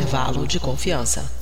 Intervalo de confiança.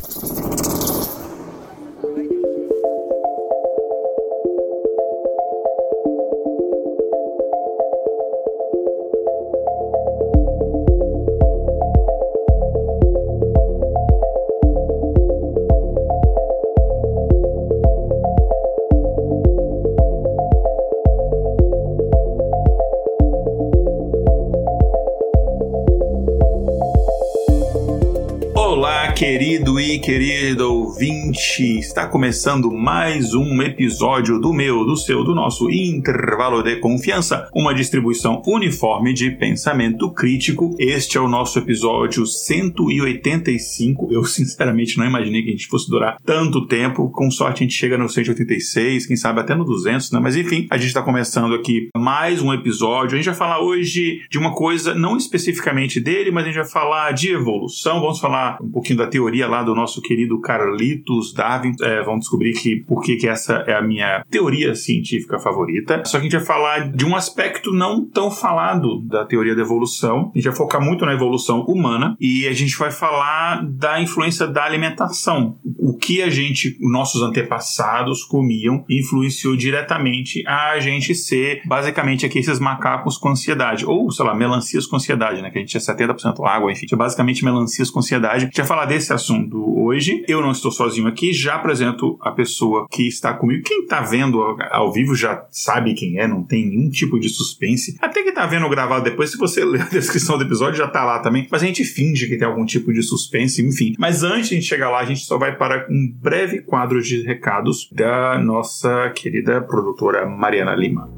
Querido e querida ouvinte, está começando mais um episódio do meu, do seu, do nosso Intervalo de Confiança, uma distribuição uniforme de pensamento crítico. Este é o nosso episódio 185. Eu sinceramente não imaginei que a gente fosse durar tanto tempo. Com sorte a gente chega no 186, quem sabe até no 200, né? Mas enfim, a gente está começando aqui mais um episódio. A gente vai falar hoje de uma coisa, não especificamente dele, mas a gente vai falar de evolução. Vamos falar um pouquinho da teoria lá do nosso querido Carlitos Darwin. Vamos descobrir por que essa é a minha teoria científica favorita. Só que a gente vai falar de um aspecto não tão falado da teoria da evolução. A gente vai focar muito na evolução humana e a gente vai falar da influência da alimentação. O que nossos antepassados comiam influenciou diretamente a gente ser basicamente aqui esses macacos com ansiedade. Ou, sei lá, melancias com ansiedade, né? Que a gente é 70% água, enfim. É basicamente melancias com ansiedade. A gente vai falar desse assunto hoje. Eu não estou sozinho aqui, já apresento a pessoa que está comigo. Quem está vendo ao vivo já sabe quem é, não tem nenhum tipo de suspense. Até que está vendo gravado depois, se você ler a descrição do episódio, já está lá também. Mas a gente finge que tem algum tipo de suspense, enfim. Mas antes de a gente chegar lá, a gente só vai para um breve quadro de recados da nossa querida produtora Mariana Lima.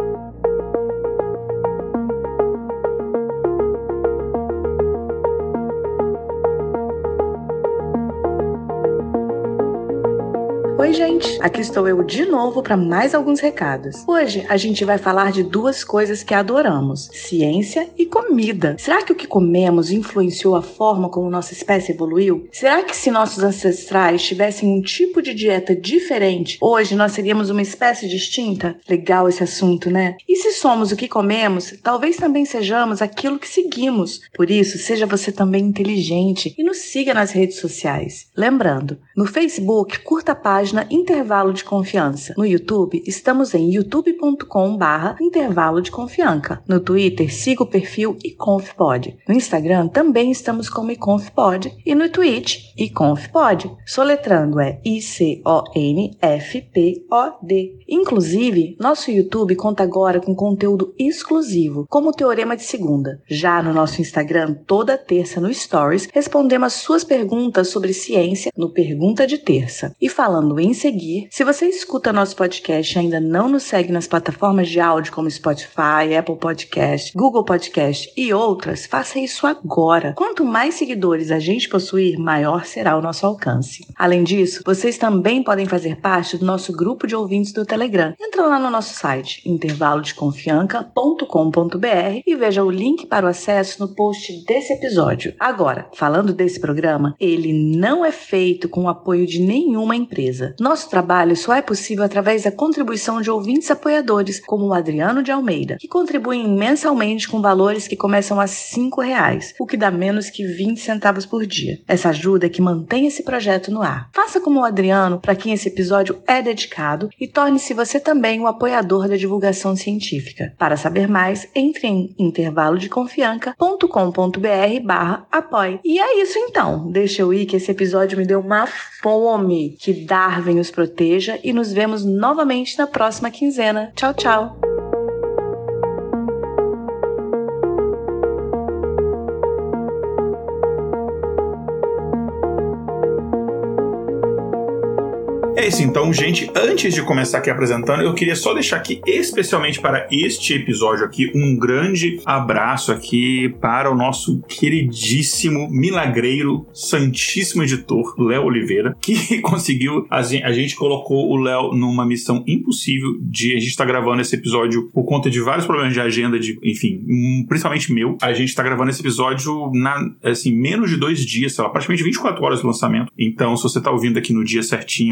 Oi, gente! Aqui estou eu de novo para mais alguns recados. Hoje a gente vai falar de duas coisas que adoramos: ciência e comida. Será que o que comemos influenciou a forma como nossa espécie evoluiu? Será que se nossos ancestrais tivessem um tipo de dieta diferente, hoje nós seríamos uma espécie distinta? Legal esse assunto, né? E se somos o que comemos, talvez também sejamos aquilo que seguimos. Por isso, seja você também inteligente e nos siga nas redes sociais. Lembrando, no Facebook, curta a página Intervalo de Confiança. No YouTube, estamos em youtube.com/Intervalo de Confiança. No Twitter, siga o perfil iconfpod. No Instagram, também estamos como iconfpod. E no Twitch, iconfpod. Soletrando é ICONFPOD. Inclusive, nosso YouTube conta agora com conteúdo exclusivo, como o Teorema de Segunda. Já no nosso Instagram, toda terça no Stories, respondemos as suas perguntas sobre ciência no Pergunta de Terça. E falando em seguir, se você escuta nosso podcast e ainda não nos segue nas plataformas de áudio como Spotify, Apple Podcast, Google Podcast e outras, faça isso agora. Quanto mais seguidores a gente possuir, maior será o nosso alcance. Além disso, vocês também podem fazer parte do nosso grupo de ouvintes do Telegram. Entra lá no nosso site, intervalodeconfianca.com.br, e veja o link para o acesso no post desse episódio. Agora, falando desse programa, ele não é feito com o apoio de nenhuma empresa. Nosso trabalho só é possível através da contribuição de ouvintes apoiadores, como o Adriano de Almeida, que contribuem mensalmente com valores que começam a R$5, o que dá menos que 20 centavos por dia. Essa ajuda é que mantém esse projeto no ar. Faça como o Adriano, para quem esse episódio é dedicado, e torne-se você também o apoiador da divulgação científica. Para saber mais, entre em intervalodeconfianca.com.br/apoie. E é isso então. Deixa eu ir que esse episódio me deu uma fome. Que Darwin os proteja e nos vemos novamente na próxima quinzena. Tchau, tchau! É isso então, gente. Antes de começar aqui apresentando, eu queria só deixar aqui, especialmente para este episódio aqui, um grande abraço aqui para o nosso queridíssimo, milagreiro, santíssimo editor, Léo Oliveira, que conseguiu, a gente colocou o Léo numa missão impossível de a gente estar gravando esse episódio por conta de vários problemas de agenda, enfim, principalmente meu. A gente está gravando esse episódio menos de 2 dias, sei lá, praticamente 24 horas do lançamento. Então, se você está ouvindo aqui no dia certinho, a gente nunca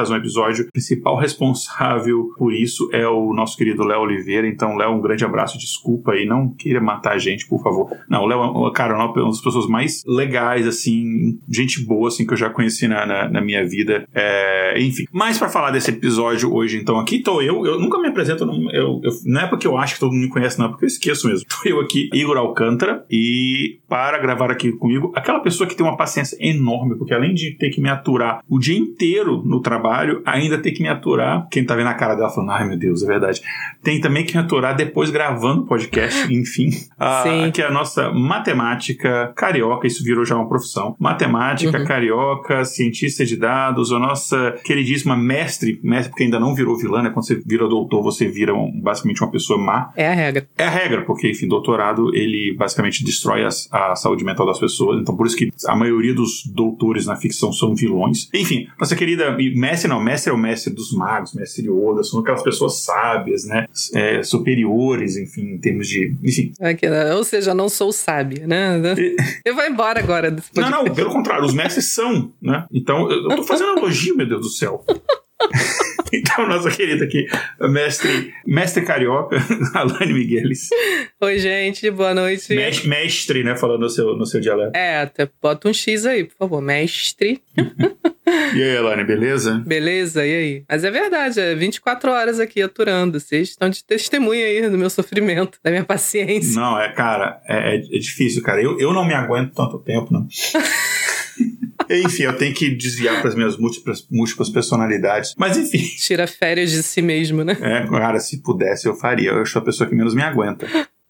trazer um episódio. O principal responsável por isso é o nosso querido Léo Oliveira. Então, Léo, um grande abraço, desculpa aí, não queira matar a gente, por favor. Não, o Léo, cara, é uma das pessoas mais legais, assim, gente boa, assim, que eu já conheci na minha vida. Enfim, mas pra falar desse episódio hoje, então, aqui tô eu nunca me apresento, não é porque eu acho que todo mundo me conhece, não, é porque eu esqueço mesmo. Tô eu aqui, Igor Alcântara, e para gravar aqui comigo, aquela pessoa que tem uma paciência enorme, porque além de ter que me aturar o dia inteiro no trabalho, ainda ter que me aturar, quem tá vendo a cara dela falando, ai meu Deus, é verdade, tem também que me aturar depois gravando o podcast, enfim, aqui é a nossa matemática carioca, isso virou já uma profissão, matemática carioca, cientista de dados, a nossa queridíssima mestre, porque ainda não virou vilã, né? Quando você vira doutor, você vira basicamente uma pessoa má. É a regra. É a regra, porque, enfim, doutorado, ele basicamente destrói a saúde mental das pessoas, então por isso que a maioria dos doutores na ficção são vilões. Enfim, nossa querida mestre é o mestre dos magos, mestre Yoda, são aquelas pessoas sábias, né? Superiores, enfim, em termos de... Enfim. Ou seja, não sou sábio, né? Eu vou embora agora desse podcast. Não, pelo contrário, os mestres são, né? Então, eu tô fazendo elogio, meu Deus do céu. Então, nossa querida aqui, mestre carioca, Alane Migueles. Oi, gente, boa noite. Mestre, né, falando no seu dialeto. Até bota um X aí, por favor, mestre. E aí, Alane, beleza? Beleza, e aí? Mas é verdade, 24 horas aqui aturando, vocês estão de testemunha aí do meu sofrimento, da minha paciência. Não, cara, é difícil, cara. Eu não me aguento tanto tempo, não. Enfim, eu tenho que desviar para as minhas múltiplas personalidades. Mas enfim. Tira férias de si mesmo, né? Cara, se pudesse eu faria. Eu sou a pessoa que menos me aguenta.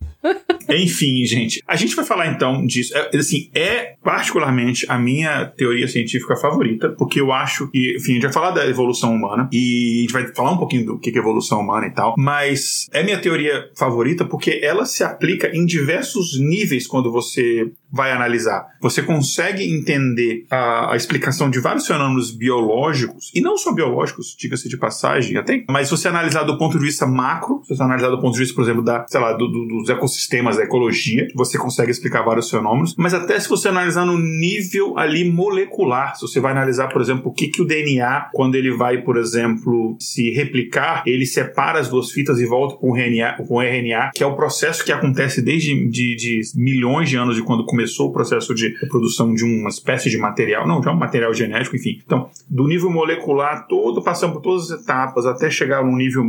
Enfim, gente, a gente vai falar então disso. É particularmente a minha teoria científica favorita, porque eu acho que, enfim, a gente vai falar da evolução humana e a gente vai falar um pouquinho do que é evolução humana e tal, mas é minha teoria favorita porque ela se aplica em diversos níveis quando você vai analisar. Você consegue entender a explicação de vários fenômenos biológicos, e não só biológicos, diga-se de passagem até, mas se você analisar do ponto de vista macro, se você analisar do ponto de vista, por exemplo, dos ecossistemas, da ecologia, você consegue explicar vários fenômenos, mas até se você analisar no nível ali molecular, se você vai analisar, por exemplo, o que o DNA, quando ele vai, por exemplo, se replicar, ele separa as duas fitas e volta com o RNA, que é o processo que acontece desde de milhões de anos de quando começou o processo de produção de uma espécie de material, não, já um material genético, enfim. Então, do nível molecular todo, passando por todas as etapas, até chegar num nível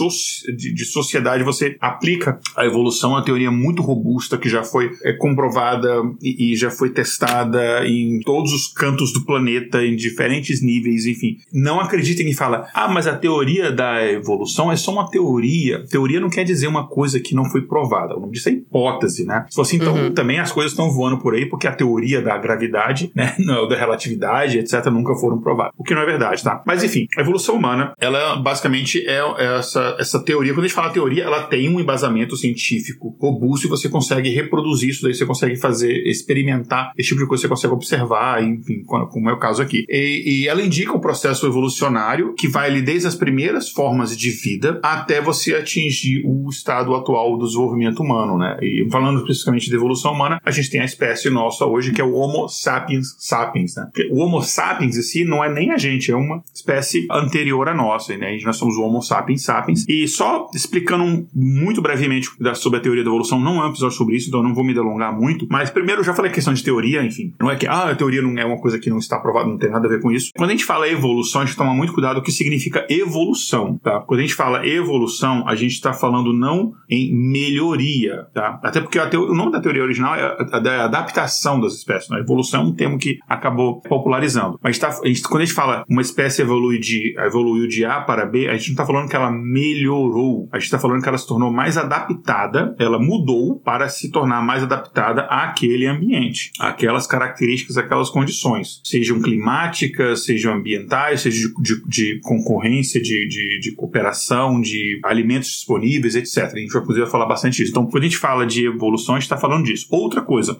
de sociedade, você aplica a evolução, a teoria muito robusta, que já foi comprovada e já foi testada em todos os cantos do planeta, em diferentes níveis, enfim. Não acreditem e fala, mas a teoria da evolução é só uma teoria. Teoria não quer dizer uma coisa que não foi provada. O nome disso é hipótese, né? Se fosse então, também as coisas estão voando por aí, porque a teoria da gravidade, né, da relatividade, etc., nunca foram provadas. O que não é verdade, tá? Mas, enfim, a evolução humana, ela basicamente é essa teoria. Quando a gente fala teoria, ela tem um embasamento científico robusto e você consegue reproduzir isso, daí você consegue experimentar esse tipo de coisa, você consegue observar, enfim, como é o caso aqui. E ela indica um processo evolucionário que vai ali desde as primeiras formas de vida até você atingir o estado atual do desenvolvimento humano, né? E falando especificamente de evolução humana, a gente tem a espécie nossa hoje, que é o Homo sapiens sapiens, né? Porque o Homo sapiens em si não é nem a gente, é uma espécie anterior à nossa, né? Nós somos o Homo sapiens sapiens. E só explicando muito brevemente sobre a teoria da evolução, não é um episódio sobre isso, então eu não vou me delongar muito, mas primeiro eu já falei a questão de teoria, enfim, não é que a teoria não é uma coisa que não está provada, não tem nada a ver com isso. Quando a gente fala evolução, a gente toma muito cuidado com o que significa evolução, tá? Quando a gente fala evolução, a gente está falando não em melhoria, tá? Até porque o nome da teoria original é a adaptação das espécies, né? Evolução é um termo que acabou popularizando, mas quando a gente fala uma espécie evoluiu de A para B, a gente não está falando que ela melhorou, a gente está falando que ela se tornou mais adaptada, ela mudou para se tornar mais adaptada àquele ambiente, aquelas características, aquelas condições, sejam climáticas, sejam ambientais, seja de concorrência, de cooperação, de alimentos disponíveis, etc. A gente vai poder falar bastante disso. Então, quando a gente fala de evolução, a gente está falando disso. Outra coisa,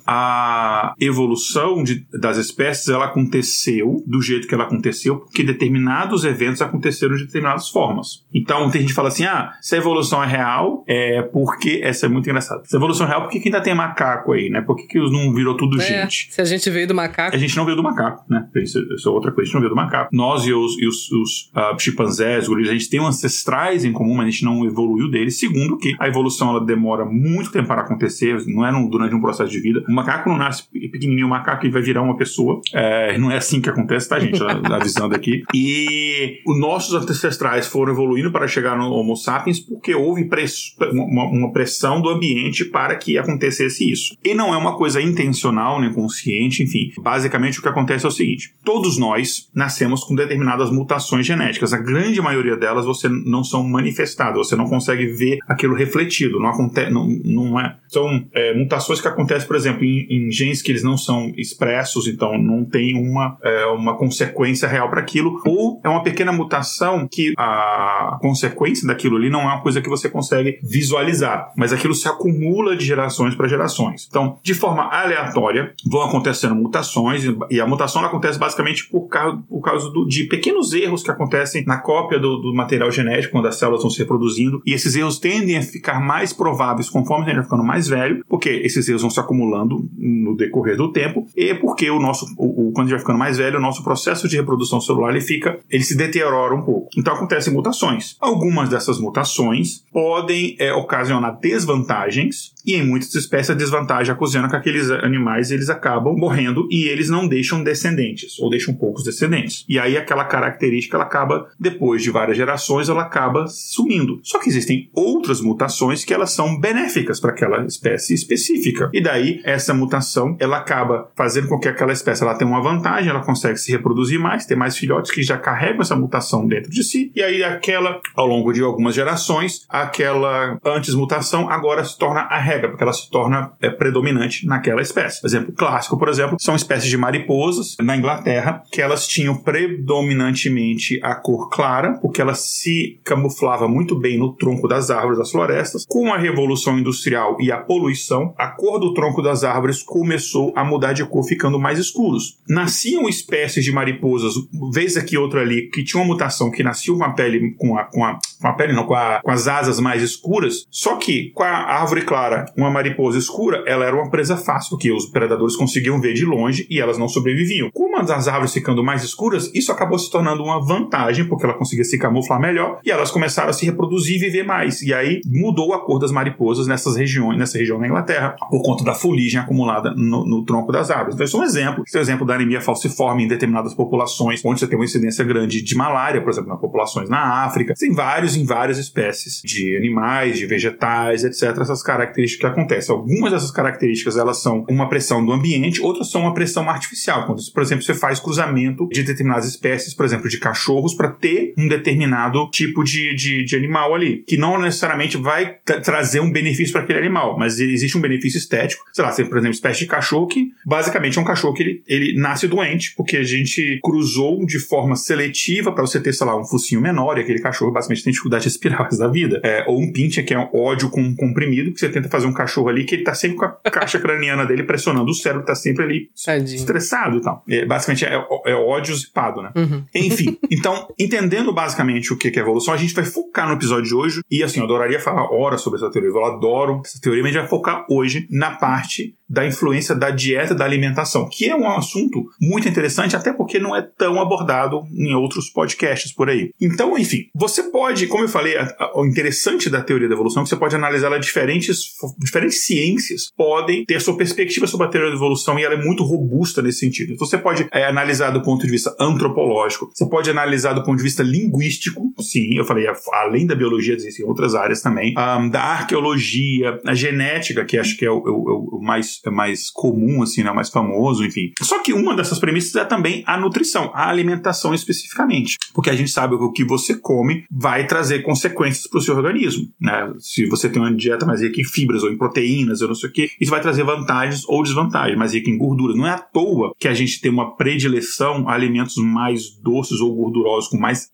a evolução das espécies, ela aconteceu do jeito que ela aconteceu, porque determinados eventos aconteceram de determinadas formas. Então, tem gente que fala assim, se a evolução é real, porque... Essa é muito engraçada. Se a evolução é real, por que ainda tem macaco aí, né? Por que não virou tudo gente? Se a gente veio do macaco... A gente não veio do macaco, né? Isso é outra coisa, a gente não veio do macaco. Nós e os chimpanzés, gorilas, a gente tem ancestrais em comum, mas a gente não evoluiu deles. Segundo que a evolução, ela demora muito tempo para acontecer, não é durante um processo de vida. O macaco não nasce pequenininho, o macaco ele vai virar uma pessoa. Não é assim que acontece, tá, gente? Avisando aqui. E os nossos ancestrais foram evoluindo para chegar no Homo sapiens porque houve uma pressão do ambiente para que acontecesse isso. E não é uma coisa intencional, nem consciente, enfim. Basicamente, o que acontece é o seguinte. Todos nós nascemos com determinadas mutações genéticas. A grande maioria delas você não são manifestadas. Você não consegue ver aquilo refletido. Não acontece, não é. São mutações que acontecem, por exemplo, em genes que eles não são expressos, então não tem uma consequência real para aquilo. Ou é uma pequena mutação que a consequência daquilo ali não é uma coisa que você consegue visualizar, mas aquilo se acumula de gerações para gerações. Então, de forma aleatória, vão acontecendo mutações, e a mutação acontece basicamente por causa de pequenos erros que acontecem na cópia do material genético, quando as células vão se reproduzindo, e esses erros tendem a ficar mais prováveis conforme a gente vai ficando mais velho, porque esses erros vão se acumulando no decorrer do tempo, e porque quando a gente vai ficando mais velho, o nosso processo de reprodução celular ele se deteriora um pouco. Então, acontecem mutações. Algumas dessas mutações podem ocasionar desvantagens, e em muitas espécies a desvantagem ocasiona que aqueles animais eles acabam morrendo e eles não deixam descendentes, ou deixam poucos descendentes. E aí aquela característica, ela acaba, depois de várias gerações, ela acaba sumindo. Só que existem outras mutações que elas são benéficas para aquela espécie específica. E daí, essa mutação, ela acaba fazendo com que aquela espécie ela tenha uma vantagem, ela consegue se reproduzir mais, ter mais filhotes que já carregam essa mutação dentro de si, e aí ao longo de algumas gerações, aquela antes mutação agora se torna a regra, porque ela se torna predominante naquela espécie. Exemplo clássico, por exemplo, são espécies de mariposas na Inglaterra, que elas tinham predominantemente a cor clara, porque ela se camuflava muito bem no tronco das árvores das florestas. Com a Revolução Industrial e a poluição, a cor do tronco das árvores começou a mudar de cor, ficando mais escuros. Nasciam espécies de mariposas, vez aqui outra ali, que tinham uma mutação que nasciam com a pele, com as asas mais escuras, só que com a árvore clara, uma mariposa escura, ela era uma presa fácil, porque os predadores conseguiam ver de longe e elas não sobreviviam. Com as árvores ficando mais escuras, isso acabou se tornando uma vantagem, porque ela conseguia se camuflar melhor, e elas começaram a se reproduzir e viver mais. E aí mudou a cor das mariposas nessa região na Inglaterra, por conta da fuligem acumulada no tronco das árvores. Então, esse é um exemplo. Esse é o exemplo da anemia falciforme em determinadas populações, onde você tem uma incidência grande de malária, por exemplo, nas populações na África. Tem em várias espécies de animais, de vegetais, etc. Essas características que acontecem. Algumas dessas características, elas são uma pressão do ambiente, outras são uma pressão artificial. Quando, por exemplo, você faz cruzamento de determinadas espécies, por exemplo, de cachorros, para ter um determinado tipo de animal ali, que não necessariamente vai trazer um benefício para aquele animal, mas existe um benefício estético. Sei lá, por exemplo, espécie de cachorro que basicamente é um cachorro que ele nasce doente, porque a gente cruzou de forma seletiva para você ter, sei lá, um focinho menor, e aquele cachorro basicamente tem dificuldade de respirar o resto da vida. Ou um pincher, que é um ódio com comprimido, que você tenta fazer um cachorro ali, que ele tá sempre com a caixa craniana dele pressionando o cérebro, tá sempre ali estressado e tal. Basicamente é ódio zipado, né? Uhum. Enfim, então, entendendo basicamente o que é evolução, a gente vai focar no episódio de hoje, e assim, eu adoraria falar horas sobre essa teoria, eu adoro essa teoria, mas a gente vai focar hoje na parte da influência da dieta e da alimentação, que é um assunto muito interessante, até porque não é tão abordado em outros podcasts por aí. Então, enfim, você pode, como eu falei, o interessante da teoria da evolução é que você pode analisar ela diferentes ciências podem ter sua perspectiva sobre a teoria da evolução, e ela é muito robusta nesse sentido. Então, você pode analisar do ponto de vista antropológico, você pode analisar do ponto de vista linguístico, sim, eu falei, além da biologia, existem outras áreas também, da arqueologia, a genética, que acho que é o mais comum, assim, né, o mais famoso, enfim. Só que uma dessas premissas é também a nutrição, a alimentação especificamente, porque a gente sabe que o que você come vai trazer consequências para o seu organismo, né? Se você tem uma dieta mais rica em fibras ou em proteínas, ou não sei o que, isso vai trazer vantagens ou desvantagens, mais rica em gordura. Não é à toa que a gente tem uma predileção a alimentos mais doces ou gordurosos, com mais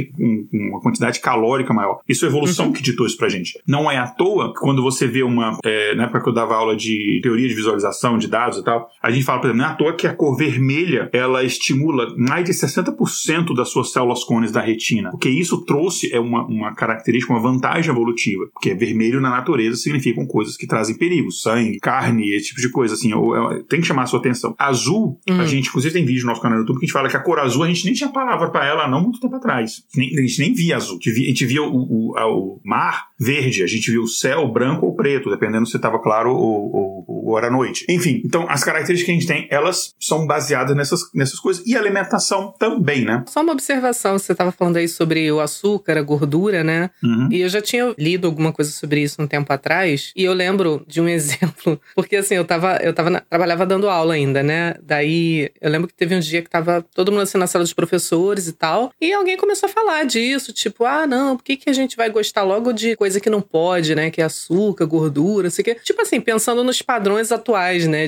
uma quantidade calórica maior. Isso é a evolução que ditou isso pra gente. Não é à toa que quando você vê na época que eu dava aula de teoria de de visualização de dados e tal, a gente fala, por exemplo, não é à toa que a cor vermelha, ela estimula mais de 60% das suas células cones da retina, porque isso trouxe uma característica, uma vantagem evolutiva, porque vermelho na natureza significam coisas que trazem perigo, sangue, carne, esse tipo de coisa, assim, tem que chamar a sua atenção. Azul, a gente, inclusive tem vídeo no nosso canal no YouTube que a gente fala que a cor azul, a gente nem tinha palavra pra ela não muito tempo atrás. A gente nem via azul. A gente via o mar verde, a gente via o céu branco ou preto, dependendo se estava claro ou era noite. Enfim, então as características que a gente tem, elas são baseadas nessas coisas. E a alimentação também, né? Só uma observação, você estava falando aí sobre o açúcar, a gordura, né? E eu já tinha lido alguma coisa sobre isso um tempo atrás, e eu lembro de um exemplo, porque assim, eu trabalhava dando aula ainda, né? Daí, eu lembro que teve um dia que tava todo mundo assim na sala dos professores e tal, e alguém começou a falar disso, tipo, não, por que a gente vai gostar logo de coisa que não pode, né? Que é açúcar, gordura, sei o quê. Tipo assim, pensando nos padrões atuais, né?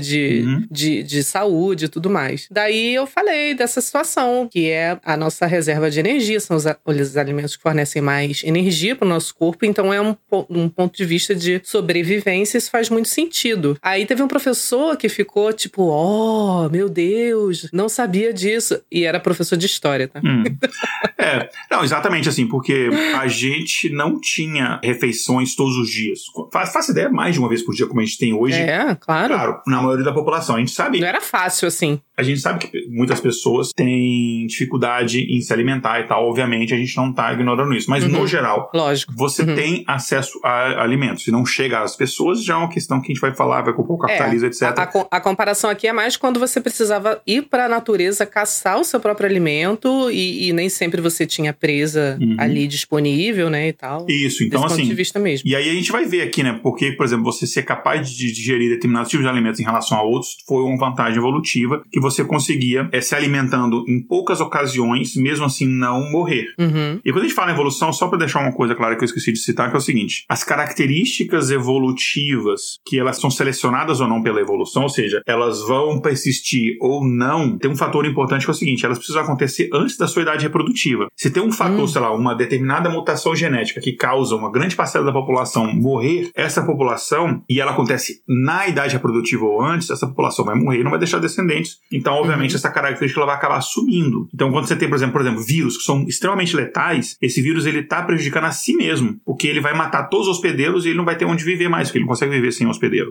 De saúde e tudo mais. Daí eu falei dessa situação, que é a nossa reserva de energia, são os alimentos que fornecem mais energia para o nosso corpo, então é um ponto de vista de sobrevivência, isso faz muito sentido. Aí teve um professor que ficou tipo, meu Deus, não sabia disso. E era professor de história, tá? Não, exatamente assim, porque a gente não tinha refeições todos os dias. Faça ideia, mais de uma vez por dia, como a gente tem hoje. Claro. Claro, na maioria da população. A gente sabe... Não era fácil, assim. A gente sabe que muitas pessoas têm dificuldade em se alimentar e tal. Obviamente, a gente não tá ignorando isso. Mas, no geral, lógico, você tem acesso a alimentos. Se não chega às pessoas, já é uma questão que a gente vai falar, vai compor o capitalismo, etc. A comparação aqui é mais quando você precisava ir pra natureza caçar o seu próprio alimento e nem sempre você tinha presa ali disponível, né, e tal. Isso, então desse assim... ponto de vista mesmo. E aí a gente vai ver aqui, né, porque, por exemplo, você ser capaz de digerir determinados tipos de alimentos em relação a outros foi uma vantagem evolutiva que você conseguia se alimentando em poucas ocasiões, mesmo assim não morrer. E quando a gente fala em evolução, só para deixar uma coisa clara que eu esqueci de citar, que é o seguinte: as características evolutivas que elas são selecionadas ou não pela evolução, ou seja, elas vão persistir ou não, tem um fator importante que é o seguinte: elas precisam acontecer antes da sua idade reprodutiva. Se tem um fator, sei lá, uma determinada mutação genética que causa uma grande parcela da população morrer, essa população, e ela acontece na idade reprodutiva ou antes, essa população vai morrer e não vai deixar descendentes. Então, obviamente, essa característica ela vai acabar sumindo. Então, quando você tem, por exemplo, vírus que são extremamente letais, esse vírus ele tá prejudicando a si mesmo, porque ele vai matar todos os hospedeiros e ele não vai ter onde viver mais, porque ele não consegue viver sem hospedeiro.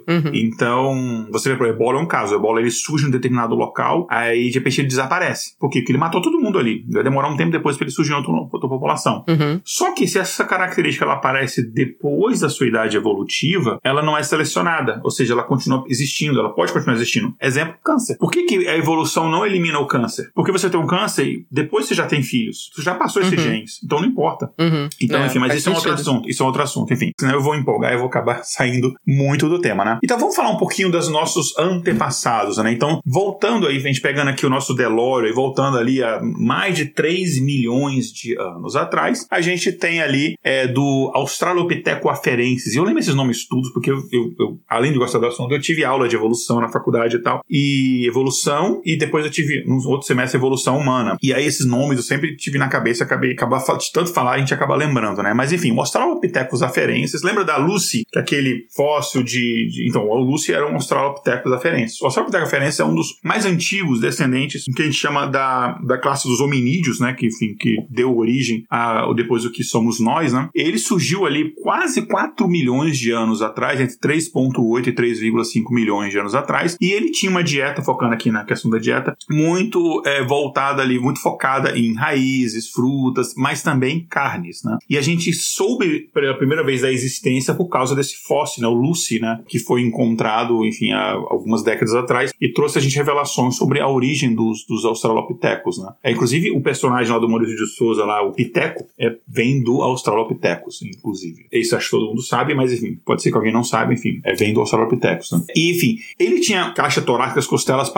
Então, você vê, por exemplo, o ebola é um caso. O ebola, ele surge em um determinado local, aí de repente ele desaparece. Por quê? Porque ele matou todo mundo ali. Vai demorar um tempo depois para ele surgir em outra população. Só que se essa característica ela aparece depois da sua idade evolutiva, ela não é selecionada. Ou seja, ela continua existindo, ela pode continuar existindo. Exemplo, câncer. Por que a evolução não elimina o câncer? Porque você tem um câncer e depois você já tem filhos. Você já passou esses genes. Então não importa. Então, enfim, mas isso é um outro assunto. Isso é outro assunto. Enfim, senão eu vou empolgar e vou acabar saindo muito do tema, né? Então vamos falar um pouquinho dos nossos antepassados, né? Então, voltando aí, a gente pegando aqui o nosso DeLorean e voltando ali a mais de 3 milhões de anos atrás, a gente tem ali do Australopithecus afarensis. E eu lembro esses nomes todos, porque eu, além de gostar do assunto, eu tive aula de evolução na faculdade e tal. E evolução, e depois eu tive, no outro semestre, evolução humana. E aí esses nomes eu sempre tive na cabeça, de tanto falar, a gente acaba lembrando, né? Mas enfim, o Australopithecus afarensis, lembra da Lucy, que é aquele fóssil então, o Lucy era um Australopithecus afarensis. O Australopithecus afarensis é um dos mais antigos descendentes, que a gente chama da classe dos hominídeos, né? Que, enfim, que deu origem depois do que somos nós, né? Ele surgiu ali quase 4 milhões de anos atrás, entre 3,8 e 3,5 milhões de anos atrás, e ele tinha uma dieta, focando aqui na questão da dieta, muito voltada ali, muito focada em raízes, frutas, mas também carnes, né? E a gente soube pela primeira vez da existência por causa desse fóssil, né? O Lucy, né? Que foi encontrado, enfim, há algumas décadas atrás, e trouxe a gente revelações sobre a origem dos Australopithecus, né? Inclusive, o personagem lá do Maurício de Souza, lá, o Piteco, vem do Australopithecus, inclusive. Isso acho que todo mundo sabe, mas enfim, pode ser que alguém não saiba, enfim, vem do Australopithecus, né? E enfim, ele tinha caixa torácica, as costelas parecidas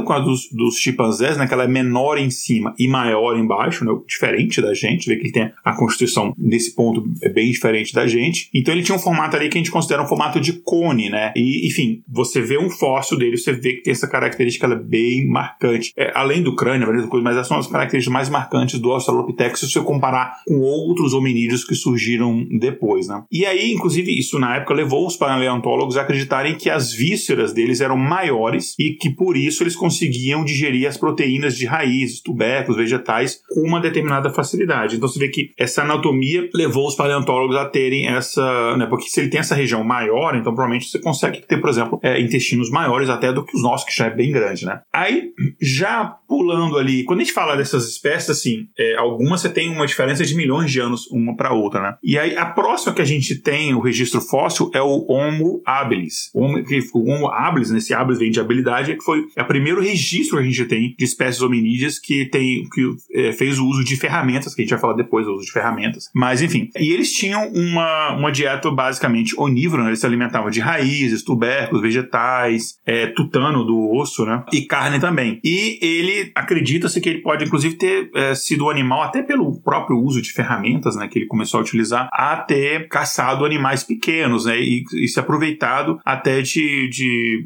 com a dos chimpanzés, né, que ela é menor em cima e maior embaixo, né, diferente da gente, vê que ele tem a constituição nesse ponto é bem diferente da gente. Então ele tinha um formato ali que a gente considera um formato de cone, né? E, enfim, você vê um fóssil dele, você vê que tem essa característica, ela é bem marcante. Além do crânio, além da coisa, mas essas são as características mais marcantes do Australopithecus se você comparar com outros hominídeos que surgiram depois, né? E aí, inclusive, isso na época levou os paleontólogos a acreditarem que as vísceras deles eram maiores e que por isso eles conseguiam digerir as proteínas de raízes, tubérculos, vegetais com uma determinada facilidade. Então você vê que essa anatomia levou os paleontólogos a terem essa, né, porque se ele tem essa região maior, então provavelmente você consegue ter, por exemplo, intestinos maiores até do que os nossos, que já é bem grande, né? Aí, já pulando ali, quando a gente fala dessas espécies, assim, algumas você tem uma diferença de milhões de anos uma para outra, né? E aí, a próxima que a gente tem o registro fóssil é o Homo habilis. O Homo habilis, nesse habilis vem de habilidade, que foi o primeiro registro que a gente tem de espécies hominídeas que fez o uso de ferramentas, que a gente vai falar depois do uso de ferramentas. Mas, enfim, e eles tinham uma dieta basicamente onívora, né? Eles se alimentavam de raízes, tubérculos, vegetais, tutano do osso, né? E carne também. E ele acredita-se que ele pode, inclusive, ter sido um animal, até pelo próprio uso de ferramentas, né, que ele começou a utilizar, a ter caçado animais pequenos, né, e se aproveitado até de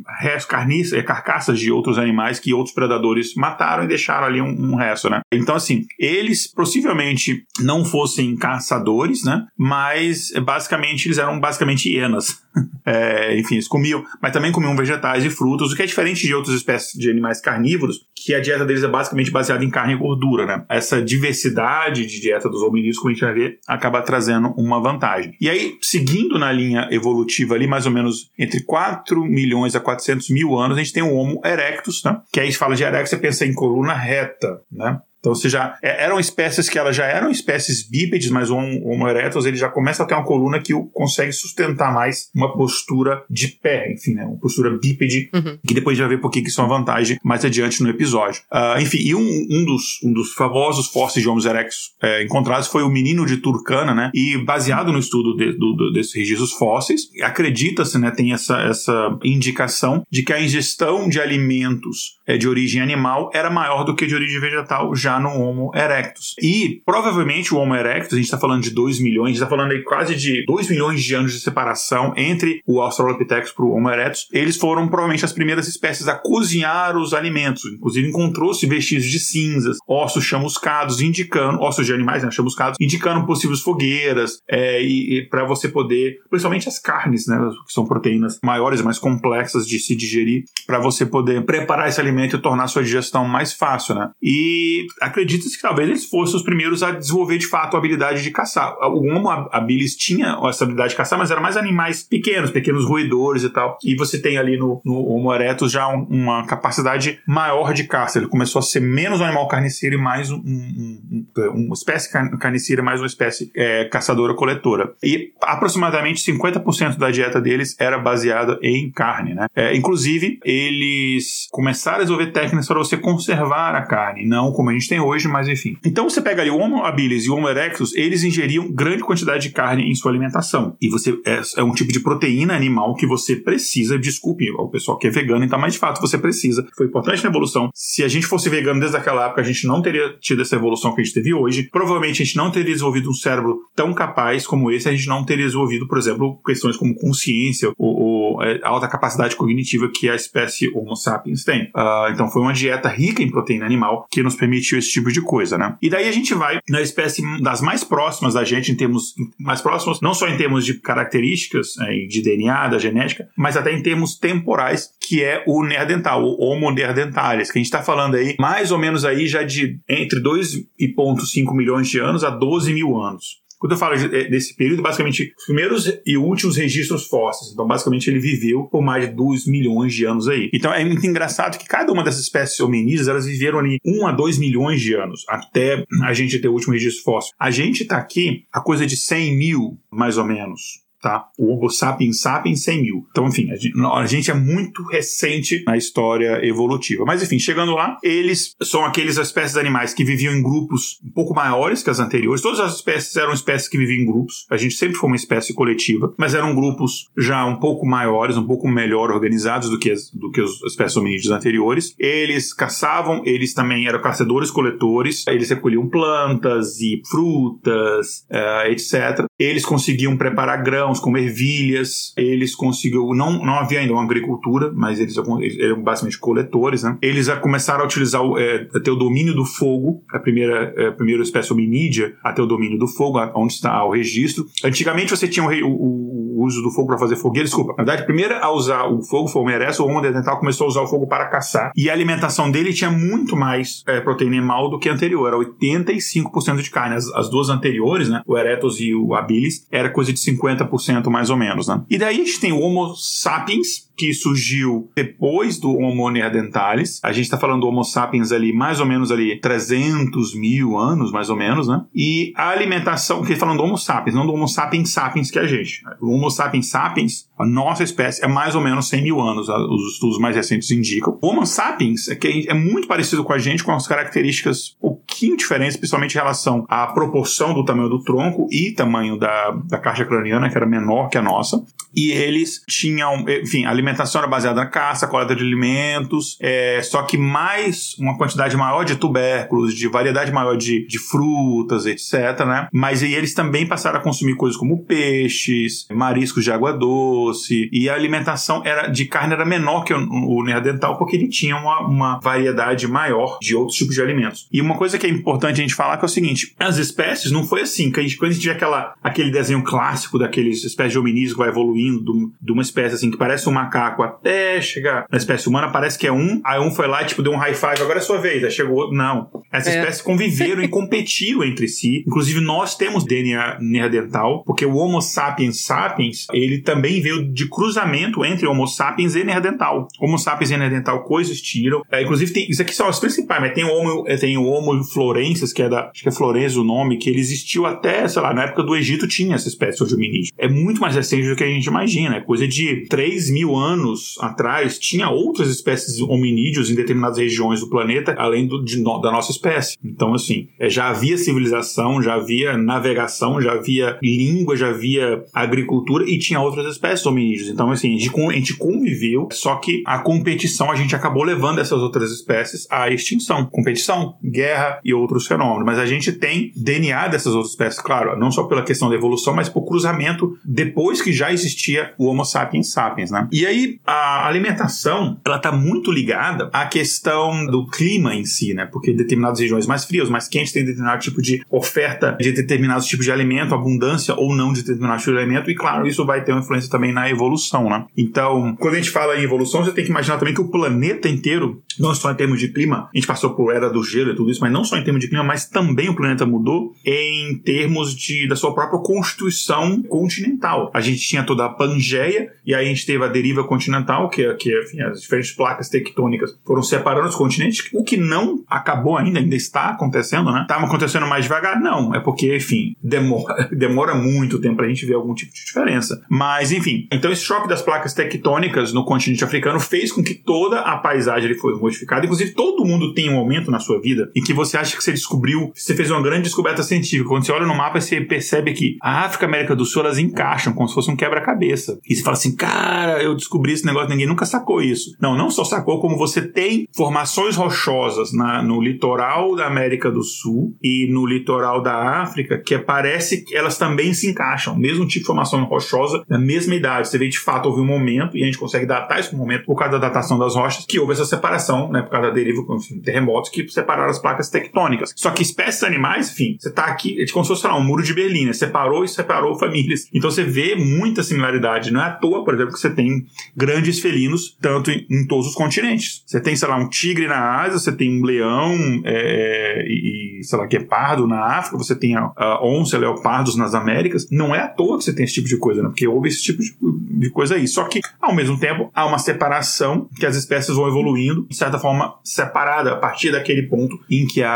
carcaças de outros animais que outros predadores mataram e deixaram ali um resto, né. Então, assim, eles possivelmente não fossem caçadores, né, mas basicamente eles eram basicamente hienas. Enfim, eles comiam, mas também comiam vegetais e frutas, o que é diferente de outras espécies de animais carnívoros, que a dieta deles é basicamente baseada em carne e gordura, né? Essa diversidade de dieta dos hominídeos, como a gente vai ver, acaba trazendo uma vantagem. E aí, seguindo na linha evolutiva ali, mais ou menos entre 4 milhões a 400 mil anos, a gente tem o Homo erectus, né? Que aí a gente fala de erectus, você pensa em coluna reta, né? Então, você já eram espécies que elas já eram espécies bípedes, mas o Homo erectus ele já começa a ter uma coluna que consegue sustentar mais uma postura de pé, enfim, né? Uma postura bípede, que depois a gente vai ver por que isso é uma vantagem mais adiante no episódio. Enfim, e um dos famosos fósseis de Homo erectus encontrados foi o menino de Turkana, né? E baseado no estudo desses registros fósseis, acredita-se, né, tem essa indicação de que a ingestão de alimentos de origem animal era maior do que de origem vegetal já no Homo erectus. E provavelmente o Homo erectus, a gente está falando de 2 milhões, a gente está falando aí quase de 2 milhões de anos de separação entre o Australopithecus para o Homo erectus. Eles foram provavelmente as primeiras espécies a cozinhar os alimentos. Inclusive encontrou-se vestígios de cinzas, ossos chamuscados, ossos de animais, né, chamuscados, indicando possíveis fogueiras, e para você poder, principalmente as carnes, né, que são proteínas maiores e mais complexas de se digerir, para você poder preparar esse alimento e tornar a sua digestão mais fácil, né? E acredita-se que talvez eles fossem os primeiros a desenvolver de fato a habilidade de caçar. O Homo habilis tinha essa habilidade de caçar, mas eram mais animais pequenos roedores e tal. E você tem ali no Homo erectus já uma capacidade maior de caça. Ele começou a ser menos um animal carniceiro e mais uma espécie carniceira, mais uma espécie caçadora-coletora. E aproximadamente 50% da dieta deles era baseada em carne, né? Inclusive, eles começaram a desenvolver técnicas para você conservar a carne, não como a gente tem hoje, mas enfim. Então você pega ali o Homo habilis e o Homo erectus, eles ingeriam grande quantidade de carne em sua alimentação. E você é um tipo de proteína animal que você precisa, desculpe o pessoal que é vegano, então, mas de fato você precisa. Foi importante na evolução. Se a gente fosse vegano desde aquela época, a gente não teria tido essa evolução que a gente teve hoje. Provavelmente a gente não teria desenvolvido um cérebro tão capaz como esse, a gente não teria desenvolvido, por exemplo, questões como consciência ou alta capacidade cognitiva que a espécie Homo sapiens tem. Então foi uma dieta rica em proteína animal que nos permitiu esse tipo de coisa, né? E daí a gente vai na espécie das mais próximas da gente, em termos mais próximos, não só em termos de características de DNA, da genética, mas até em termos temporais, que é o neandertal, o Homo neanderthalis, que a gente está falando aí mais ou menos aí já de entre 2,5 milhões de anos a 12 mil anos. Quando eu falo desse período, basicamente, os primeiros e últimos registros fósseis. Então, basicamente, ele viveu por mais de 2 milhões de anos aí. Então, é muito engraçado que cada uma dessas espécies hominídeas, elas viveram ali 1 a 2 milhões de anos, até a gente ter o último registro fóssil. A gente está aqui a coisa de 100 mil, mais ou menos. tá? O Homo sapiens sapiens 100 mil. Então, enfim, a gente é muito recente na história evolutiva. Mas, enfim, chegando lá, eles são aqueles espécies de animais que viviam em grupos um pouco maiores que as anteriores. Todas as espécies eram espécies que viviam em grupos. A gente sempre foi uma espécie coletiva, mas eram grupos já um pouco maiores, um pouco melhor organizados do que as espécies hominídeas anteriores. Eles caçavam, eles também eram caçadores-coletores, eles recolhiam plantas e frutas, etc. Eles conseguiam preparar grãos, como ervilhas, eles conseguiam... Não havia ainda uma agricultura, mas eles eram basicamente coletores, né? Eles começaram a utilizar, a ter o domínio do fogo, a primeira espécie hominídea a ter o domínio do fogo, onde está o registro. Antigamente você tinha o uso do fogo para fazer fogueira, desculpa. Na verdade, primeiro a usar o fogo foi o Homo erectus, o Homo neandertal começou a usar o fogo para caçar. E a alimentação dele tinha muito mais proteína animal do que a anterior, era 85% de carne. As duas anteriores, né, o erectus e o habilis, era coisa de 50% mais ou menos, né? E daí a gente tem o Homo sapiens, que surgiu depois do Homo neanderthalis. A gente está falando do Homo sapiens ali, mais ou menos ali 300 mil anos, mais ou menos, né? E a alimentação, que falando do Homo sapiens, não do Homo sapiens sapiens que é a gente. O Homo sapiens sapiens, a nossa espécie, é mais ou menos 100 mil anos, os estudos mais recentes indicam. O Homo sapiens é muito parecido com a gente, com as características um pouquinho diferentes, principalmente em relação à proporção do tamanho do tronco e tamanho da caixa craniana, que era menor que a nossa. E eles tinham, enfim, a alimentação era baseada na caça, coleta de alimentos, só que mais uma quantidade maior de tubérculos, de variedade maior de frutas, etc, né? Mas aí eles também passaram a consumir coisas como peixes, mariscos de água doce, e a alimentação de carne era menor que o neandertal, porque ele tinha uma variedade maior de outros tipos de alimentos. E uma coisa que é importante a gente falar que é o seguinte, as espécies não foi assim, quando a gente vê aquele desenho clássico daqueles espécies de hominídeos que vai evoluindo de uma espécie assim que parece um macaco até chegar na espécie humana, parece que é aí um foi lá e tipo deu um high five, agora é sua vez, aí chegou, não. Essas espécies conviveram e competiram entre si, inclusive nós temos DNA neandertal, porque o Homo sapiens sapiens, ele também veio de cruzamento entre Homo sapiens e neandertal. Homo sapiens e neandertal coexistiram, inclusive isso aqui são os principais, mas tem o Homo florensis, que acho que é Florensis o nome, que ele existiu até, sei lá, na época do Egito tinha essa espécie de hominídeo. É muito mais recente do que a gente imagina, coisa de 3 mil anos atrás, tinha outras espécies de hominídeos em determinadas regiões do planeta, além da nossa espécie. Então, assim, já havia civilização, já havia navegação, já havia língua, já havia agricultura e tinha outras espécies de hominídeos. Então, assim, a gente conviveu, só que a competição, a gente acabou levando essas outras espécies à extinção. Competição, guerra e outros fenômenos. Mas a gente tem DNA dessas outras espécies, claro, não só pela questão da evolução, mas por cruzamento depois que já existia o Homo sapiens sapiens, né? E aí, a alimentação, ela tá muito ligada à questão do clima em si, né? Porque determinadas regiões mais frias, mais quentes, tem determinado tipo de oferta de determinados tipos de alimento, abundância ou não de determinado tipo de alimento, e claro, isso vai ter uma influência também na evolução, né? Então, quando a gente fala em evolução, você tem que imaginar também que o planeta inteiro, não só em termos de clima, a gente passou por era do gelo e tudo isso, mas não só em termos de clima, mas também o planeta mudou em termos da sua própria constituição continental. A gente tinha toda a Pangeia, e aí a gente teve a deriva continental, que enfim, as diferentes placas tectônicas foram separando os continentes, o que não acabou ainda está acontecendo, né? Estava acontecendo mais devagar? Não, é porque, enfim, demora muito tempo pra gente ver algum tipo de diferença. Mas, enfim, então esse choque das placas tectônicas no continente africano fez com que toda a paisagem ele foi modificada. Inclusive, todo mundo tem um momento na sua vida em que você acha que você fez uma grande descoberta científica. Quando você olha no mapa, você percebe que a África e a América do Sul, elas encaixam como se fosse um quebra-cabeça. E você fala assim, cara, eu descobri esse negócio, ninguém nunca sacou isso. Não só sacou, como você tem formações rochosas no litoral da América do Sul e no litoral da África, que parece que elas também se encaixam. Mesmo tipo de formação rochosa, na mesma idade. Você vê, de fato, houve um momento, e a gente consegue datar esse momento por causa da datação das rochas, que houve essa separação, né, por causa da deriva, enfim, terremotos que separaram as placas tectônicas. Só que espécies animais, enfim, você tá aqui, é como se fosse, sei lá, um muro de Berlim, né? Separou famílias. Então você vê muita similaridade. Não é à toa, por exemplo, que você tem grandes felinos, tanto em todos os continentes. Você tem, sei lá, um tigre na Ásia, você tem um leão e sei lá, guepardo na África, você tem a onça, leopardos nas Américas. Não é à toa que você tem esse tipo de coisa, né? Porque houve esse tipo de coisa aí. Só que, ao mesmo tempo, há uma separação que as espécies vão evoluindo, de certa forma, separada a partir daquele ponto em que há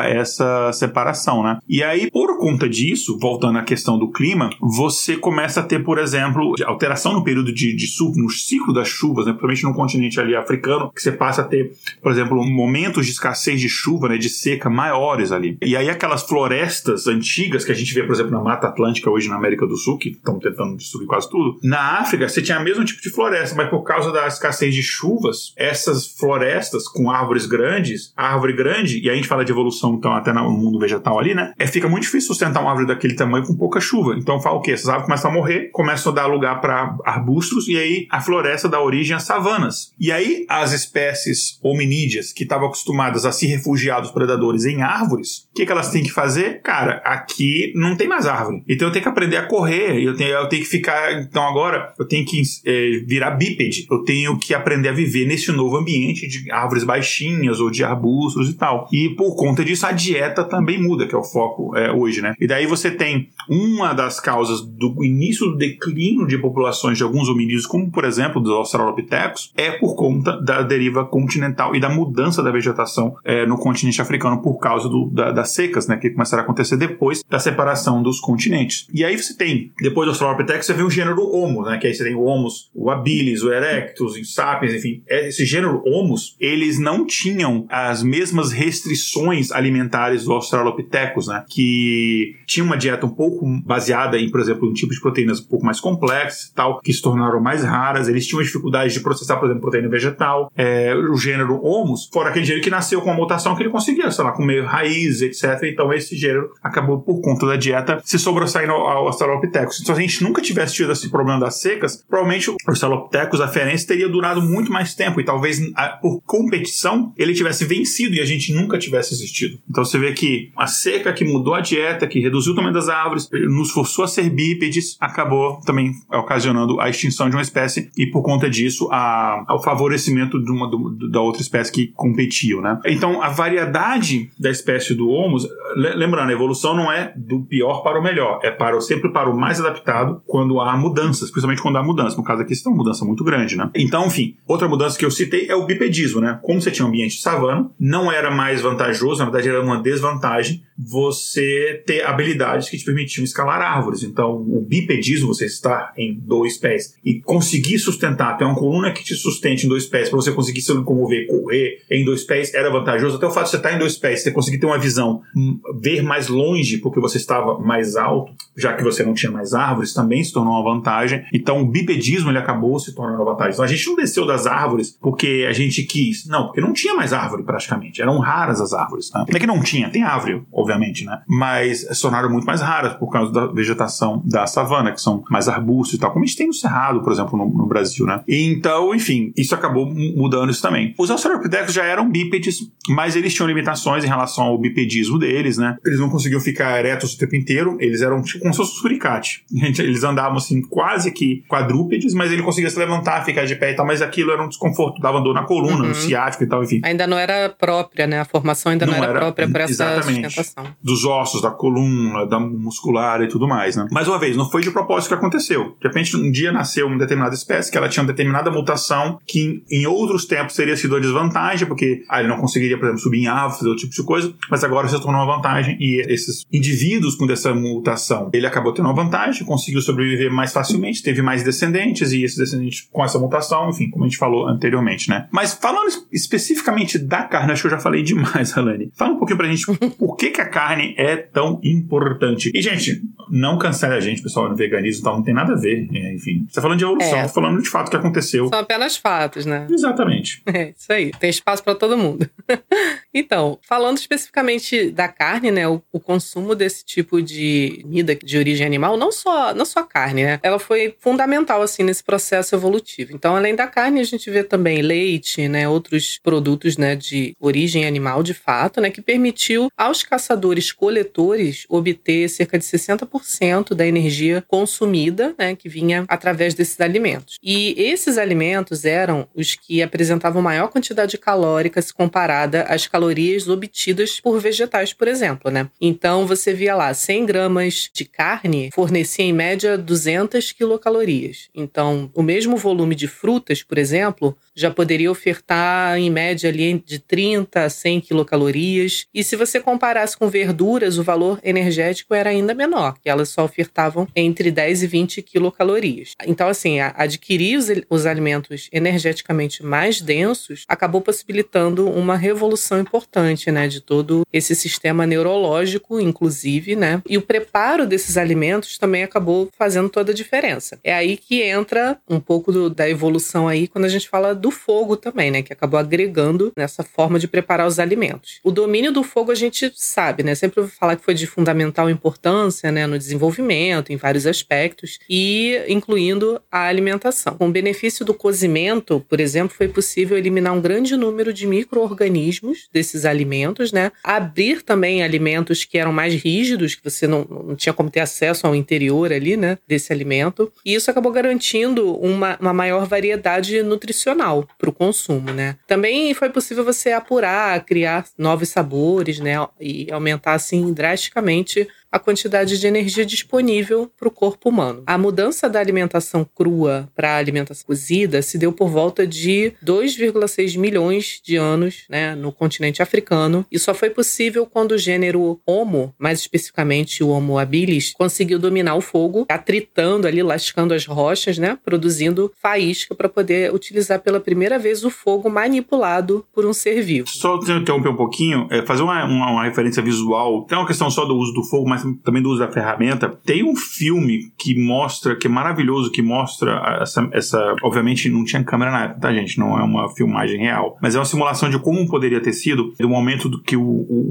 essa separação, né? E aí, por conta disso, voltando à questão do clima, você começa a ter, por exemplo, alteração no período de no ciclo das chuvas, né? Principalmente no continente ali africano, que você passa a ter, por exemplo, momentos de escassez de chuva, né? De seca maiores ali. E aí aquelas florestas antigas que a gente vê, por exemplo, na Mata Atlântica hoje na América do Sul, que estão tentando destruir quase tudo, na África você tinha o mesmo tipo de floresta, mas por causa da escassez de chuvas, essas florestas com árvores grandes, a árvore grande, e aí a gente fala de evolução, então, até no mundo vegetal ali, né? Fica muito difícil sustentar uma árvore daquele tamanho com pouca chuva. Então fala o quê? Essas árvores começam a morrer, começam a dar lugar para arbustos, e aí a floresta dá origem a savanas. E aí as espécies hominídeas que estavam acostumadas a se refugiar dos predadores em árvores, o que elas têm que fazer? Cara, aqui não tem mais árvore. Então eu tenho que aprender a correr, eu tenho que ficar... Então agora eu tenho que virar bípede. Eu tenho que aprender a viver nesse novo ambiente de árvores baixinhas ou de arbustos e tal. E por conta disso a dieta também muda, que é o foco hoje, né? E daí você tem uma das causas do início do declínio de populações de alguns hominídeos, como por exemplo dos australopithecus, é por conta da deriva continental e da mudança da vegetação no continente africano por causa das secas, né? Que começaram a acontecer depois da separação dos continentes. E aí você tem, depois do australopithecus, você vê o gênero Homo, né? Que aí você tem o Homus, o habilis, o erectus, o sapiens, enfim. Esse gênero Homus, eles não tinham as mesmas restrições alimentares do australopithecus, né? Que tinha uma dieta um pouco baseada em, por exemplo, um tipo de proteínas um pouco mais complexas e tal, que se tornaram mais raras. Eles tinham dificuldade de processar, por exemplo, proteína vegetal. O gênero Homus, fora aquele gênero que nasceu com uma mutação que ele conseguia, sei lá, comer raiz, etc. Então esse gênero acabou, por conta da dieta, se sobressaindo ao australopithecus. Então, se a gente nunca tivesse tido esse problema das secas, provavelmente o australopithecus aferense teria durado muito mais tempo e talvez por competição ele tivesse vencido e a gente nunca tivesse existido. Então você vê que a seca que mudou a dieta, que reduziu o tamanho das árvores, nos forçou a ser bípedes, acabou também ocasionando a extinção de uma espécie e por conta disso ao favorecimento da outra espécie que competiam, né? Então a variedade da espécie do Homo, lembrando, a evolução não é do pior para o melhor, é sempre para o mais adaptado quando há mudanças, principalmente quando há mudança. No caso aqui, isso é uma mudança muito grande, né? Então, enfim, outra mudança que eu citei é o bipedismo, né? Como você tinha um ambiente de savana, não era mais vantajoso, na verdade era uma desvantagem você ter habilidades que te permitiam escalar árvores. Então, o bipedismo, você estar em dois pés e conseguir sustentar, ter uma coluna que te sustente em dois pés, para você conseguir se locomover, correr em dois pés, era vantajoso. Até o fato de você estar em dois pés, você conseguir ter uma visão, ver mais longe porque você estava mais alto, já que você não tinha mais árvores, também se tornou uma vantagem. Então, o bipedismo, ele acabou se tornando uma vantagem. Então, a gente não desceu das árvores porque a gente quis. Não, porque não tinha mais árvore praticamente. Eram raras as árvores, né? Não é que não tinha, tem árvore, obviamente, né? Mas se tornaram muito mais raras por causa da vegetação da savana, que são mais arbustos e tal, como a gente tem no Cerrado, por exemplo, no Brasil, né? E então, enfim, isso acabou mudando isso também. Os australopithecus já eram bípedes, mas eles tinham limitações em relação ao bipedismo deles, né? Eles não conseguiam ficar eretos o tempo inteiro, eles eram tipo como se fosse um suricate. Eles andavam assim, quase que quadrúpedes, mas ele conseguia se levantar, ficar de pé e tal, mas aquilo era um desconforto, dava dor na coluna, no ciático e tal, enfim. Ainda não era própria, né? A formação ainda não era própria para essa sustentação. Dos ossos, da coluna, da muscular e tudo mais, né? Mais uma vez, não foi de propósito que aconteceu. De repente, um dia nasceu uma determinada espécie que ela tinha uma determinada mutação que em outros tempos teria sido a desvantagem, porque ele não conseguiria, por exemplo, subir em árvore, fazer outro tipo de coisa, mas agora se tornou uma vantagem e esses indivíduos com essa mutação, ele acabou tendo uma vantagem, conseguiu sobreviver mais facilmente, teve mais descendentes e esses descendentes com essa mutação, enfim, como a gente falou anteriormente, né? Mas falando especificamente da carne, acho que eu já falei demais, Alane. Fala um pouquinho pra gente por que a carne é tão importante. E, gente, não cancele a gente, pessoal, no veganismo e tal, não tem nada a ver, enfim. Você tá falando de evolução, tô falando de fato que aconteceu. São apenas fatos, né? Exatamente. É, isso aí. Tem espaço pra todo mundo. Então, falando especificamente da carne, né, o consumo desse tipo de comida de origem animal, não só carne, né, ela foi fundamental, assim, nesse processo evolutivo. Então, além da carne, a gente vê também leite, né, outros produtos, né, de origem animal, de fato, né, que permitiu aos caçadores-coletores obter cerca de 60% 30% da energia consumida, né, que vinha através desses alimentos. E esses alimentos eram os que apresentavam maior quantidade calórica se comparada às calorias obtidas por vegetais, por exemplo, né? Então, você via lá, 100 gramas de carne fornecia, em média, 200 quilocalorias. Então, o mesmo volume de frutas, por exemplo, já poderia ofertar, em média, ali de 30 a 100 quilocalorias. E se você comparasse com verduras, o valor energético era ainda menor, que elas só ofertavam entre 10 e 20 quilocalorias. Então, assim, adquirir os alimentos energeticamente mais densos acabou possibilitando uma revolução importante, né, de todo esse sistema neurológico, inclusive, né? E o preparo desses alimentos também acabou fazendo toda a diferença. É aí que entra um pouco da evolução aí, quando a gente fala do fogo também, né, que acabou agregando nessa forma de preparar os alimentos. O domínio do fogo a gente sabe, né, sempre vou falar que foi de fundamental importância, né, no desenvolvimento, em vários aspectos, e incluindo a alimentação. Com o benefício do cozimento, por exemplo, foi possível eliminar um grande número de micro-organismos desses alimentos, né, abrir também alimentos que eram mais rígidos, que você não tinha como ter acesso ao interior ali, né, desse alimento, e isso acabou garantindo uma maior variedade nutricional para o consumo, né. Também foi possível você apurar, criar novos sabores, né, e aumentar, assim, drasticamente a quantidade de energia disponível para o corpo humano. A mudança da alimentação crua para a alimentação cozida se deu por volta de 2,6 milhões de anos, né, no continente africano, e só foi possível quando o gênero Homo, mais especificamente o Homo habilis, conseguiu dominar o fogo, atritando ali, lascando as rochas, né, produzindo faísca para poder utilizar pela primeira vez o fogo manipulado por um ser vivo. Só interromper um pouquinho, fazer uma referência visual. Tem uma questão só do uso do fogo, mas também do uso da ferramenta. Tem um filme que mostra, que é maravilhoso, que mostra essa obviamente não tinha câmera na época, tá, gente? Não é uma filmagem real, mas é uma simulação de como poderia ter sido do momento do que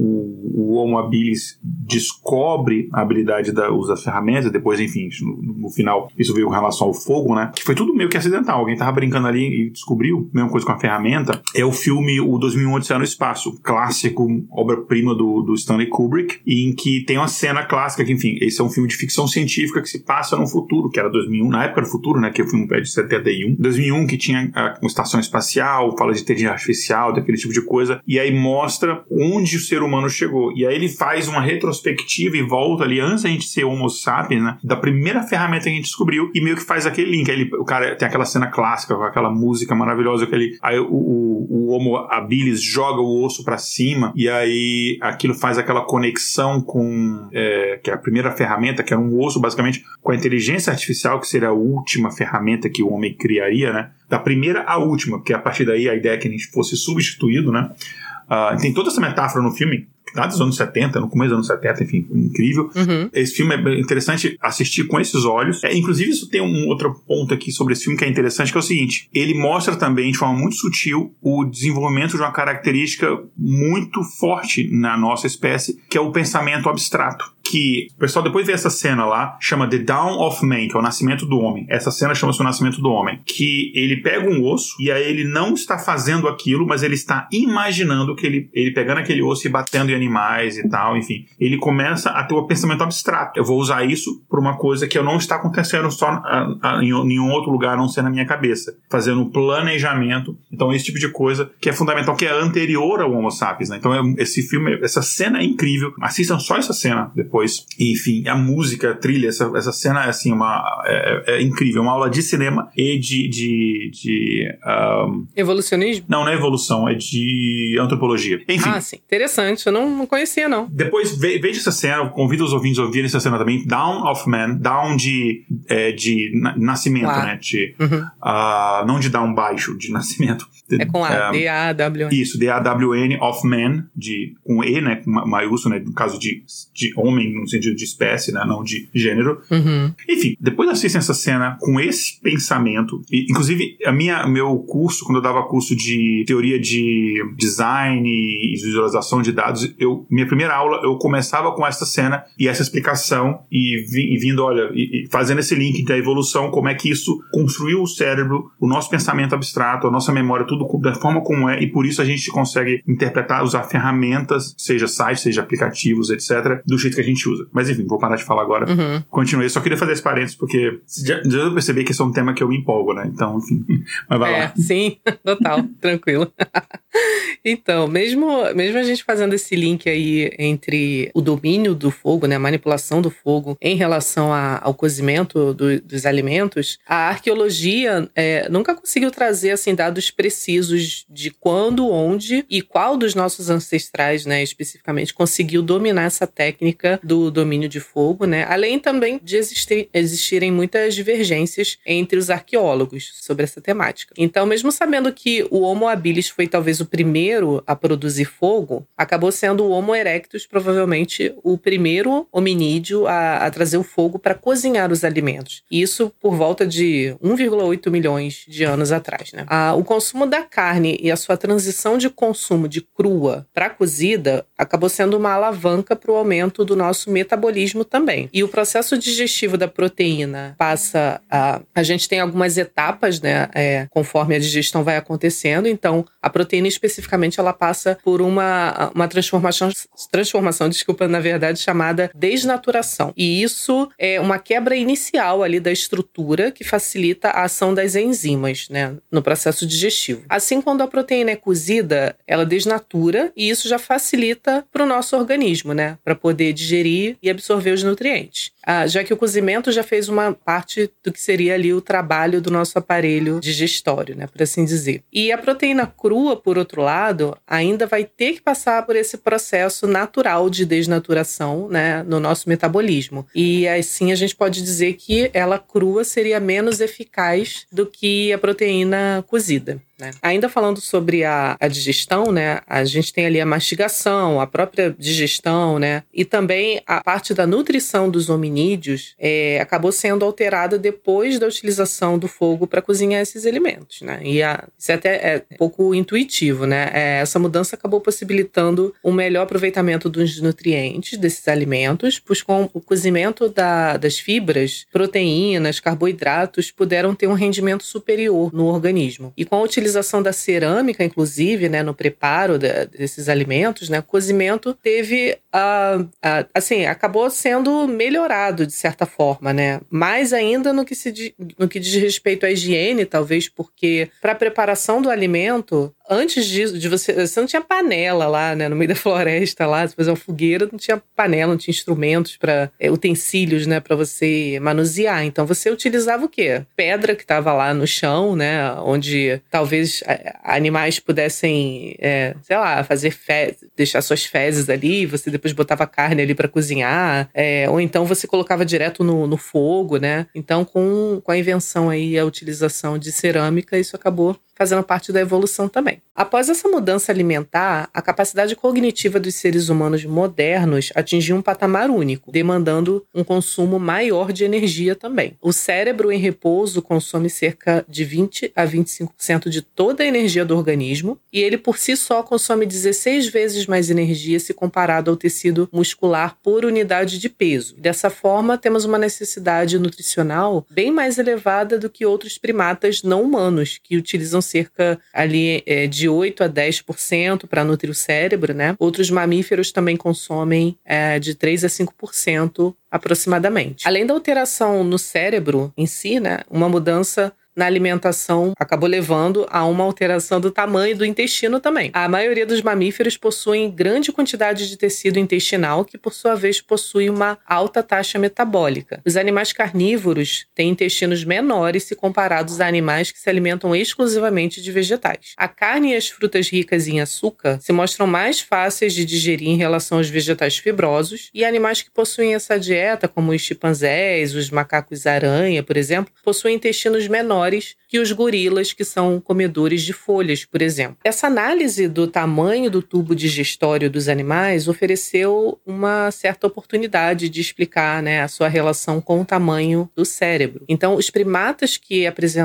o Homo habilis descobre a habilidade da uso das ferramentas, depois, enfim, no final, isso veio com relação ao fogo, né? Que foi tudo meio que acidental. Alguém tava brincando ali e descobriu, mesma coisa com a ferramenta. É o filme O 2001 Odisseia no Espaço, clássico, obra-prima do Stanley Kubrick, em que tem uma cena clássica que, enfim, esse é um filme de ficção científica que se passa no futuro, que era 2001, na época do futuro, né, que o filme é de 71. 2001, que tinha uma estação espacial, fala de inteligência artificial, daquele tipo de coisa, e aí mostra onde o ser humano chegou. E aí ele faz uma retrospectiva e volta ali, antes da gente ser Homo sapiens, né, da primeira ferramenta que a gente descobriu, e meio que faz aquele link. Aí o cara tem aquela cena clássica, com aquela música maravilhosa, aí o Homo habilis joga o osso pra cima, e aí aquilo faz aquela conexão com que é a primeira ferramenta, que é um osso, basicamente, com a inteligência artificial, que seria a última ferramenta que o homem criaria, né? Da primeira à última, porque a partir daí a ideia é que a gente fosse substituído, né? Tem toda essa metáfora no filme, lá dos anos 70, no começo dos anos 70, enfim, incrível. Uhum. Esse filme é interessante assistir com esses olhos. Inclusive, isso tem um outro ponto aqui sobre esse filme que é interessante, que é o seguinte: ele mostra também, de forma muito sutil, o desenvolvimento de uma característica muito forte na nossa espécie, que é o pensamento abstrato. Que o pessoal depois vê essa cena lá, chama The Dawn of Man, que é o nascimento do homem. Essa cena chama-se o nascimento do homem. Que ele pega um osso e aí ele não está fazendo aquilo, mas ele está imaginando que ele pegando aquele osso e batendo em animais e tal, enfim. Ele começa a ter um pensamento abstrato. Eu vou usar isso por uma coisa que não está acontecendo só em nenhum outro lugar, a não ser na minha cabeça. Fazendo um planejamento. Então, esse tipo de coisa que é fundamental, que é anterior ao Homo sapiens, né? Então, esse filme, essa cena é incrível. Assistam só essa cena depois. Enfim, a música, a trilha, essa cena é assim, é incrível, uma aula de cinema e de evolucionismo? Não é evolução, é de antropologia. Enfim. Ah, sim. Interessante, eu não conhecia, não. Depois, veja essa cena, convido os ouvintes a ouvirem essa cena também. Down of Man, down de nascimento, claro. Né? Não de down baixo, de nascimento. É com A, D-A-W-N. Isso, D-A-W-N, of man, com E, né, com maiúsculo, né, no caso de homem, no sentido de espécie, né, não de gênero. Uhum. Enfim, depois assistem essa cena com esse pensamento, e, inclusive, meu curso, quando eu dava curso de teoria de design e visualização de dados, minha primeira aula, eu começava com essa cena e essa explicação, e vindo, olha, e fazendo esse link da evolução, como é que isso construiu o cérebro, o nosso pensamento abstrato, a nossa memória, tudo da forma como é, e por isso a gente consegue interpretar, usar ferramentas, seja sites, seja aplicativos, etc., do jeito que a gente gente usa. Mas enfim, vou parar de falar agora. Continuei. Só queria fazer esse parênteses, porque já eu percebi que esse é um tema que eu me empolgo, né? Então, enfim. Mas vai lá. Sim, total. Tranquilo. Então, mesmo a gente fazendo esse link aí entre o domínio do fogo, né, a manipulação do fogo em relação ao cozimento dos alimentos, a arqueologia nunca conseguiu trazer assim, dados precisos de quando, onde e qual dos nossos ancestrais, né, especificamente, conseguiu dominar essa técnica do domínio de fogo, né, além também de existirem muitas divergências entre os arqueólogos sobre essa temática. Então, mesmo sabendo que o Homo habilis foi talvez o primeiro a produzir fogo, acabou sendo o Homo erectus provavelmente o primeiro hominídeo a trazer o fogo para cozinhar os alimentos. Isso por volta de 1,8 milhões de anos atrás, né? O consumo da carne e a sua transição de consumo de crua para cozida acabou sendo uma alavanca para o aumento do nosso metabolismo também. E o processo digestivo da proteína passa a gente tem algumas etapas, né? Conforme a digestão vai acontecendo. Então, a proteína especificamente ela passa por uma transformação, na verdade, chamada desnaturação. E isso é uma quebra inicial ali da estrutura que facilita a ação das enzimas, né, no processo digestivo. Assim, quando a proteína é cozida, ela desnatura e isso já facilita para o nosso organismo, né, para poder digerir e absorver os nutrientes. Já que o cozimento já fez uma parte do que seria ali o trabalho do nosso aparelho digestório, né, por assim dizer. E a proteína crua, por outro lado, ainda vai ter que passar por esse processo natural de desnaturação, né, no nosso metabolismo. E assim a gente pode dizer que ela crua seria menos eficaz do que a proteína cozida, né? Ainda falando sobre a digestão, né, a gente tem ali a mastigação, a própria digestão, né, e também a parte da nutrição dos hominídeos acabou sendo alterada depois da utilização do fogo para cozinhar esses alimentos, né? E isso até é um pouco intuitivo, né? Essa mudança acabou possibilitando um melhor aproveitamento dos nutrientes desses alimentos, pois com o cozimento das fibras, proteínas, carboidratos puderam ter um rendimento superior no organismo. E com a utilização da cerâmica, inclusive, né, no preparo desses alimentos, né, o cozimento teve, acabou sendo melhorado de certa forma, né? Mais ainda no que diz respeito à higiene, talvez porque para a preparação do alimento, antes de você não tinha panela lá, né, no meio da floresta lá, se fazer uma fogueira, não tinha panela, não tinha instrumentos utensílios, né, para você manusear. Então você utilizava o quê? Pedra que estava lá no chão, né, onde talvez animais pudessem, fazer deixar suas fezes ali, você depois botava carne ali para cozinhar, ou então você colocava direto no fogo, né? Então com a invenção aí, a utilização de cerâmica, isso acabou fazendo parte da evolução também. Após essa mudança alimentar, a capacidade cognitiva dos seres humanos modernos atingiu um patamar único, demandando um consumo maior de energia também. O cérebro em repouso consome cerca de 20 a 25% de toda a energia do organismo, e ele por si só consome 16 vezes mais energia se comparado ao tecido muscular por unidade de peso. Dessa forma, temos uma necessidade nutricional bem mais elevada do que outros primatas não humanos, que utilizam cerca ali de 8 a 10% para nutrir o cérebro, né? Outros mamíferos também consomem de 3 a 5% aproximadamente. Além da alteração no cérebro em si, né, uma mudança na alimentação acabou levando a uma alteração do tamanho do intestino também. A maioria dos mamíferos possuem grande quantidade de tecido intestinal, que por sua vez possui uma alta taxa metabólica. Os animais carnívoros têm intestinos menores se comparados a animais que se alimentam exclusivamente de vegetais. A carne e as frutas ricas em açúcar se mostram mais fáceis de digerir em relação aos vegetais fibrosos, e animais que possuem essa dieta, como os chimpanzés, os macacos-aranha, por exemplo, possuem intestinos menores que os gorilas, que são comedores de folhas, por exemplo. Essa análise do tamanho do tubo digestório dos animais ofereceu uma certa oportunidade de explicar, né, a sua relação com o tamanho do cérebro. Então, os primatas que apresentam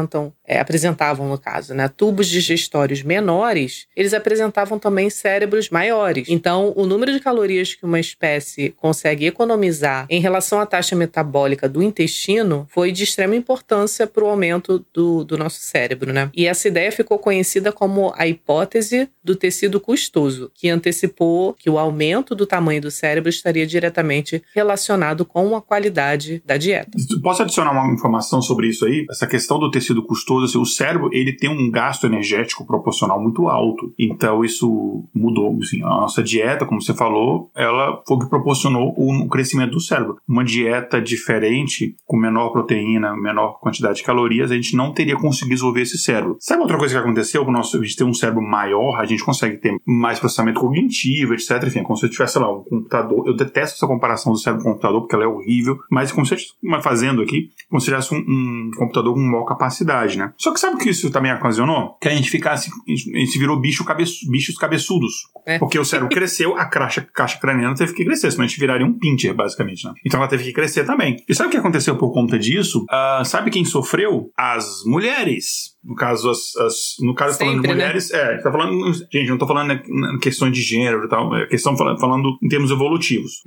apresentavam, no caso, né, tubos digestórios menores, eles apresentavam também cérebros maiores. Então, o número de calorias que uma espécie consegue economizar em relação à taxa metabólica do intestino foi de extrema importância para o aumento do nosso cérebro, né? E essa ideia ficou conhecida como a hipótese do tecido custoso, que antecipou que o aumento do tamanho do cérebro estaria diretamente relacionado com a qualidade da dieta. Posso adicionar uma informação sobre isso aí? Essa questão do tecido custoso, assim, o cérebro, ele tem um gasto energético proporcional muito alto. Então, isso mudou. Assim, a nossa dieta, como você falou, ela foi o que proporcionou o crescimento do cérebro. Uma dieta diferente, com menor proteína, menor quantidade de calorias, a gente não teria conseguido desenvolver esse cérebro. Sabe outra coisa que aconteceu? A gente tem um cérebro maior, a gente consegue ter mais processamento cognitivo, etc. Enfim, é como se eu tivesse, sei lá, um computador. Eu detesto essa comparação do cérebro com o computador, porque ela é horrível, mas como se eu estivesse fazendo aqui, como se tivesse um computador com maior capacidade, né? Só que sabe o que isso também ocasionou? Que a gente virou bichos cabeçudos. Porque o cérebro cresceu, a caixa craniana teve que crescer, senão a gente viraria um pincher, basicamente, né? Então ela teve que crescer também. E sabe o que aconteceu por conta disso? Sabe quem sofreu? As mulheres. No caso, no caso, sempre, falando de mulheres, né? Tá falando, gente, não tô falando em questões de gênero e tal, é questão falando em termos evolutivos.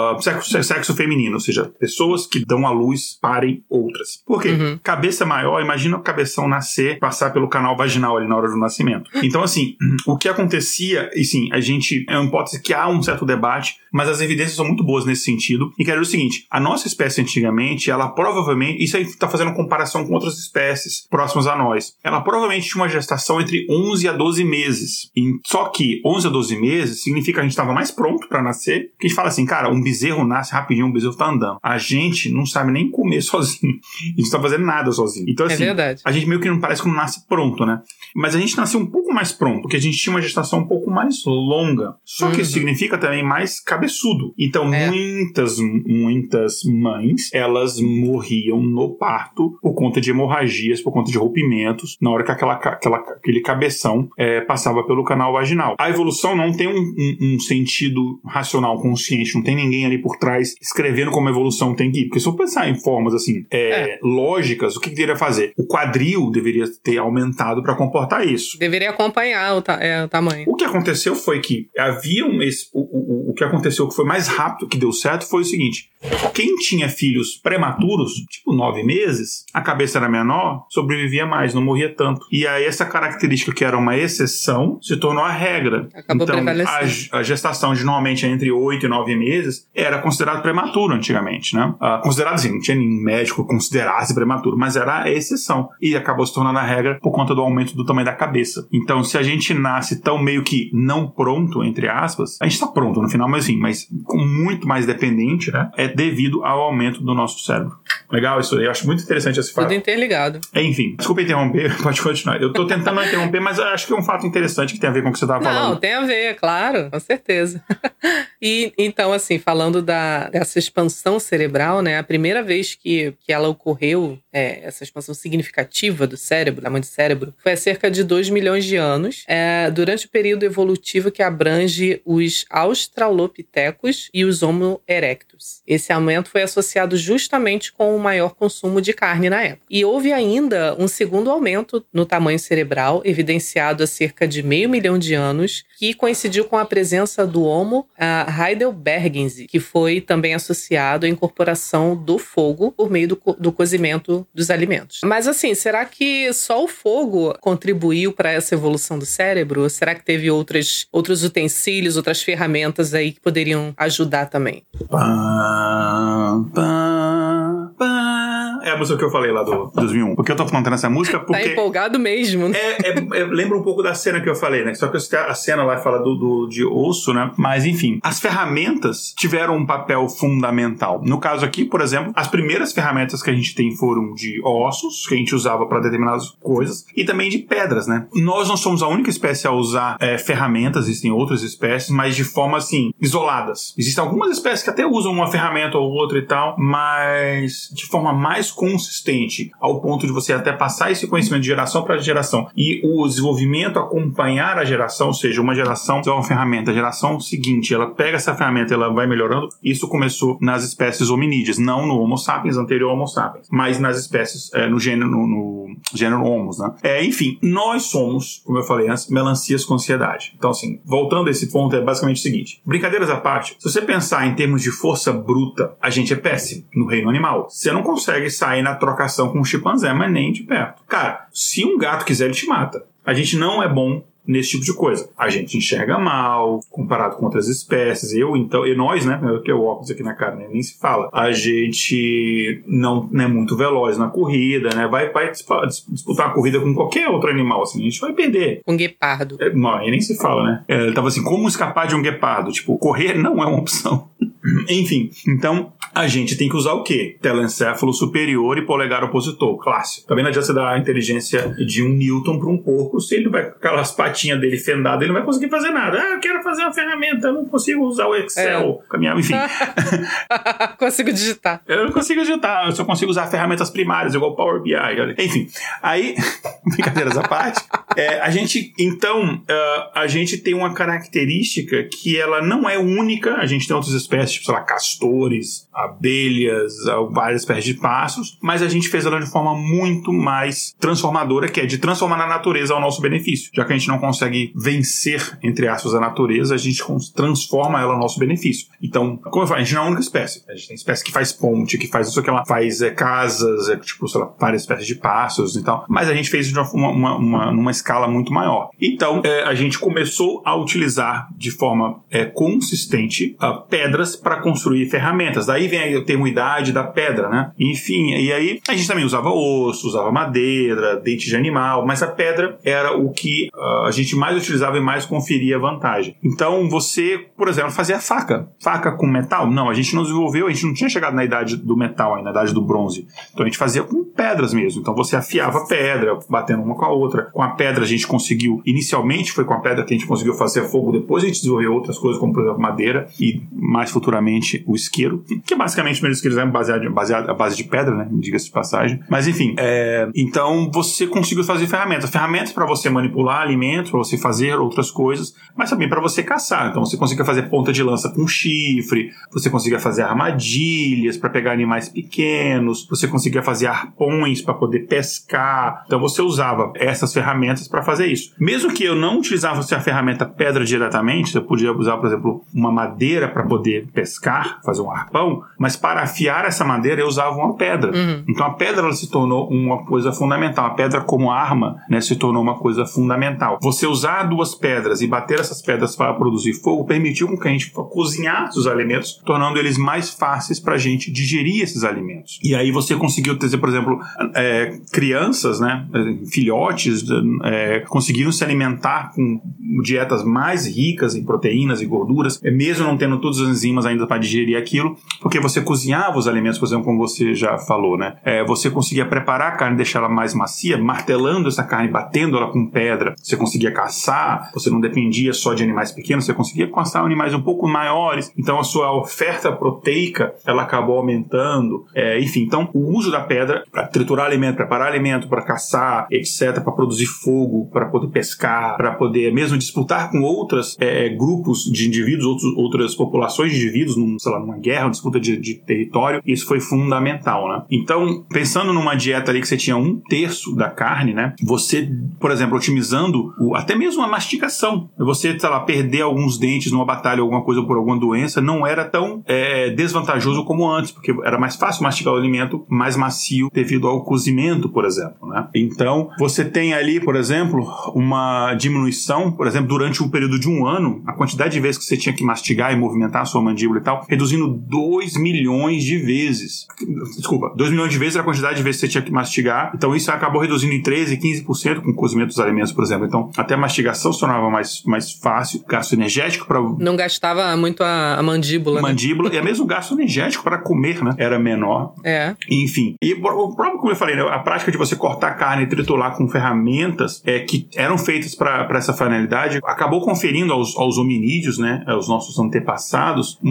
Sexo feminino, ou seja, pessoas que dão à luz parem outras. Por quê? Cabeça maior, imagina o cabeção nascer, passar pelo canal vaginal ali na hora do nascimento. Então, assim, o que acontecia, e sim, é uma hipótese que há um certo debate, mas as evidências são muito boas nesse sentido, e quero dizer o seguinte, a nossa espécie antigamente, ela provavelmente, isso aí tá fazendo comparação com outras espécies próximas a nós, ela provavelmente tinha uma gestação entre 11 a 12 meses. Só que 11 a 12 meses significa que a gente estava mais pronto para nascer. Porque a gente fala assim, cara, um bezerro nasce rapidinho, um bezerro tá andando. A gente não sabe nem comer sozinho. A gente não tá fazendo nada sozinho. Então, assim, a gente meio que não parece que não nasce pronto, né? Mas a gente nasceu um pouco mais pronto, porque a gente tinha uma gestação um pouco mais longa. Só que isso significa também mais cabeçudo. Então, muitas mães, elas morriam no parto por conta de hemorragias, por conta de rompimentos, na hora que aquele cabeção passava pelo canal vaginal. A evolução não tem um sentido racional, consciente, não tem ninguém ali por trás escrevendo como a evolução tem que ir. Porque se eu pensar em formas assim, lógicas, o que deveria fazer? O quadril deveria ter aumentado para comportar isso. Deveria acompanhar o tamanho. O que aconteceu foi que o que aconteceu que foi mais rápido, que deu certo, foi o seguinte: quem tinha filhos prematuros, tipo 9 meses, a cabeça era menor, sobrevivia mais, não morria tanto. E aí essa característica que era uma exceção se tornou a regra. Acabou então, prevalecendo. a gestação de normalmente entre 8 e 9 meses era considerado prematuro antigamente, né? Considerado assim, não tinha nenhum médico que considerasse prematuro, mas era a exceção. E acabou se tornando a regra por conta do aumento do tamanho da cabeça. Então, se a gente nasce tão meio que não pronto, entre aspas, a gente tá pronto no final, mas assim, mas muito mais dependente, né? É devido ao aumento do nosso cérebro. Legal isso aí, eu acho muito interessante esse fato. Tudo interligado. Enfim, desculpa interromper, pode continuar. Eu tô tentando não interromper, mas eu acho que é um fato interessante que tem a ver com o que você tava falando. Não, tem a ver, claro, com certeza. E então, assim, falando dessa expansão cerebral, né, a primeira vez que ela ocorreu, essa expansão significativa do cérebro, tamanho do cérebro, foi há cerca de 2 milhões de anos, durante o período evolutivo que abrange os australopitecos e os Homo erectus. Esse aumento foi associado justamente com o maior consumo de carne na época. E houve ainda um segundo aumento no tamanho cerebral, evidenciado há cerca de 500 mil de anos, que coincidiu com a presença do Homo heidelbergensis, que foi também associado à incorporação do fogo por meio do cozimento dos alimentos. Mas assim, será que só o fogo contribuiu para essa evolução do cérebro? Será que teve outros utensílios, outras ferramentas aí que poderiam ajudar também? É a música que eu falei lá do 2001. Por que eu tô cantando essa música? Porque tá empolgado mesmo, né? Lembra um pouco da cena que eu falei, né? Só que a cena lá fala de osso, né? Mas, enfim, as ferramentas tiveram um papel fundamental. No caso aqui, por exemplo, as primeiras ferramentas que a gente tem foram de ossos, que a gente usava para determinadas coisas, e também de pedras, né? Nós não somos a única espécie a usar ferramentas, existem outras espécies, mas de forma, assim, isoladas. Existem algumas espécies que até usam uma ferramenta ou outra e tal, mas de forma mais consistente, ao ponto de você até passar esse conhecimento de geração para geração e o desenvolvimento acompanhar a geração, ou seja, uma geração é uma ferramenta, a geração seguinte, ela pega essa ferramenta, ela vai melhorando. Isso começou nas espécies hominídeas, não no Homo sapiens, anterior ao Homo sapiens, mas nas espécies, no gênero Homo, né? Enfim, nós somos, como eu falei antes, melancias com ansiedade. Então, assim, voltando a esse ponto, é basicamente o seguinte: brincadeiras à parte, se você pensar em termos de força bruta, a gente é péssimo no reino animal. Você não consegue sair na trocação com um chimpanzé, mas nem de perto. Cara, se um gato quiser, ele te mata. A gente não é bom nesse tipo de coisa. A gente enxerga mal, comparado com outras espécies. Nós, né? Que é o óculos aqui na cara, né? Nem se fala. A gente não é muito veloz na corrida, né? Vai disputar uma corrida com qualquer outro animal, assim. A gente vai perder. Um guepardo. Não, aí nem se fala, né? Ele tava assim, como escapar de um guepardo? Tipo, correr não é uma opção. Enfim, então a gente tem que usar o quê? Telencéfalo superior e polegar opositor, clássico. Também não adianta você dar a inteligência de um Newton para um porco, se ele vai com aquelas patinhas dele fendadas, ele não vai conseguir fazer nada. Eu quero fazer uma ferramenta, eu não consigo usar o Excel, caminhar, enfim. Consigo digitar. Eu não consigo digitar, eu só consigo usar ferramentas primárias, igual o Power BI. Enfim, aí, brincadeiras à parte, a gente tem uma característica que ela não é única, a gente tem outras espécies, tipo, sei lá, castores, abelhas, várias espécies de pássaros, mas a gente fez ela de forma muito mais transformadora, que é de transformar a natureza ao nosso benefício. Já que a gente não consegue vencer, entre aspas, a natureza, a gente transforma ela ao nosso benefício. Então, como eu falei, a gente não é a única espécie. A gente tem espécie que faz ponte, que faz isso que ela faz casas, tipo, sei lá, várias espécies de pássaros e tal, mas a gente fez de numa escala muito maior. Então, a gente começou a utilizar de forma consistente pedras para construir ferramentas. Daí vem o termo idade da pedra, né? Enfim, e aí a gente também usava osso, usava madeira, dente de animal, mas a pedra era o que a gente mais utilizava e mais conferia vantagem. Então você, por exemplo, fazia faca com metal? Não, a gente não desenvolveu, a gente não tinha chegado na idade do metal ainda, na idade do bronze. Então a gente fazia com pedras mesmo. Então você afiava a pedra, batendo uma com a outra. Com a pedra a gente conseguiu, inicialmente foi com a pedra que a gente conseguiu fazer fogo, depois a gente desenvolveu outras coisas, como por exemplo madeira e mais futuramente o isqueiro, que basicamente os isqueiros é baseado à base de pedra, né? Diga-se de passagem. Mas enfim, então você conseguiu fazer ferramentas para você manipular alimentos, para você fazer outras coisas, mas também para você caçar. Então você conseguia fazer ponta de lança com chifre, você conseguia fazer armadilhas para pegar animais pequenos, você conseguia fazer arpões para poder pescar. Então você usava essas ferramentas para fazer isso. Mesmo que eu não utilizasse a ferramenta pedra diretamente, eu podia usar, por exemplo, uma madeira para poder pescar, fazer um arpão, mas para afiar essa madeira eu usava uma pedra. Então a pedra ela se tornou uma coisa fundamental. A pedra como arma, né, se tornou uma coisa fundamental. Você usar duas pedras e bater essas pedras para produzir fogo permitiu com que a gente cozinhasse os alimentos, tornando eles mais fáceis para a gente digerir esses alimentos. E aí você conseguiu ter, por exemplo, crianças, né, filhotes, conseguiram se alimentar com dietas mais ricas em proteínas e gorduras, mesmo não tendo todas as enzimas ainda para digerir aquilo, porque você cozinhava os alimentos, por exemplo, como você já falou, né? Você conseguia preparar a carne, deixar ela mais macia, martelando essa carne, batendo ela com pedra. Você conseguia caçar, você não dependia só de animais pequenos, você conseguia caçar animais um pouco maiores. Então a sua oferta proteica, ela acabou aumentando. Enfim, então o uso da pedra para triturar alimento, preparar alimento, para caçar, etc., para produzir fogo, para poder pescar, para poder mesmo disputar com outros grupos de indivíduos, outras populações de indivíduos, numa guerra, uma disputa de território, isso foi fundamental, né? Então, pensando numa dieta ali que você tinha 1/3 da carne, né? Você, por exemplo, otimizando até mesmo a mastigação, você, sei lá, perder alguns dentes numa batalha, alguma coisa por alguma doença, não era tão desvantajoso como antes, porque era mais fácil mastigar o alimento mais macio devido ao cozimento, por exemplo, né? Então, você tem ali, por exemplo, uma diminuição, por exemplo, durante um período de 1 ano, a quantidade de vezes que você tinha que mastigar e movimentar a sua mandíbula e tal, reduzindo 2 milhões de vezes. Desculpa, 2 milhões de vezes a quantidade de vezes que você tinha que mastigar. Então isso acabou reduzindo em 13% e 15% com o cozimento dos alimentos, por exemplo. Então até a mastigação se tornava mais fácil, gasto energético para... Não gastava muito a mandíbula. Mandíbula, né? E mesmo o gasto energético para comer, né? Era menor. Enfim. E o próprio, como eu falei, né? A prática de você cortar carne e triturar com ferramentas que eram feitas para essa finalidade acabou conferindo aos hominídeos, né? Aos nossos antepassados,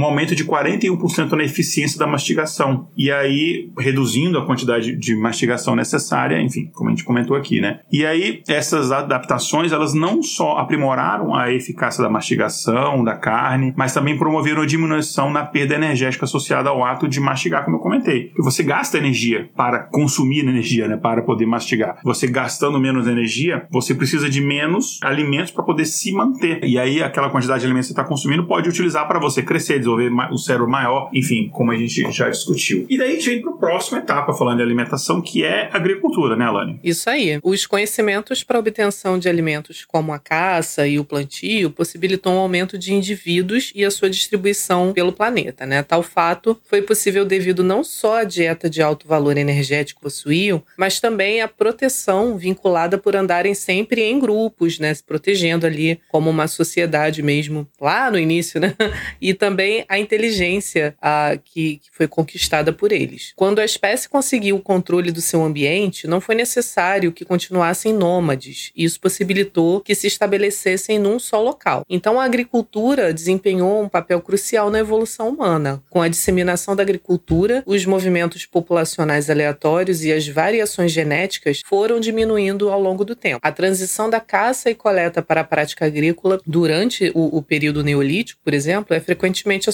um aumento de 41% na eficiência da mastigação. E aí, reduzindo a quantidade de mastigação necessária, enfim, como a gente comentou aqui, né? E aí, essas adaptações, elas não só aprimoraram a eficácia da mastigação, da carne, mas também promoveram a diminuição na perda energética associada ao ato de mastigar, como eu comentei. Porque você gasta energia para consumir energia, né? Para poder mastigar. Você gastando menos energia, você precisa de menos alimentos para poder se manter. E aí, aquela quantidade de alimentos que você está consumindo pode utilizar para você crescer, desenvolver o cérebro maior, enfim, como a gente já discutiu. E daí a gente vem para a próxima etapa, falando de alimentação, que é agricultura, né, Alane? Isso aí. Os conhecimentos para obtenção de alimentos como a caça e o plantio possibilitou um aumento de indivíduos e a sua distribuição pelo planeta, né? Tal fato foi possível devido não só à dieta de alto valor energético que possuíam, mas também à proteção vinculada por andarem sempre em grupos, né? Se protegendo ali como uma sociedade mesmo, lá no início, né? E também a inteligência que foi conquistada por eles. Quando a espécie conseguiu o controle do seu ambiente, não foi necessário que continuassem nômades. Isso possibilitou que se estabelecessem num só local. Então, a agricultura desempenhou um papel crucial na evolução humana. Com a disseminação da agricultura, os movimentos populacionais aleatórios e as variações genéticas foram diminuindo ao longo do tempo. A transição da caça e coleta para a prática agrícola durante o período neolítico, por exemplo, é frequentemente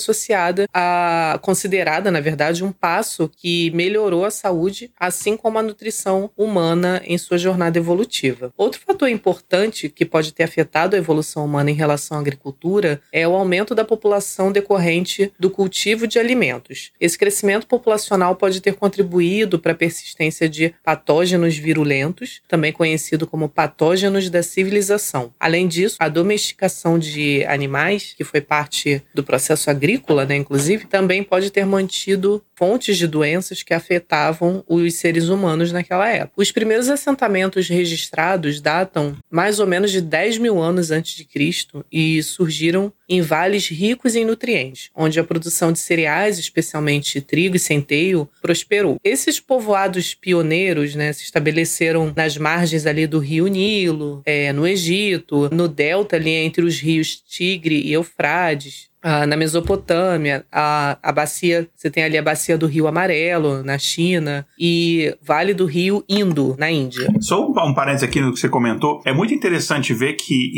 considerada, na verdade, um passo que melhorou a saúde, assim como a nutrição humana em sua jornada evolutiva. Outro fator importante que pode ter afetado a evolução humana em relação à agricultura é o aumento da população decorrente do cultivo de alimentos. Esse crescimento populacional pode ter contribuído para a persistência de patógenos virulentos, também conhecido como patógenos da civilização. Além disso, a domesticação de animais, que foi parte do processo agrícola, né, inclusive, também pode ter mantido fontes de doenças que afetavam os seres humanos naquela época. Os primeiros assentamentos registrados datam mais ou menos de 10 mil anos antes de Cristo e surgiram em vales ricos em nutrientes, onde a produção de cereais, especialmente trigo e centeio, prosperou. Esses povoados pioneiros, né, se estabeleceram nas margens ali do rio Nilo, no Egito, no delta ali entre os rios Tigre e Eufrates. Na Mesopotâmia, a bacia, você tem ali a bacia do Rio Amarelo, na China, e Vale do Rio Indo, na Índia. Só um parênteses aqui no que você comentou. É muito interessante ver que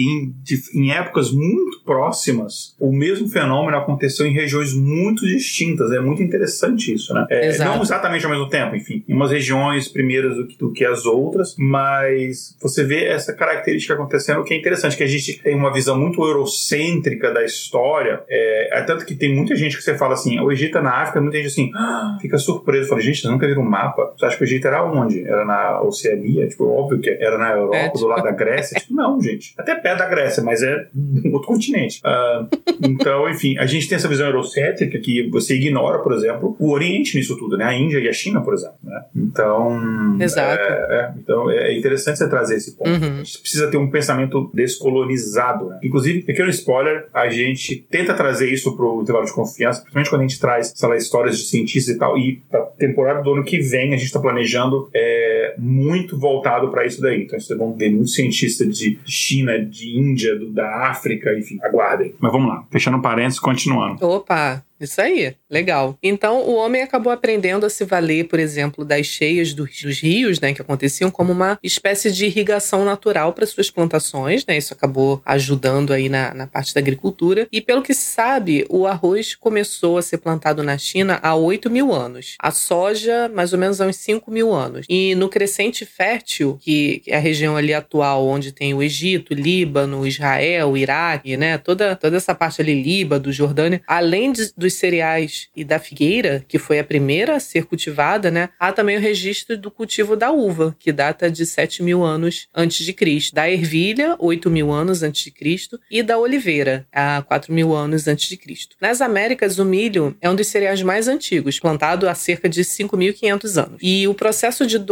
em épocas muito próximas, o mesmo fenômeno aconteceu em regiões muito distintas. É muito interessante isso, né? Não exatamente ao mesmo tempo, enfim. Em umas regiões primeiras do que as outras, mas você vê essa característica acontecendo, que é interessante, que a gente tem uma visão muito eurocêntrica da história. Tanto que tem muita gente que você fala assim, o Egito é na África, muita gente assim, fica surpreso, fala, gente, vocês nunca viram um mapa? Você acha que o Egito era onde? Era na Oceania? Tipo, óbvio que era na Europa, do lado da Grécia. Tipo, não, gente. Até perto da Grécia, mas é um outro continente. Então, enfim, a gente tem essa visão eurocêntrica que você ignora, por exemplo, o Oriente nisso tudo, né? A Índia e a China, por exemplo, né? Então, exato. Então, é interessante você trazer esse ponto. A gente precisa ter um pensamento descolonizado, né? Inclusive, pequeno spoiler, a gente tenta trazer isso pro intervalo de confiança, principalmente quando a gente traz, sei lá, histórias de cientistas e tal, e pra temporada do ano que vem a gente tá planejando muito voltado pra isso daí. Então vocês vão ver muitos cientistas de China, de Índia, da África, enfim, aguardem. Mas vamos lá, fechando parênteses, continuando. Opa! Isso aí, legal. Então, o homem acabou aprendendo a se valer, por exemplo, das cheias dos rios, né, que aconteciam como uma espécie de irrigação natural para suas plantações, né? Isso acabou ajudando aí na parte da agricultura. E pelo que se sabe, o arroz começou a ser plantado na China há 8 mil anos. A soja, mais ou menos há uns 5 mil anos. E no Crescente Fértil, que é a região ali atual, onde tem o Egito, Líbano, Israel, Iraque, né? Toda essa parte ali, Líbano, Jordânia, além dos cereais e da figueira, que foi a primeira a ser cultivada, né? Há também o registro do cultivo da uva, que data de 7 mil anos antes de Cristo. Da ervilha, 8 mil anos antes de Cristo. E da oliveira, há 4 mil anos antes de Cristo. Nas Américas, o milho é um dos cereais mais antigos, plantado há cerca de 5.500 anos. E o processo de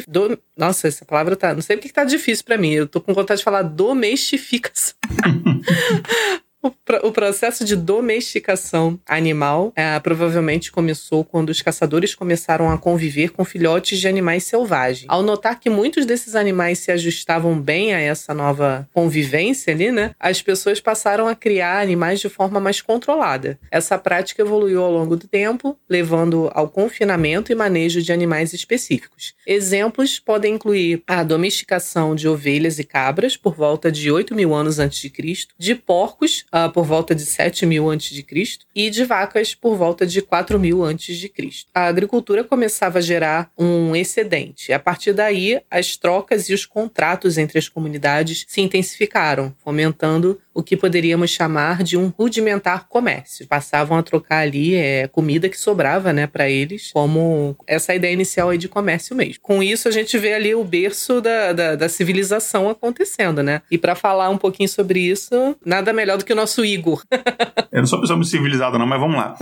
Nossa, essa palavra tá... Não sei porque que tá difícil pra mim. Eu tô com vontade de falar domestificação. O processo de domesticação animal provavelmente começou quando os caçadores começaram a conviver com filhotes de animais selvagens. Ao notar que muitos desses animais se ajustavam bem a essa nova convivência ali, né? As pessoas passaram a criar animais de forma mais controlada. Essa prática evoluiu ao longo do tempo, levando ao confinamento e manejo de animais específicos. Exemplos podem incluir a domesticação de ovelhas e cabras por volta de 8.000 anos antes de Cristo, de porcos por volta de 7.000 antes de Cristo e de vacas por volta de 4.000 antes de Cristo. A agricultura começava a gerar um excedente. A partir daí, as trocas e os contratos entre as comunidades se intensificaram, fomentando o que poderíamos chamar de um rudimentar comércio. Passavam a trocar ali comida que sobrava, né, para eles, como essa ideia inicial aí de comércio mesmo. Com isso, a gente vê ali o berço da civilização acontecendo, né? E para falar um pouquinho sobre isso, nada melhor do que o nosso Igor. Eu não sou uma pessoa muito civilizada não, mas vamos lá.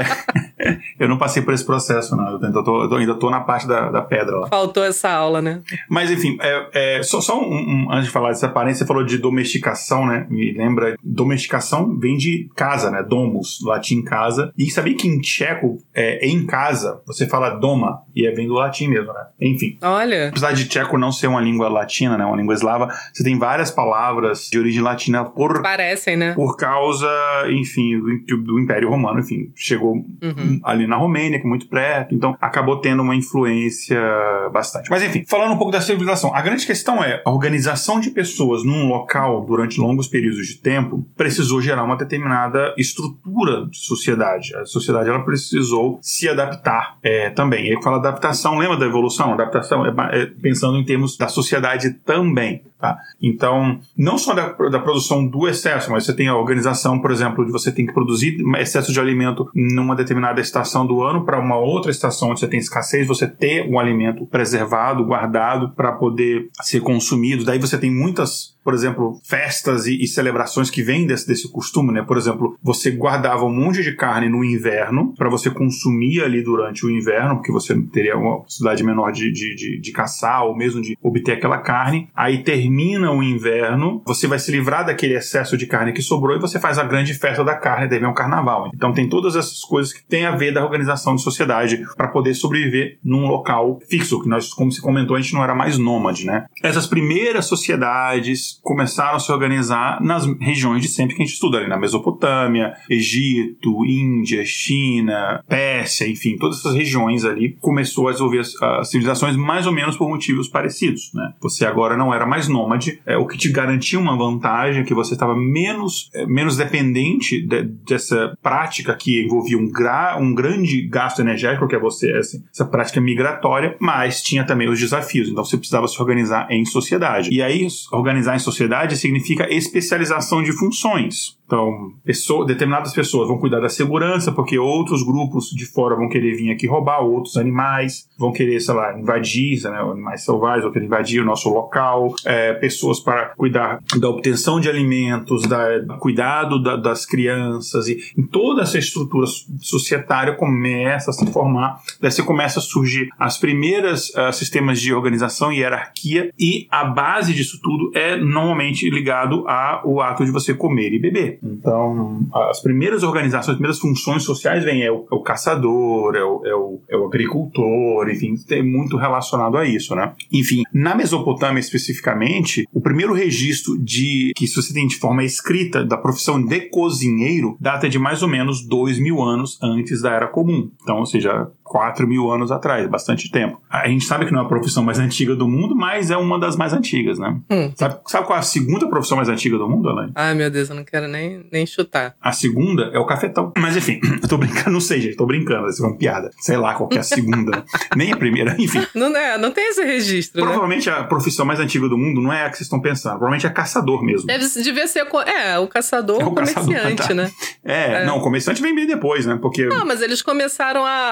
Eu não passei por esse processo, não. Eu ainda tô na parte da pedra lá. Faltou essa aula, né? Mas, enfim, só antes de falar dessa aparência, você falou de domesticação, né? Me lembra, domesticação vem de casa, né? Domus, latim casa. E sabia que em tcheco, em casa, você fala doma, e vem do latim mesmo, né? Enfim. Olha. Apesar de tcheco não ser uma língua latina, né? Uma língua eslava, você tem várias palavras de origem latina parecem, né? Por causa, enfim, do Império Romano, enfim. Chegou ali na Romênia, que é muito perto, então acabou tendo uma influência bastante. Mas enfim, falando um pouco da civilização, a grande questão é a organização de pessoas num local durante longos períodos de tempo precisou gerar uma determinada estrutura de sociedade. A sociedade ela precisou se adaptar também. E aí fala adaptação, lembra da evolução? Adaptação pensando em termos da sociedade também. Tá? Então, não só da produção do excesso, mas você tem a organização, por exemplo, de você tem que produzir excesso de alimento numa determinada estação do ano para uma outra estação onde você tem escassez, você ter um alimento preservado, guardado para poder ser consumido. Daí você tem muitas, por exemplo, festas e celebrações que vêm desse costume, né? Por exemplo, você guardava um monte de carne no inverno para você consumir ali durante o inverno, porque você teria uma possibilidade menor de caçar ou mesmo de obter aquela carne. Aí termina o inverno, você vai se livrar daquele excesso de carne que sobrou e você faz a grande festa da carne, daí vem um carnaval. Então tem todas essas coisas que tem a ver da organização de sociedade para poder sobreviver num local fixo, que nós, como se comentou, a gente não era mais nômade, né? Essas primeiras sociedades começaram a se organizar nas regiões de sempre que a gente estuda, ali na Mesopotâmia, Egito, Índia, China, Pérsia, enfim, todas essas regiões ali começou a desenvolver as civilizações mais ou menos por motivos parecidos, né? Você agora não era mais nômade, o que te garantia uma vantagem, que você estava menos dependente dessa prática que envolvia um grande gasto energético, que é essa prática migratória, mas tinha também os desafios, então você precisava se organizar em sociedade. E aí, organizar em sociedade significa especialização de funções. Então, determinadas pessoas vão cuidar da segurança, porque outros grupos de fora vão querer vir aqui roubar, outros animais vão querer, sei lá, invadir, né, animais selvagens vão querer invadir o nosso local, pessoas para cuidar da obtenção de alimentos, cuidado das crianças, e em toda essa estrutura societária começa a se formar, daí você começa a surgir as primeiras sistemas de organização e hierarquia, e a base disso tudo é normalmente ligado ao ato de você comer e beber. Então, as primeiras organizações, as primeiras funções sociais vêm, é o caçador, é o agricultor, enfim, tem muito relacionado a isso, né? Enfim, na Mesopotâmia especificamente, o primeiro registro que se tem de forma escrita da profissão de cozinheiro data de mais ou menos 2.000 anos antes da Era Comum. Então, ou seja, 4.000 anos atrás, bastante tempo. A gente sabe que não é a profissão mais antiga do mundo, mas é uma das mais antigas, né? Sabe qual é a segunda profissão mais antiga do mundo, Elaine? Ai, meu Deus, eu não quero nem chutar. A segunda é o cafetão. Mas enfim, eu tô brincando, não sei, gente, tô brincando, essa é uma piada. Sei lá qual que é a segunda, nem a primeira, enfim. Não tem esse registro, provavelmente, né? A profissão mais antiga do mundo não é a que vocês estão pensando, provavelmente é caçador mesmo. Devia ser o caçador ou o comerciante, né? Não, o comerciante vem bem depois, né? Porque... Não, mas eles começaram a comercializar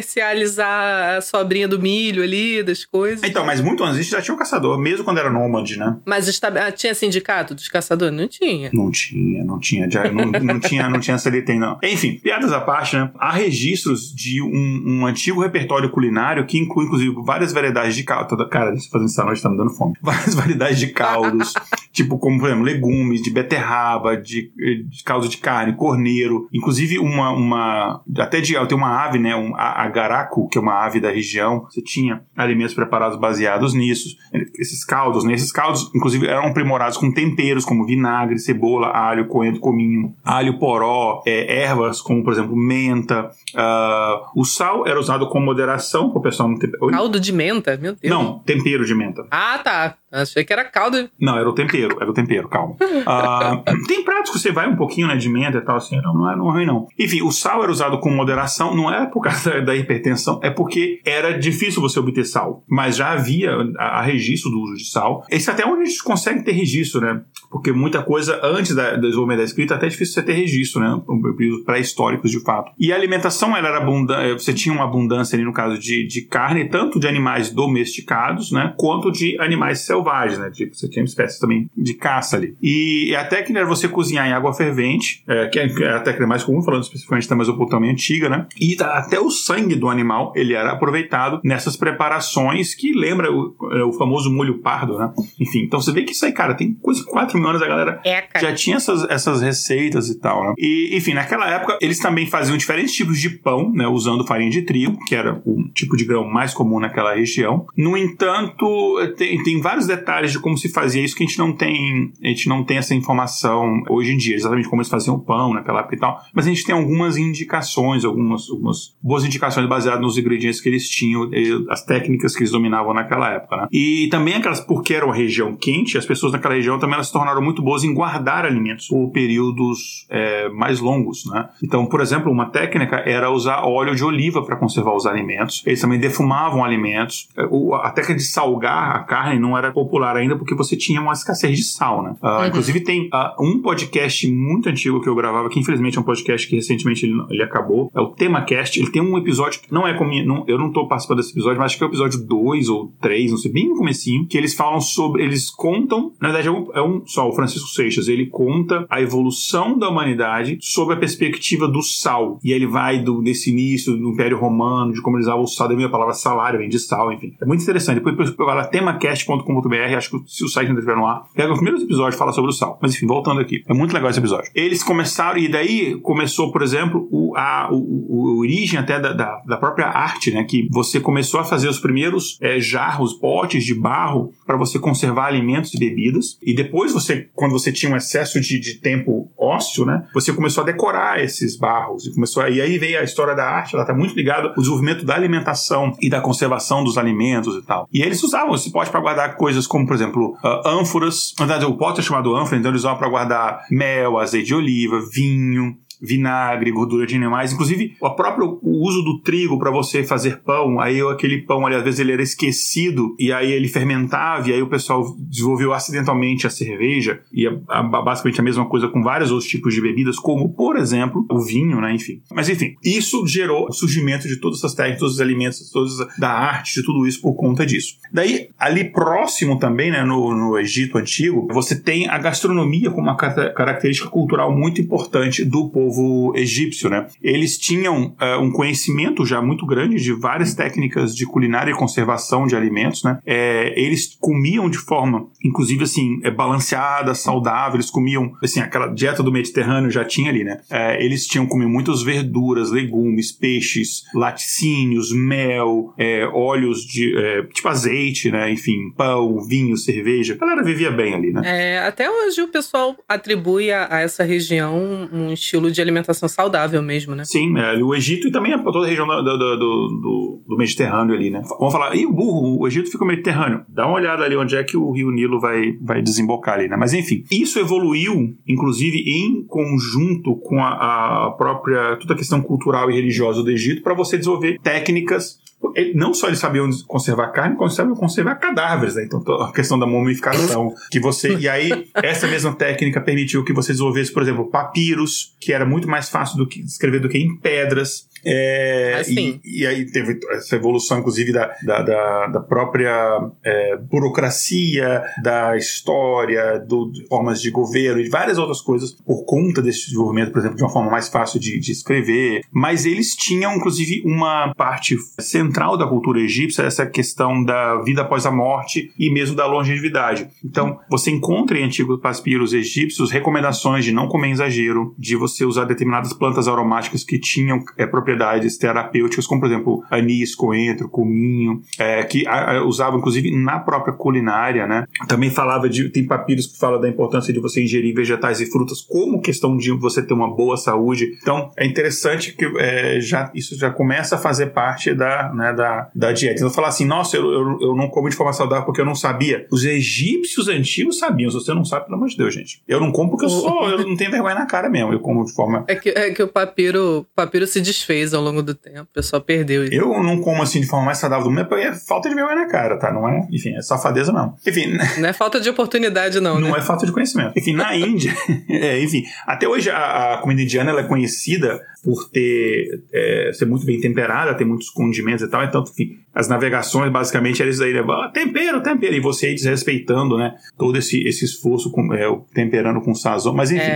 comercializar a sobrinha do milho ali, das coisas. Então, mas muito antes já tinha um caçador, mesmo quando era nômade, né? Mas tinha sindicato dos caçadores? Não tinha. Não tinha CLT, não. Enfim, piadas à parte, né? Há registros de um antigo repertório culinário que inclui, inclusive, várias variedades de caldo. Cara, isso fazendo essa noite tá me dando fome. Várias variedades de caldos, tipo, como, por exemplo, legumes, de beterraba, de caldo de carne, corneiro. Inclusive, tem uma ave, né? A garaco, que é uma ave da região. Você tinha alimentos preparados baseados nisso. Esses caldos, né? Esses caldos, inclusive, eram aprimorados com temperos, como vinagre, cebola, alho, coentro, cominho, alho poró, ervas, como, por exemplo, menta. O sal era usado com moderação, para o pessoal não ter... Caldo de menta? Meu Deus. Não, tempero de menta. Ah, tá. Achei que era caldo. Não, era o tempero, calma. Tem pratos que você vai um pouquinho, né, de menta e tal, assim, não é ruim, não. Enfim, o sal era usado com moderação, não era por causa da hipertensão, é porque era difícil você obter sal. Mas já havia a registro do uso de sal. Esse até onde a gente consegue ter registro, né? Porque muita coisa antes do desenvolvimento da escrita até é difícil você ter registro, né? Períodos pré-históricos, de fato. E a alimentação, ela era abundante, você tinha uma abundância ali, no caso de carne, tanto de animais domesticados, né? Quanto de animais selvagens, né? Tipo, você tinha espécies também de caça ali. E a técnica era você cozinhar em água fervente, que é a técnica mais comum, falando especificamente da Mesopotâmia antiga, né? E até o sangue do animal, ele era aproveitado nessas preparações que lembra o famoso molho pardo, né? Enfim, então você vê que isso aí, cara, tem coisa de 4 mil anos, a galera já tinha essas receitas e tal, né? E, enfim, naquela época, eles também faziam diferentes tipos de pão, né? Usando farinha de trigo, que era o tipo de grão mais comum naquela região. No entanto, tem vários detalhes de como se fazia isso que a gente não tem essa informação hoje em dia, exatamente como eles faziam o pão naquela época e tal, mas a gente tem algumas indicações, algumas boas indicações baseadas nos ingredientes que eles tinham, as técnicas que eles dominavam naquela época, né? E também porque era uma região quente, as pessoas naquela região também elas se tornaram muito boas em guardar alimentos por períodos mais longos, né? Então, por exemplo, uma técnica era usar óleo de oliva para conservar os alimentos. Eles também defumavam alimentos. A técnica de salgar a carne não era popular ainda porque você tinha uma escassez de sal, né? Inclusive tem um podcast muito antigo que eu gravava, que infelizmente é um podcast que recentemente ele acabou, é o TemaCast. Ele tem um episódio que não é comigo, eu não tô participando desse episódio, mas acho que é o episódio 2 ou 3, não sei, bem no comecinho, que eles falam sobre, eles contam, na verdade só o Francisco Seixas, ele conta a evolução da humanidade sob a perspectiva do sal. E ele vai desse início do Império Romano, de como eles usavam o sal, daí a palavra salário vem de sal, enfim. É muito interessante. Depois vai lá, temacast.com.br, acho que se o site não estiver no ar, pega os primeiros episódios e fala sobre o sal. Mas enfim, voltando aqui. É muito legal esse episódio. Eles começaram, e daí começou, por exemplo, a origem até da própria arte, né? Que você começou a fazer os primeiros jarros, potes de barro para você conservar alimentos e bebidas. E depois quando você tinha um excesso de tempo ósseo, né? Você começou a decorar esses barros. E aí veio a história da arte, ela está muito ligada ao desenvolvimento da alimentação e da conservação dos alimentos e tal. E eles usavam esse pote para guardar coisas como, por exemplo, ânforas. Na verdade, o pote é chamado ânfora, então eles usavam para guardar mel, azeite de oliva, vinho, vinagre, gordura de animais, inclusive o uso do trigo para você fazer pão. Aí aquele pão ali, às vezes ele era esquecido e aí ele fermentava, e aí o pessoal desenvolveu acidentalmente a cerveja, e basicamente a mesma coisa com vários outros tipos de bebidas, como, por exemplo, o vinho, né? Enfim. Mas enfim, isso gerou o surgimento de todas essas técnicas, todos os alimentos, da arte, de tudo isso por conta disso. Daí, ali próximo também, né, no Egito Antigo, você tem a gastronomia como uma característica cultural muito importante do povo egípcio, né? Eles tinham um conhecimento já muito grande de várias técnicas de culinária e conservação de alimentos, né? Eles comiam de forma, inclusive, assim, balanceada, saudável. Eles comiam, assim, aquela dieta do Mediterrâneo já tinha ali, né? Eles tinham comido muitas verduras, legumes, peixes, laticínios, mel, óleos de, tipo azeite, né? Enfim, pão, vinho, cerveja. A galera vivia bem ali, né? Até hoje o pessoal atribui a essa região um estilo de alimentação saudável mesmo, né? Sim, o Egito e também toda a região do Mediterrâneo ali, né? Vamos falar, o Egito fica no Mediterrâneo. Dá uma olhada ali onde é que o Rio Nilo vai desembocar ali, né? Mas enfim, isso evoluiu, inclusive, em conjunto com a própria, toda a questão cultural e religiosa do Egito, para você desenvolver técnicas. Não só eles sabiam conservar carne, como sabiam conservar cadáveres, né? Então, a questão da mumificação, e aí, essa mesma técnica permitiu que você desenvolvesse, por exemplo, papiros, que era muito mais fácil de escrever do que em pedras. E aí teve essa evolução, inclusive, da própria burocracia, da história, de formas de governo e de várias outras coisas por conta desse desenvolvimento, por exemplo, de uma forma mais fácil de escrever. Mas eles tinham, inclusive, uma parte central da cultura egípcia, essa questão da vida após a morte e mesmo da longevidade. Então, você encontra em antigos papiros egípcios recomendações de não comer em exagero, de você usar determinadas plantas aromáticas que tinham propriedades terapêuticas, como, por exemplo, anis, coentro, cominho, que usavam, inclusive, na própria culinária, né? Também tem papiros que falam da importância de você ingerir vegetais e frutas como questão de você ter uma boa saúde. Então, é interessante que isso já começa a fazer parte da dieta. Então, falar assim, nossa, eu não como de forma saudável porque eu não sabia. Os egípcios antigos sabiam. Se você não sabe, pelo amor de Deus, gente. Eu não como porque eu não tenho vergonha na cara mesmo. Eu como de forma... É que o papiro se desfez ao longo do tempo. O pessoal perdeu isso. Eu não como assim de forma mais saudável do mundo porque é falta de vergonha na cara, tá? Não é... Enfim, é safadeza não. Enfim... Não é falta de oportunidade não, Não né? é falta de conhecimento. Enfim, na Índia... enfim, até hoje a comida indiana ela é conhecida por ser muito bem temperada, ter muitos condimentos e tal. Então, enfim, as navegações, basicamente, eles aí levam tempero. E você aí desrespeitando, né? Todo esse esforço, temperando com sazon. Mas, enfim...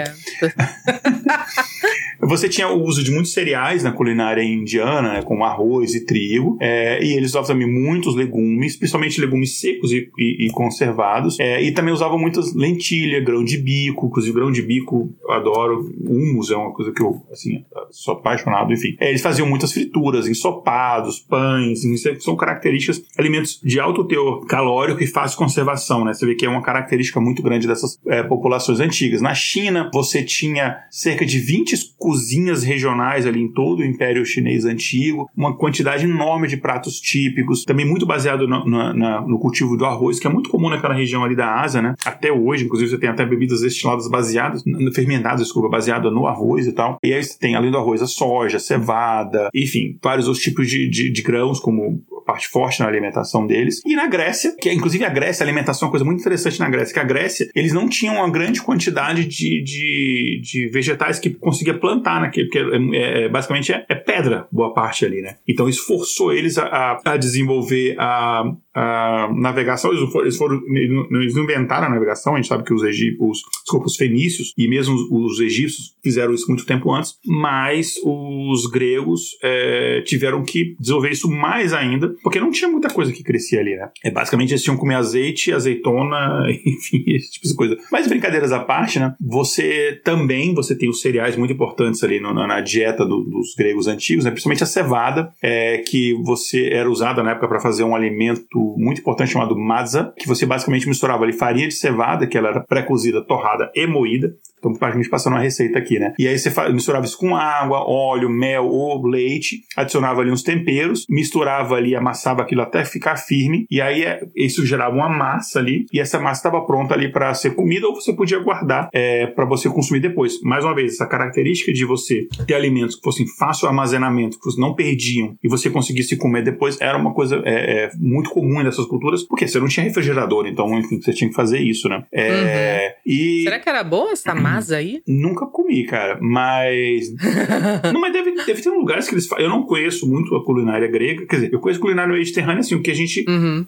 Você tinha o uso de muitos cereais na culinária indiana, né, como arroz e trigo, e eles usavam também muitos legumes, principalmente legumes secos e conservados, e também usavam muitas lentilhas, grão de bico, inclusive grão de bico, eu adoro, hummus é uma coisa que eu, assim, sou apaixonado, enfim. Eles faziam muitas frituras, ensopados, pães, são características, alimentos de alto teor calórico e fácil conservação, né? Você vê que é uma característica muito grande dessas populações antigas. Na China, você tinha cerca de 20 cozinhas regionais ali em todo o Império Chinês antigo, uma quantidade enorme de pratos típicos, também muito baseado no cultivo do arroz, que é muito comum naquela região ali da Ásia, né? Até hoje, inclusive, você tem até bebidas destiladas baseadas no arroz e tal. E aí você tem, além do arroz, a soja, a cevada, enfim, vários outros tipos de grãos, como parte forte na alimentação deles. E na Grécia, que inclusive a alimentação é uma coisa muito interessante na Grécia, que a Grécia, eles não tinham uma grande quantidade de vegetais que conseguia plantar naquele, porque basicamente é pedra, boa parte ali, né? Então isso forçou eles a desenvolver a navegação. Eles não inventaram a navegação, a gente sabe que os fenícios e mesmo os egípcios fizeram isso muito tempo antes, mas os gregos tiveram que desenvolver isso mais ainda, porque não tinha muita coisa que crescia ali, né? Basicamente eles tinham que comer azeite, azeitona, enfim, esse tipo de coisa. Mas brincadeiras à parte, né? Você tem os cereais muito importantes ali na dieta dos gregos antigos, né? Principalmente a cevada, que era usada na época para fazer um alimento muito importante chamado matzah, que você basicamente misturava ali farinha de cevada, que ela era pré-cozida, torrada e moída. Então, para a gente passar uma receita aqui, né? E aí você misturava isso com água, óleo, mel ou leite, adicionava ali uns temperos, misturava ali, amassava aquilo até ficar firme, e aí isso gerava uma massa ali, e essa massa estava pronta ali para ser comida, ou você podia guardar para você consumir depois. Mais uma vez, essa característica de você ter alimentos que fossem fácil armazenamento, que você não perdiam, e você conseguisse comer depois, era uma coisa muito comum nessas culturas, porque você não tinha refrigerador, então, enfim, você tinha que fazer isso, né? Será que era boa essa massa aí? Nunca comi, cara, mas... Não, mas deve ter lugares que eles fazem. Eu não conheço muito a culinária grega, quer dizer, eu conheço a culinária mediterrânea, assim, o que a gente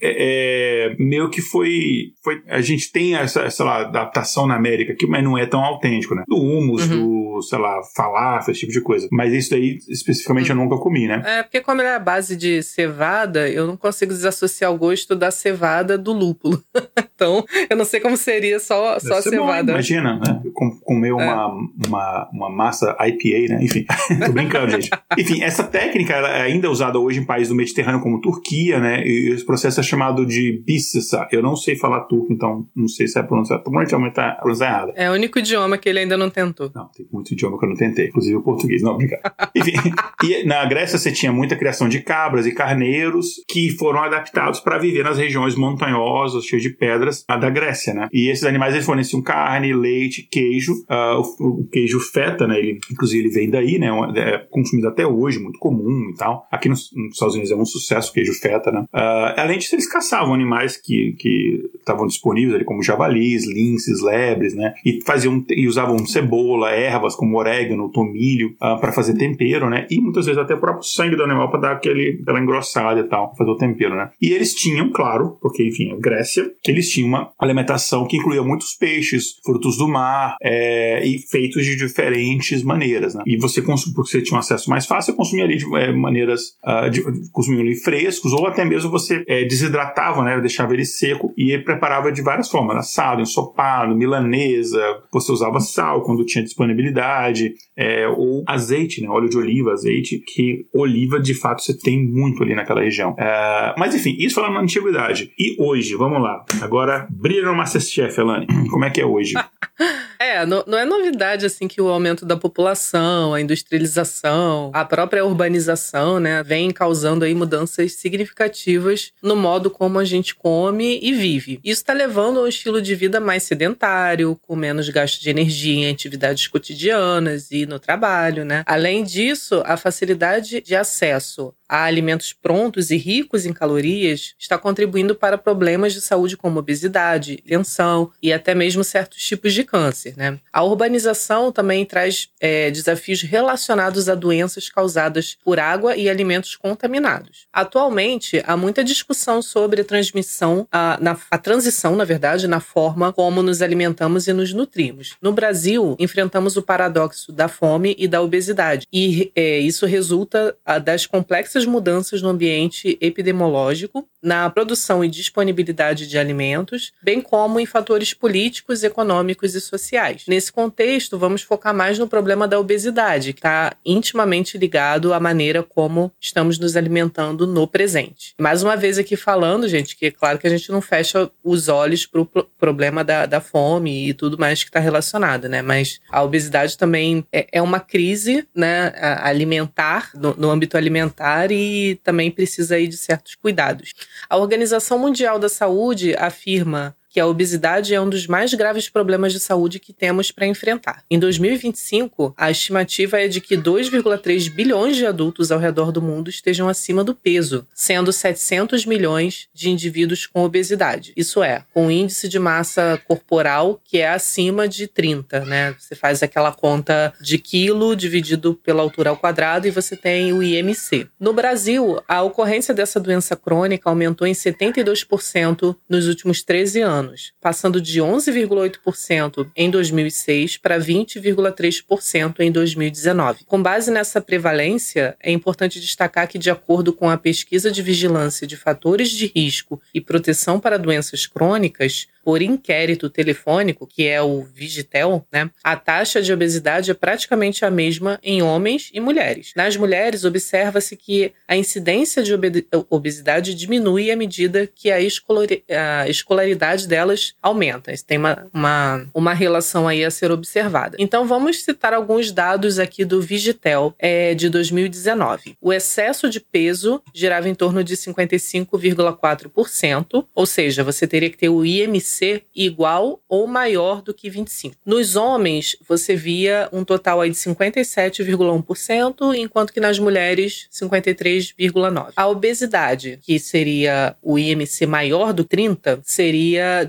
meio que foi... A gente tem essa, sei lá, adaptação na América aqui, mas não é tão autêntico, né? Do hummus, do, sei lá, falafel, esse tipo de coisa. Mas isso daí, especificamente, eu nunca comi, né? Porque como ele é a base de cevada, eu não consigo desassociar o gosto da cevada do lúpulo. Então, eu não sei como seria só a cevada. Bom, imagina, né? Comer uma massa IPA, né? Enfim, tô brincando, gente. Enfim, essa técnica ela ainda é usada hoje em países do Mediterrâneo como Turquia, né? E esse processo é chamado de bistisa. Eu não sei falar turco, então não sei se é pronunciado. Provavelmente tá pronunciado errado. É o único idioma que ele ainda não tentou. Não, tem muito idioma que eu não tentei. Inclusive o português. Não, brincar. Enfim, e na Grécia você tinha muita criação de cabras e carneiros que foram adaptados para viver nas regiões montanhosas, cheias de pedra pedras da Grécia, né? E esses animais, eles forneciam carne, leite, queijo. O queijo feta, né? Inclusive, ele vem daí, né? É consumido até hoje, muito comum e tal. Aqui nos Estados Unidos é um sucesso o queijo feta, né? Além disso, eles caçavam animais que estavam disponíveis ali, como javalis, linces, lebres, né? E usavam cebola, ervas como orégano, tomilho, para fazer tempero, né? E muitas vezes até o próprio sangue do animal para dar aquela engrossada e tal, fazer o tempero, né? E eles tinham, claro, porque, enfim, a Grécia, eles tinham uma alimentação que incluía muitos peixes, frutos do mar, e feitos de diferentes maneiras, né? E porque você tinha um acesso mais fácil, você consumia ali de maneiras, consumia ali frescos, ou até mesmo você desidratava, né? Deixava ele seco e preparava de várias formas, assado, ensopado, milanesa, você usava sal quando tinha disponibilidade, ou azeite, né? Óleo de oliva, azeite, que oliva, de fato, você tem muito ali naquela região. Mas, enfim, isso falando na antiguidade. E hoje, vamos lá. Agora, brilha no Masterchef, Elane. Como é que é hoje? Não é novidade, assim, que o aumento da população, a industrialização, a própria urbanização, né, vem causando aí mudanças significativas no modo como a gente come e vive. Isso está levando a um estilo de vida mais sedentário, com menos gasto de energia em atividades cotidianas e no trabalho, né? Além disso, a facilidade de acesso a alimentos prontos e ricos em calorias está contribuindo para problemas de saúde como obesidade, tensão e até mesmo certos tipos de câncer, né? A urbanização também traz desafios relacionados a doenças causadas por água e alimentos contaminados. Atualmente, há muita discussão sobre a transição, na verdade, na forma como nos alimentamos e nos nutrimos. No Brasil, enfrentamos o paradoxo da fome e da obesidade, e isso resulta das complexas mudanças no ambiente epidemiológico, na produção e disponibilidade de alimentos, bem como em fatores políticos, econômicos e sociais. Nesse contexto, vamos focar mais no problema da obesidade, que está intimamente ligado à maneira como estamos nos alimentando no presente. Mais uma vez aqui falando, gente, que é claro que a gente não fecha os olhos para o problema da fome e tudo mais que está relacionado, né? Mas a obesidade também é uma crise, né, alimentar, no âmbito alimentar, e também precisa aí de certos cuidados. A Organização Mundial da Saúde afirma que a obesidade é um dos mais graves problemas de saúde que temos para enfrentar. Em 2025, a estimativa é de que 2,3 bilhões de adultos ao redor do mundo estejam acima do peso, sendo 700 milhões de indivíduos com obesidade. Isso com índice de massa corporal que é acima de 30, né? Você faz aquela conta de quilo dividido pela altura ao quadrado e você tem o IMC. No Brasil, a ocorrência dessa doença crônica aumentou em 72% nos últimos 13 anos. Passando de 11,8% em 2006 para 20,3% em 2019. Com base nessa prevalência, é importante destacar que, de acordo com a pesquisa de vigilância de fatores de risco e proteção para doenças crônicas, por inquérito telefônico, que é o Vigitel, né, a taxa de obesidade é praticamente a mesma em homens e mulheres. Nas mulheres, observa-se que a incidência de obesidade diminui à medida que a escolaridade delas aumenta. Isso tem uma relação aí a ser observada. Então, vamos citar alguns dados aqui do Vigitel de 2019. O excesso de peso girava em torno de 55,4%, ou seja, você teria que ter o IMC igual ou maior do que 25. Nos homens, você via um total aí de 57,1%, enquanto que nas mulheres, 53,9%. A obesidade, que seria o IMC maior do 30, seria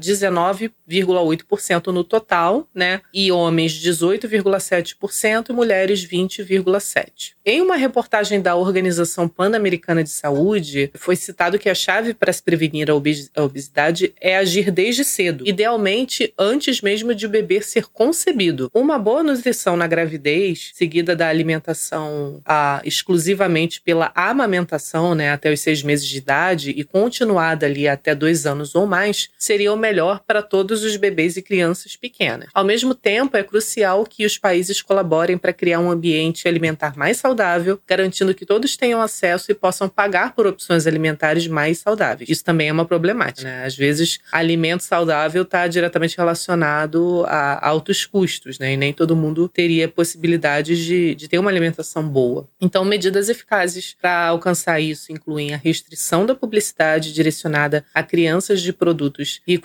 19,8% no total, né? E homens 18,7% e mulheres 20,7%. Em uma reportagem da Organização Pan-Americana de Saúde, foi citado que a chave para se prevenir a obesidade é agir desde cedo, idealmente antes mesmo de o bebê ser concebido. Uma boa nutrição na gravidez, seguida da alimentação exclusivamente pela amamentação, né, até os 6 meses de idade e continuada ali até 2 anos ou mais, seria o melhor para todos os bebês e crianças pequenas. Ao mesmo tempo, é crucial que os países colaborem para criar um ambiente alimentar mais saudável, garantindo que todos tenham acesso e possam pagar por opções alimentares mais saudáveis. Isso também é uma problemática, né? Às vezes, alimento saudável está diretamente relacionado a altos custos, né? E nem todo mundo teria possibilidades de ter uma alimentação boa. Então, medidas eficazes para alcançar isso incluem a restrição da publicidade direcionada a crianças de produtos ricos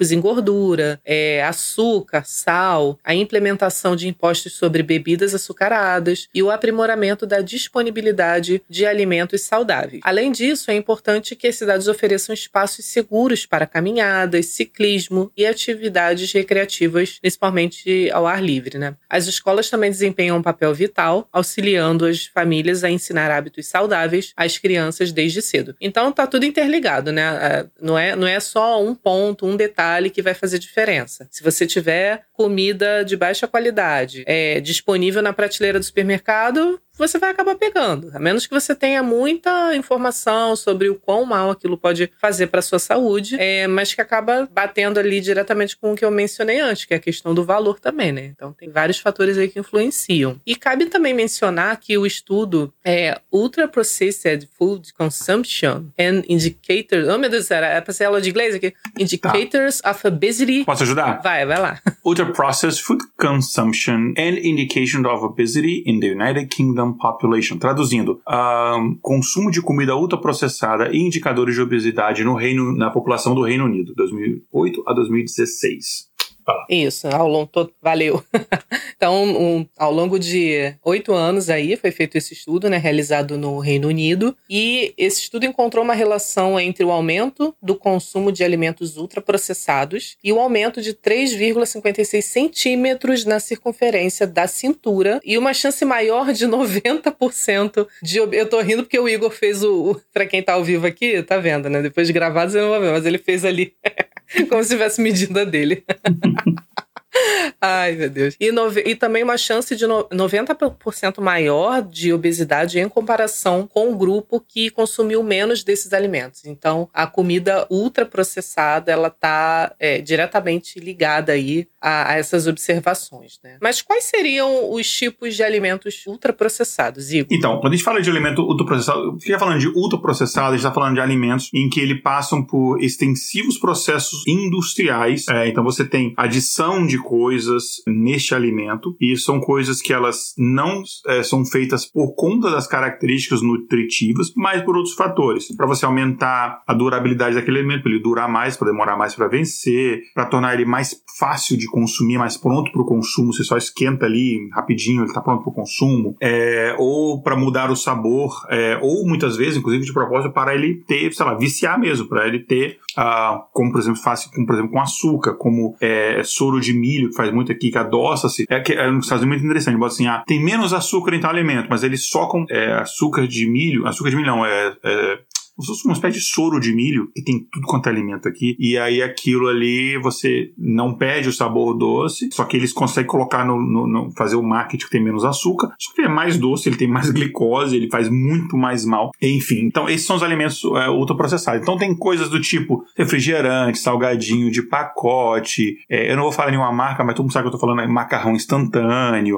ricos em gordura, açúcar, sal, a implementação de impostos sobre bebidas açucaradas e o aprimoramento da disponibilidade de alimentos saudáveis. Além disso, é importante que as cidades ofereçam espaços seguros para caminhadas, ciclismo e atividades recreativas, principalmente ao ar livre, né? As escolas também desempenham um papel vital, auxiliando as famílias a ensinar hábitos saudáveis às crianças desde cedo. Então, tá tudo interligado, né? Não é só um ponto, um detalhe que vai fazer diferença. Se você tiver comida de baixa qualidade disponível na prateleira do supermercado, você vai acabar pegando. A menos que você tenha muita informação sobre o quão mal aquilo pode fazer para a sua saúde, mas que acaba batendo ali diretamente com o que eu mencionei antes, que é a questão do valor também, né? Então tem vários fatores aí que influenciam. E cabe também mencionar que o estudo Ultra Processed Food Consumption and Indicators... Oh, meu Deus do céu, é pra ser aula de inglês aqui? Indicators of Obesity... Posso ajudar? Vai lá. Ultra Processed Food Consumption and Indication of Obesity in the United Kingdom Population. Traduzindo, consumo de comida ultraprocessada e indicadores de obesidade na população do Reino Unido, 2008 a 2016. Isso, valeu. Então, ao longo de 8 anos aí, foi feito esse estudo, né, realizado no Reino Unido, e esse estudo encontrou uma relação entre o aumento do consumo de alimentos ultraprocessados e o aumento de 3,56 centímetros na circunferência da cintura e uma chance maior de 90% de... Eu tô rindo porque o Igor fez pra quem tá ao vivo aqui, tá vendo, né? Depois de gravado você não vai ver, mas ele fez ali como se tivesse medida dele. Ai, meu Deus. E também uma chance de 90% maior de obesidade em comparação com o grupo que consumiu menos desses alimentos. Então, a comida ultraprocessada, ela tá diretamente ligada aí a essas observações, né? Mas quais seriam os tipos de alimentos ultraprocessados, Igor? Então, quando a gente fala de alimento ultraprocessado, fica falando de ultraprocessado, a gente está falando de alimentos em que eles passam por extensivos processos industriais. Então, você tem adição de coisas neste alimento, e são coisas que elas não são feitas por conta das características nutritivas, mas por outros fatores, para você aumentar a durabilidade daquele alimento, para ele durar mais, para demorar mais para vencer, para tornar ele mais fácil de consumir, mais pronto para o consumo. Você só esquenta ali rapidinho, ele está pronto para o consumo, ou para mudar o sabor, ou muitas vezes, inclusive de propósito, para ele ter, sei lá, viciar mesmo, para ele ter, como por exemplo com açúcar, como soro de milho, que faz muito aqui, que adoça-se. Nos Estados Unidos é muito interessante. Bota assim, tem menos açúcar em tal alimento, mas eles socam açúcar de milho não, uma espécie de soro de milho, que tem tudo quanto é alimento aqui, e aí aquilo ali você não perde o sabor doce, só que eles conseguem colocar fazer o marketing que tem menos açúcar, só que ele é mais doce, ele tem mais glicose, ele faz muito mais mal, enfim. Então esses são os alimentos ultraprocessados. Então tem coisas do tipo refrigerante, salgadinho de pacote, eu não vou falar nenhuma marca, mas todo mundo sabe que eu tô falando, macarrão instantâneo,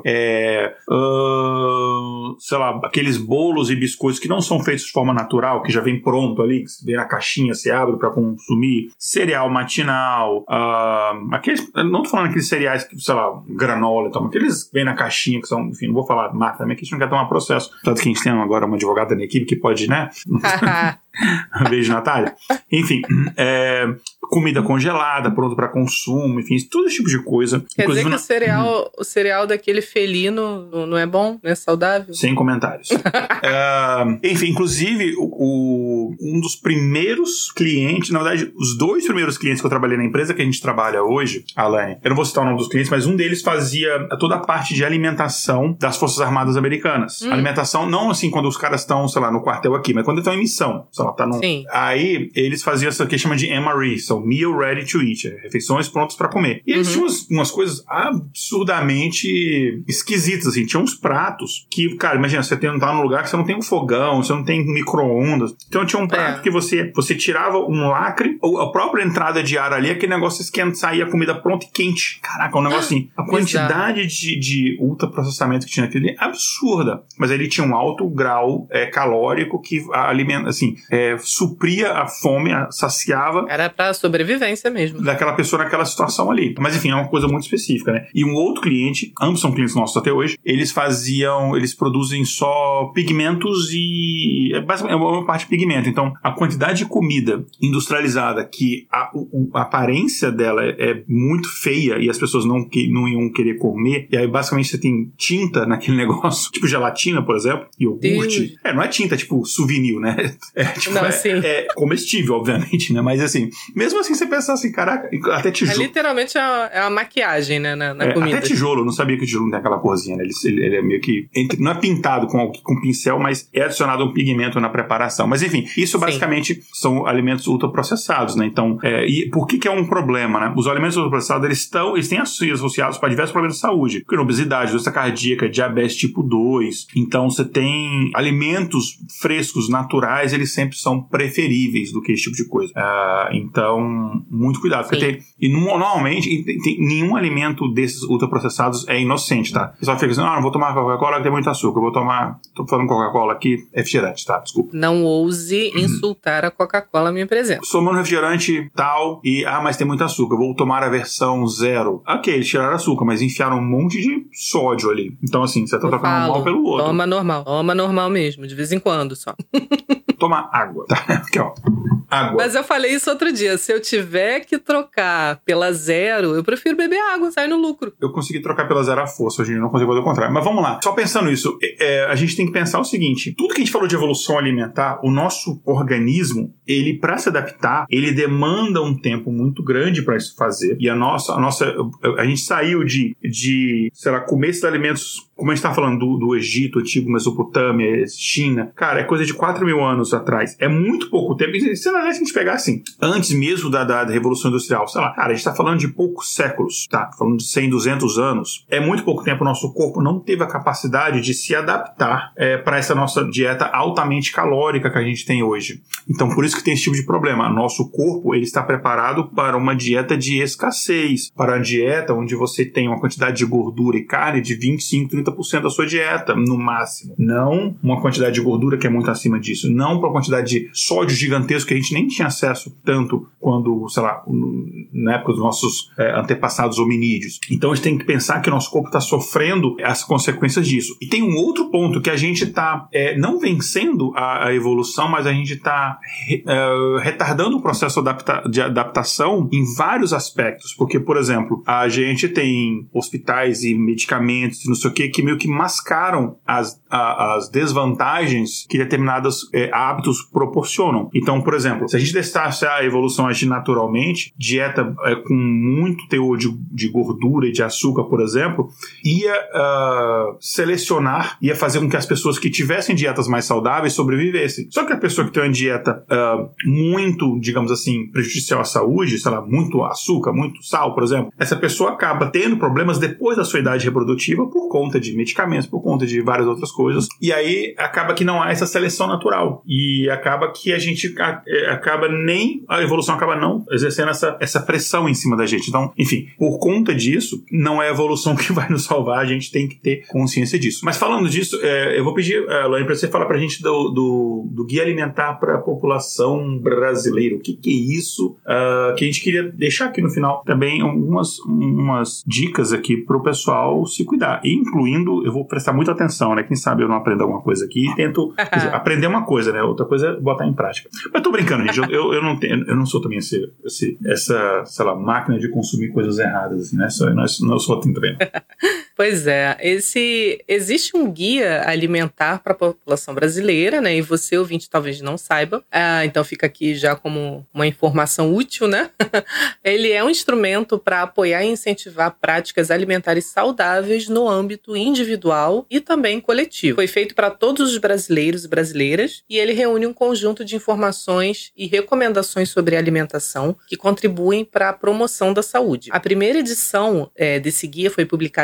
sei lá, aqueles bolos e biscoitos que não são feitos de forma natural, que já vem pronto ali, que vem na caixinha, você abre para consumir, cereal matinal, não tô falando aqueles cereais que, sei lá, granola e tal, mas aqueles vêm na caixinha, que são, enfim, não vou falar marca também, que a gente não quer tomar processo. Tanto que a gente tem agora uma advogada na equipe que pode, né? Beijo, Natália. Enfim, comida congelada, pronto para consumo, enfim, todo esse tipo de coisa. Quer dizer que o cereal daquele felino não é bom? Não é saudável? Sem comentários. Enfim, inclusive, um dos primeiros clientes, na verdade, os 2 primeiros clientes que eu trabalhei na empresa que a gente trabalha hoje, Alane, eu não vou citar o nome dos clientes, mas um deles fazia toda a parte de alimentação das Forças Armadas Americanas. Alimentação, não assim quando os caras estão, sei lá, no quartel aqui, mas quando eles estão em missão. Tá Sim. Aí eles faziam isso que chama de MRE, são Meal Ready to Eat, refeições prontas para comer. E eles tinham umas coisas absurdamente esquisitas, assim. Tinha uns pratos que, cara, imagina, você tá num lugar que você não tem um fogão, você não tem micro-ondas. Então tinha um prato que você tirava um lacre, ou a própria entrada de ar ali, aquele negócio esquenta, saía a comida pronta e quente. Caraca, um negócio assim. A quantidade de ultraprocessamento que tinha naquele é absurda. Mas ele tinha um alto grau calórico que alimenta, assim, supria a fome, saciava. Era pra sobrevivência mesmo. Daquela pessoa naquela situação ali. Mas enfim, é uma coisa muito específica, né? E um outro cliente, ambos são clientes nossos até hoje, eles produzem só pigmentos e basicamente é uma parte de pigmento. Então, a quantidade de comida industrializada que a aparência dela é muito feia e as pessoas não iam querer comer, e aí basicamente você tem tinta naquele negócio, tipo gelatina, por exemplo, iogurte. Não é tinta, tipo souvenir, né? É comestível, obviamente, né? Mas assim, mesmo assim você pensa assim, caraca, até tijolo. Literalmente é uma maquiagem, né, na comida. Até tijolo, eu não sabia que o tijolo não tem aquela corzinha, né? Ele é meio que, não é pintado com pincel, mas é adicionado um pigmento na preparação. Mas enfim, isso basicamente são alimentos ultraprocessados, né? Então, e por que é um problema, né? Os alimentos ultraprocessados, eles têm associados para diversos problemas de saúde, como obesidade, doença cardíaca, diabetes tipo 2. Então, você tem alimentos frescos, naturais, eles sempre são preferíveis do que esse tipo de coisa. Então, muito cuidado. Porque normalmente, nenhum alimento desses ultraprocessados é inocente, tá? O pessoal fica assim, não vou tomar Coca-Cola que tem muito açúcar, tô falando Coca-Cola aqui, é refrigerante, tá? Desculpa. Não ouse insultar a Coca-Cola à minha presença. Tomando refrigerante tal, mas tem muito açúcar, vou tomar a versão 0. Ok, eles tiraram açúcar, mas enfiaram um monte de sódio ali. Então, assim, você tá trocando um mal pelo outro. Toma normal mesmo, de vez em quando só. Toma água, tá? Aqui, ó. Água. Mas eu falei isso outro dia, se eu tiver que trocar pela 0, eu prefiro beber água, sai no lucro. Eu consegui trocar pela 0 à força, hoje em dia não consigo fazer o contrário. Mas vamos lá, só pensando nisso, a gente tem que pensar o seguinte, tudo que a gente falou de evolução alimentar, o nosso organismo, ele para se adaptar, ele demanda um tempo muito grande para isso fazer. E a gente saiu de sei lá, comer esses alimentos, como a gente tá falando do Egito, antigo Mesopotâmia, China, cara, é coisa de 4 mil anos atrás. É muito pouco tempo. E se a gente pegar assim, antes mesmo da Revolução Industrial, sei lá, cara, a gente tá falando de poucos séculos, tá? Falando de 100, 200 anos. É muito pouco tempo. O nosso corpo não teve a capacidade de se adaptar para essa nossa dieta altamente calórica que a gente tem hoje. Então, por isso que tem esse tipo de problema. Nosso corpo, ele está preparado para uma dieta de escassez, para uma dieta onde você tem uma quantidade de gordura e carne de 25, 30% da sua dieta, no máximo. Não uma quantidade de gordura que é muito acima disso. Não para uma quantidade de sódio gigantesco que a gente nem tinha acesso tanto quando, sei lá, na época dos nossos antepassados hominídeos. Então a gente tem que pensar que o nosso corpo está sofrendo as consequências disso. E tem um outro ponto que a gente está não vencendo a evolução, mas a gente está retardando o processo de adaptação em vários aspectos. Porque, por exemplo, a gente tem hospitais e medicamentos, não sei o que meio que mascaram as desvantagens que determinados hábitos proporcionam. Então, por exemplo, se a gente deixasse a evolução agir naturalmente, dieta com muito teor de gordura e de açúcar, por exemplo, ia selecionar, ia fazer com que as pessoas que tivessem dietas mais saudáveis sobrevivessem. Só que a pessoa que tem uma dieta muito, digamos assim, prejudicial à saúde, sei lá, muito açúcar, muito sal, por exemplo, essa pessoa acaba tendo problemas depois da sua idade reprodutiva por conta de medicamentos, por conta de várias outras coisas, e aí acaba que não há essa seleção natural, e acaba que a gente a evolução acaba não exercendo essa pressão em cima da gente. Então, enfim, por conta disso, não é a evolução que vai nos salvar, a gente tem que ter consciência disso. Mas falando disso, eu vou pedir, Laine, para você falar pra gente do Guia Alimentar para a População Brasileira. O que é isso? Que a gente queria deixar aqui no final também umas dicas aqui pro pessoal se cuidar, incluindo, eu vou prestar muita atenção, né? Quem sabe eu não aprendo alguma coisa aqui e tento aprender uma coisa, né? Outra coisa é botar em prática. Mas tô brincando, gente. Eu não sou também essa, sei lá, máquina de consumir coisas erradas, assim, né? Não sou também. Pois é. Existe um guia alimentar para a população brasileira, né? E você, ouvinte, talvez não saiba. Então fica aqui já como uma informação útil, né? Ele é um instrumento para apoiar e incentivar práticas alimentares saudáveis no âmbito individual e também coletivo. Foi feito para todos os brasileiros e brasileiras e ele reúne um conjunto de informações e recomendações sobre alimentação que contribuem para a promoção da saúde. A primeira edição desse guia foi publicada em 2020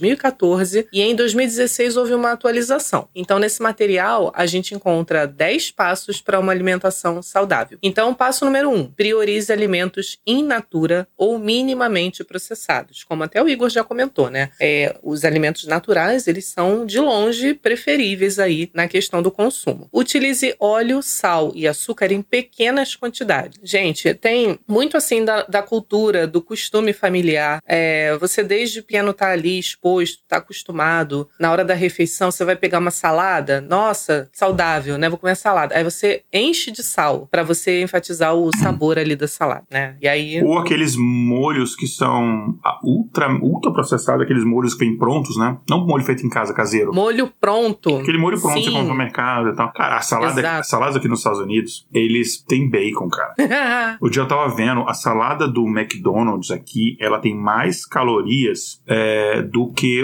2014 e em 2016 houve uma atualização. Então, nesse material, a gente encontra 10 passos para uma alimentação saudável. Então, passo número 1, priorize alimentos in natura ou minimamente processados, como até o Igor já comentou, né? Os alimentos naturais, eles são, de longe, preferíveis aí na questão do consumo. Utilize óleo, sal e açúcar em pequenas quantidades. Gente, tem muito assim da cultura, do costume familiar. Você desde pequeno tá ali exposto, tá acostumado. Na hora da refeição, você vai pegar uma salada. Nossa, saudável, né? Vou comer salada. Aí você enche de sal pra você enfatizar o sabor ali da salada, né? E aí... Ou aqueles molhos que são ultra processados, aqueles molhos que vêm prontos, né? Não molho feito em casa, caseiro. Molho pronto. Aquele molho pronto Sim. que você compra no mercado e tal. Cara, as saladas aqui nos Estados Unidos, eles têm bacon, cara. O dia eu tava vendo, a salada do McDonald's aqui, ela tem mais calorias do que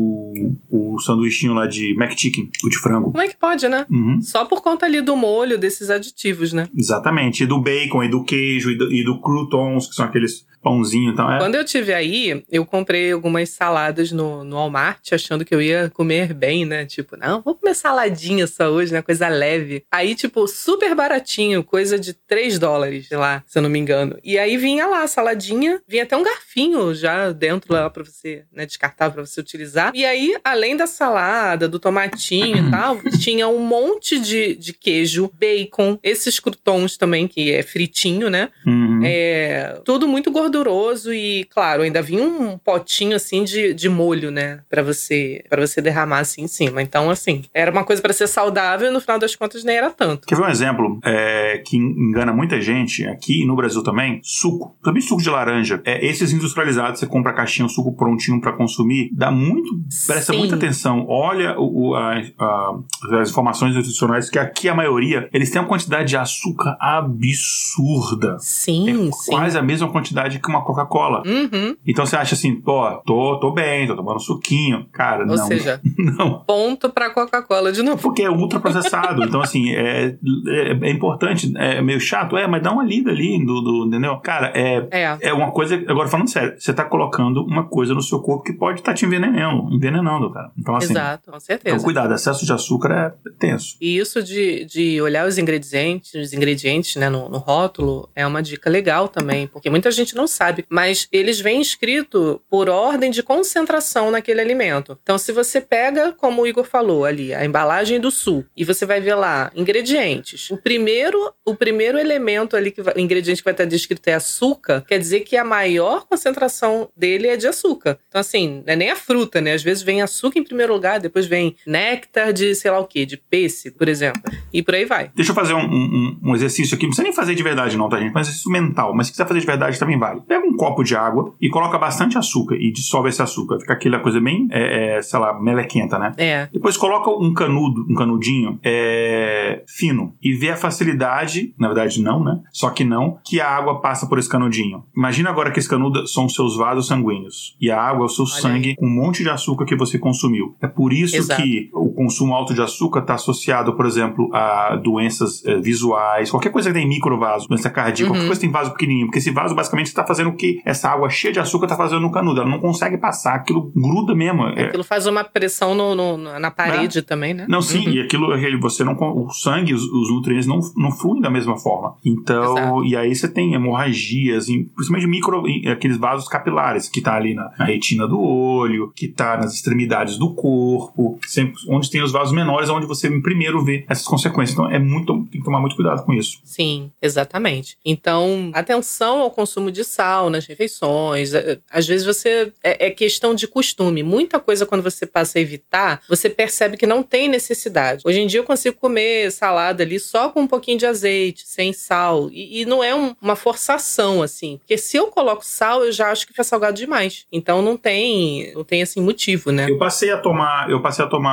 o sanduichinho lá de McChicken, o de frango. Como é que pode, né? Uhum. Só por conta ali do molho, desses aditivos, né? Exatamente. E do bacon, e do queijo, e do croutons, que são aqueles pãozinho. Então Quando eu estive aí, eu comprei algumas saladas no Walmart, achando que eu ia comer bem, né? Tipo, não, vou comer saladinha só hoje, né? Coisa leve. Aí, tipo, super baratinho, coisa de $3, sei lá, se eu não me engano. E aí vinha lá a saladinha, vinha até um garfinho já dentro lá pra você, né, descartar pra você utilizar. E aí, além da salada, do tomatinho e tal, tinha um monte de queijo, bacon, esses croutons também, que é fritinho, né? Uhum. Tudo muito gorduroso e, claro, ainda vinha um potinho, assim, de molho, né? Pra você derramar, assim, em cima. Então, assim, era uma coisa pra ser saudável e, no final das contas, nem era tanto. Quer ver um exemplo que engana muita gente, aqui no Brasil também? Suco. Também suco de laranja. Esses industrializados, você compra a caixinha, o suco prontinho pra consumir, presta muita atenção. Olha as informações nutricionais, que aqui a maioria, eles têm uma quantidade de açúcar absurda. Sim, quase a mesma quantidade que uma Coca-Cola. Uhum. Então você acha assim, pô, tô bem, tô tomando suquinho. Cara, não. Ou seja, não. Ponto pra Coca-Cola de novo. Porque é ultraprocessado. Então, assim, é importante, é meio chato, mas dá uma lida ali, entendeu? Cara, é uma coisa, agora falando sério, você tá colocando uma coisa no seu corpo que pode estar te envenenando, cara. Então, assim, exato, com certeza. Então, cuidado, excesso de açúcar é tenso. E isso de olhar os ingredientes, né, no rótulo, é uma dica legal também, porque muita gente não sabe, mas eles vêm escrito por ordem de concentração naquele alimento. Então, se você pega, como o Igor falou ali, a embalagem do Sul, e você vai ver lá, ingredientes. O primeiro elemento ali, o ingrediente que vai estar descrito é açúcar, quer dizer que a maior concentração dele é de açúcar. Então, assim, não é nem a fruta, né? Às vezes vem açúcar em primeiro lugar, depois vem néctar de sei lá o quê, de pêssego, por exemplo. E por aí vai. Deixa eu fazer um exercício aqui, não precisa nem fazer de verdade não, tá, gente? Mas exercício mental. Mas se quiser fazer de verdade também vale. Pega um copo de água e coloca bastante açúcar e dissolve esse açúcar. Fica aquela coisa bem, sei lá, melequenta, né? Depois coloca um canudinho fino e vê a facilidade, na verdade não, né? Só que não, que a água passa por esse canudinho. Imagina agora que esse canudo são os seus vasos sanguíneos e a água é o seu sangue com um monte de açúcar que você consumiu. É por isso que o consumo alto de açúcar está associado, por exemplo, a doenças visuais, qualquer coisa que tem microvaso, doença cardíaca, qualquer coisa que tem vaso pequenininho, porque esse vaso basicamente está fazendo o que essa água cheia de açúcar está fazendo no canudo. Ela não consegue passar, aquilo gruda mesmo. Aquilo faz uma pressão na parede também, né? Não, sim, e aquilo você não, o sangue, os nutrientes não fluem da mesma forma. Então, e aí você tem hemorragias, principalmente aqueles vasos capilares que tá ali na retina do olho, que tá nas extremidades do corpo, sempre, onde tem os vasos menores, onde você primeiro vê essas consequências. Então, tem que tomar muito cuidado com isso. Sim, exatamente. Então, atenção ao consumo de sal nas refeições. Às vezes é questão de costume. Muita coisa, quando você passa a evitar, você percebe que não tem necessidade. Hoje em dia eu consigo comer salada ali só com um pouquinho de azeite, sem sal. E não é uma forçação, assim. Porque se eu coloco sal, eu já acho que fica salgado demais. Então não tem assim, motivo, né? Eu passei a tomar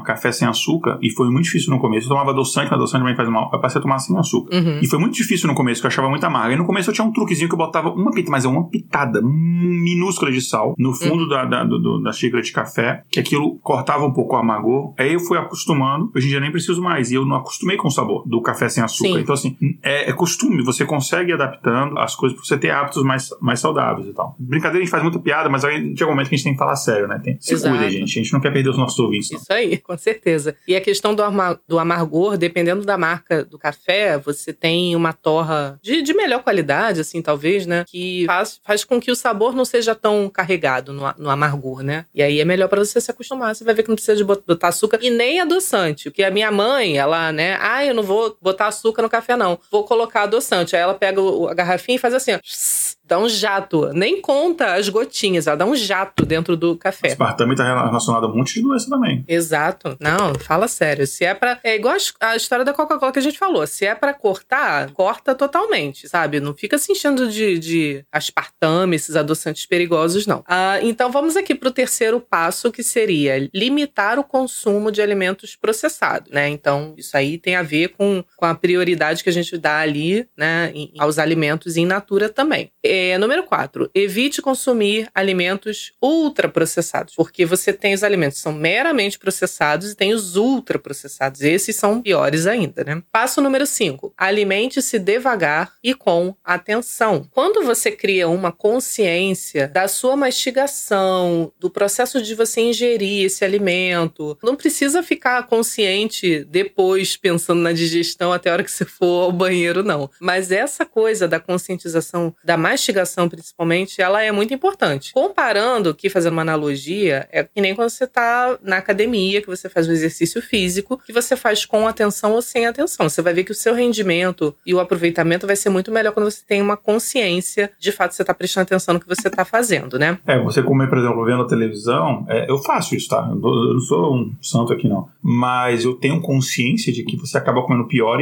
café sem açúcar, e foi muito difícil no começo. Eu tomava adoçante, mas adoçante também faz mal. Eu passei a tomar sem açúcar. E foi muito difícil no começo, que eu achava muito amargo. E no começo eu tinha um truquezinho que eu botava uma pitada minúscula de sal no fundo da xícara de café, que aquilo cortava um pouco o amargor. Aí eu fui acostumando. Hoje em dia nem preciso mais. E eu não acostumei com o sabor do café sem açúcar. Sim. Então, assim, é costume. Você consegue ir adaptando as coisas pra você ter hábitos mais saudáveis e tal. Brincadeira, a gente faz muita piada, mas aí chega um momento que a gente tem que falar sério, né? Se cuida, gente. A gente não quer perder os nossos ouvintes. Não. Isso aí, com certeza. E a questão do amargor, dependendo da marca do café, você tem uma torra de melhor qualidade, assim, talvez, né? Que faz com que o sabor não seja tão carregado no amargor, né? E aí é melhor pra você se acostumar. Você vai ver que não precisa de botar açúcar e nem adoçante. Porque a minha mãe, ela, né? Eu não vou botar açúcar no café, não. Vou colocar adoçante. Aí ela pega a garrafinha e faz assim, ó. Dá um jato. Nem conta as gotinhas. Ela dá um jato dentro do café. Aspartame tá relacionado a um monte de doença também. Exato. Não, fala sério. Se é pra... É igual a história da Coca-Cola que a gente falou. Se é pra cortar, corta totalmente, sabe? Não fica se enchendo de aspartame, esses adoçantes perigosos, não. Então vamos aqui pro terceiro passo, que seria limitar o consumo de alimentos processados, né? Então isso aí tem a ver com a prioridade que a gente dá ali, né? Aos alimentos in natura também. Número 4, evite consumir alimentos ultraprocessados, porque você tem os alimentos que são meramente processados e tem os ultraprocessados. Esses são piores ainda, né? Passo número 5, alimente-se devagar e com atenção. Quando você cria uma consciência da sua mastigação, do processo de você ingerir esse alimento, não precisa ficar consciente depois pensando na digestão até a hora que você for ao banheiro, não. Mas essa coisa da conscientização da mastigação, principalmente, ela é muito importante. Comparando, aqui fazendo uma analogia, é que nem quando você tá na academia, que você faz um exercício físico, que você faz com atenção ou sem atenção. Você vai ver que o seu rendimento e o aproveitamento vai ser muito melhor quando você tem uma consciência, de fato, você tá prestando atenção no que você tá fazendo, né? Você comer, por exemplo, vendo a televisão, eu faço isso, tá? Eu não sou um santo aqui, não. Mas eu tenho consciência de que você acaba comendo pior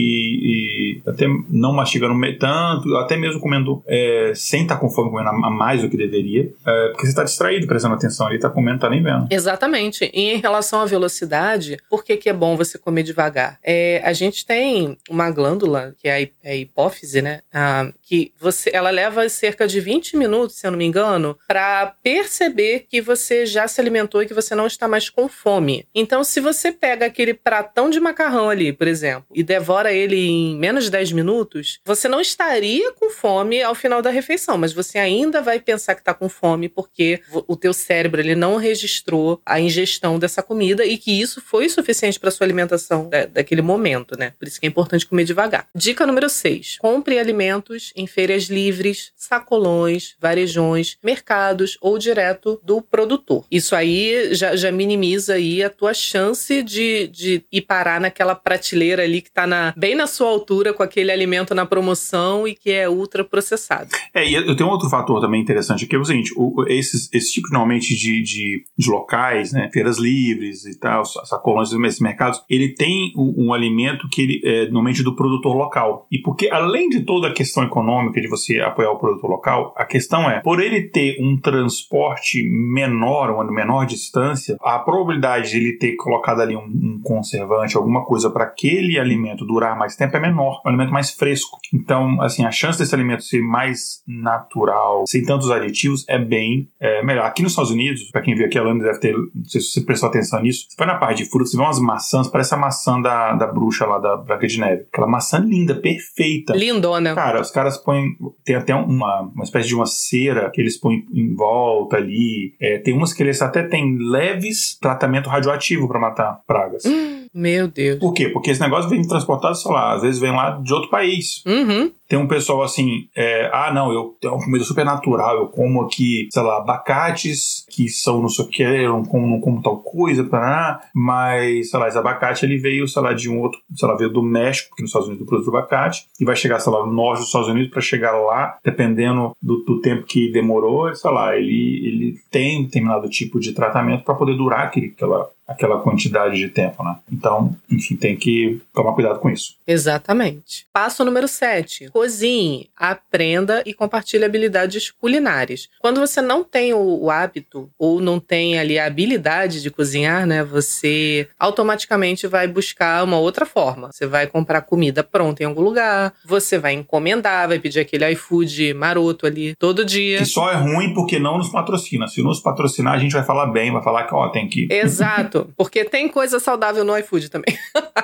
e até não mastigando tanto, até mesmo comendo sem estar com fome, comendo a mais do que deveria, porque você está distraído, prestando atenção ali, está comendo, tá nem vendo. Exatamente. E em relação à velocidade, por que é bom você comer devagar? A gente tem uma glândula, que é a hipófise, né? Que ela leva cerca de 20 minutos, se eu não me engano, para perceber que você já se alimentou e que você não está mais com fome. Então, se você pega aquele pratão de macarrão ali, por exemplo, e devora ele em menos de 10 minutos, você não estaria com fome ao final da refeição, mas você ainda vai pensar que está com fome porque o teu cérebro ele não registrou a ingestão dessa comida e que isso foi suficiente para sua alimentação daquele momento, né? Por isso que é importante comer devagar. Dica número 6. Compre alimentos em feiras livres, sacolões, varejões, mercados ou direto do produtor. Isso aí já minimiza aí a tua chance de ir parar naquela prateleira ali que tá bem na sua altura com aquele alimento na promoção e que é ultra processado. E eu tenho outro fator também interessante, que é o seguinte, esse tipo normalmente de locais, né, feiras livres e tal, sacolões, esses mercados, ele tem um alimento que ele é normalmente do produtor local. E porque além de toda a questão econômica de você apoiar o produtor local, a questão é, por ele ter um transporte menor, uma menor distância, a probabilidade de ele ter colocado ali um conservante, alguma coisa para aquele alimento durar mais tempo é menor, um alimento mais fresco. Então, assim, a chance desse alimento ser mais natural, sem tantos aditivos, é bem melhor. Aqui nos Estados Unidos, para quem viu aqui, a Lana deve ter, não sei se você prestou atenção nisso, você vai na parte de frutas, você vê umas maçãs, parece a maçã da bruxa lá, da Branca de Neve. Aquela maçã linda, perfeita. Lindona. Cara, os caras põem, tem até uma espécie de uma cera que eles põem em volta ali. Tem umas que eles até têm leves tratamento radioativo para matar pragas. Meu Deus. Por quê? Porque esse negócio vem transportado, sei lá, às vezes vem lá de outro país. Tem um pessoal assim, não, eu tenho uma comida super natural, eu como aqui, sei lá, abacates que são não sei o que, eu não como tal coisa, mas, sei lá, esse abacate ele veio, sei lá, de um outro, sei lá, veio do México, porque nos Estados Unidos produz abacate, e vai chegar, sei lá, no norte dos Estados Unidos, para chegar lá, dependendo do tempo que demorou, sei lá, ele tem determinado tipo de tratamento para poder durar aquela quantidade de tempo, né? Então, enfim, tem que tomar cuidado com isso. Exatamente. Passo número 7. Cozinhe, aprenda e compartilhe habilidades culinárias. Quando você não tem o hábito ou não tem ali a habilidade de cozinhar, né? Você automaticamente vai buscar uma outra forma. Você vai comprar comida pronta em algum lugar, você vai encomendar, vai pedir aquele iFood maroto ali todo dia. Que só é ruim porque não nos patrocina. Se nos patrocinar, a gente vai falar bem, vai falar que, ó, tem que... Exato, porque tem coisa saudável no iFood também.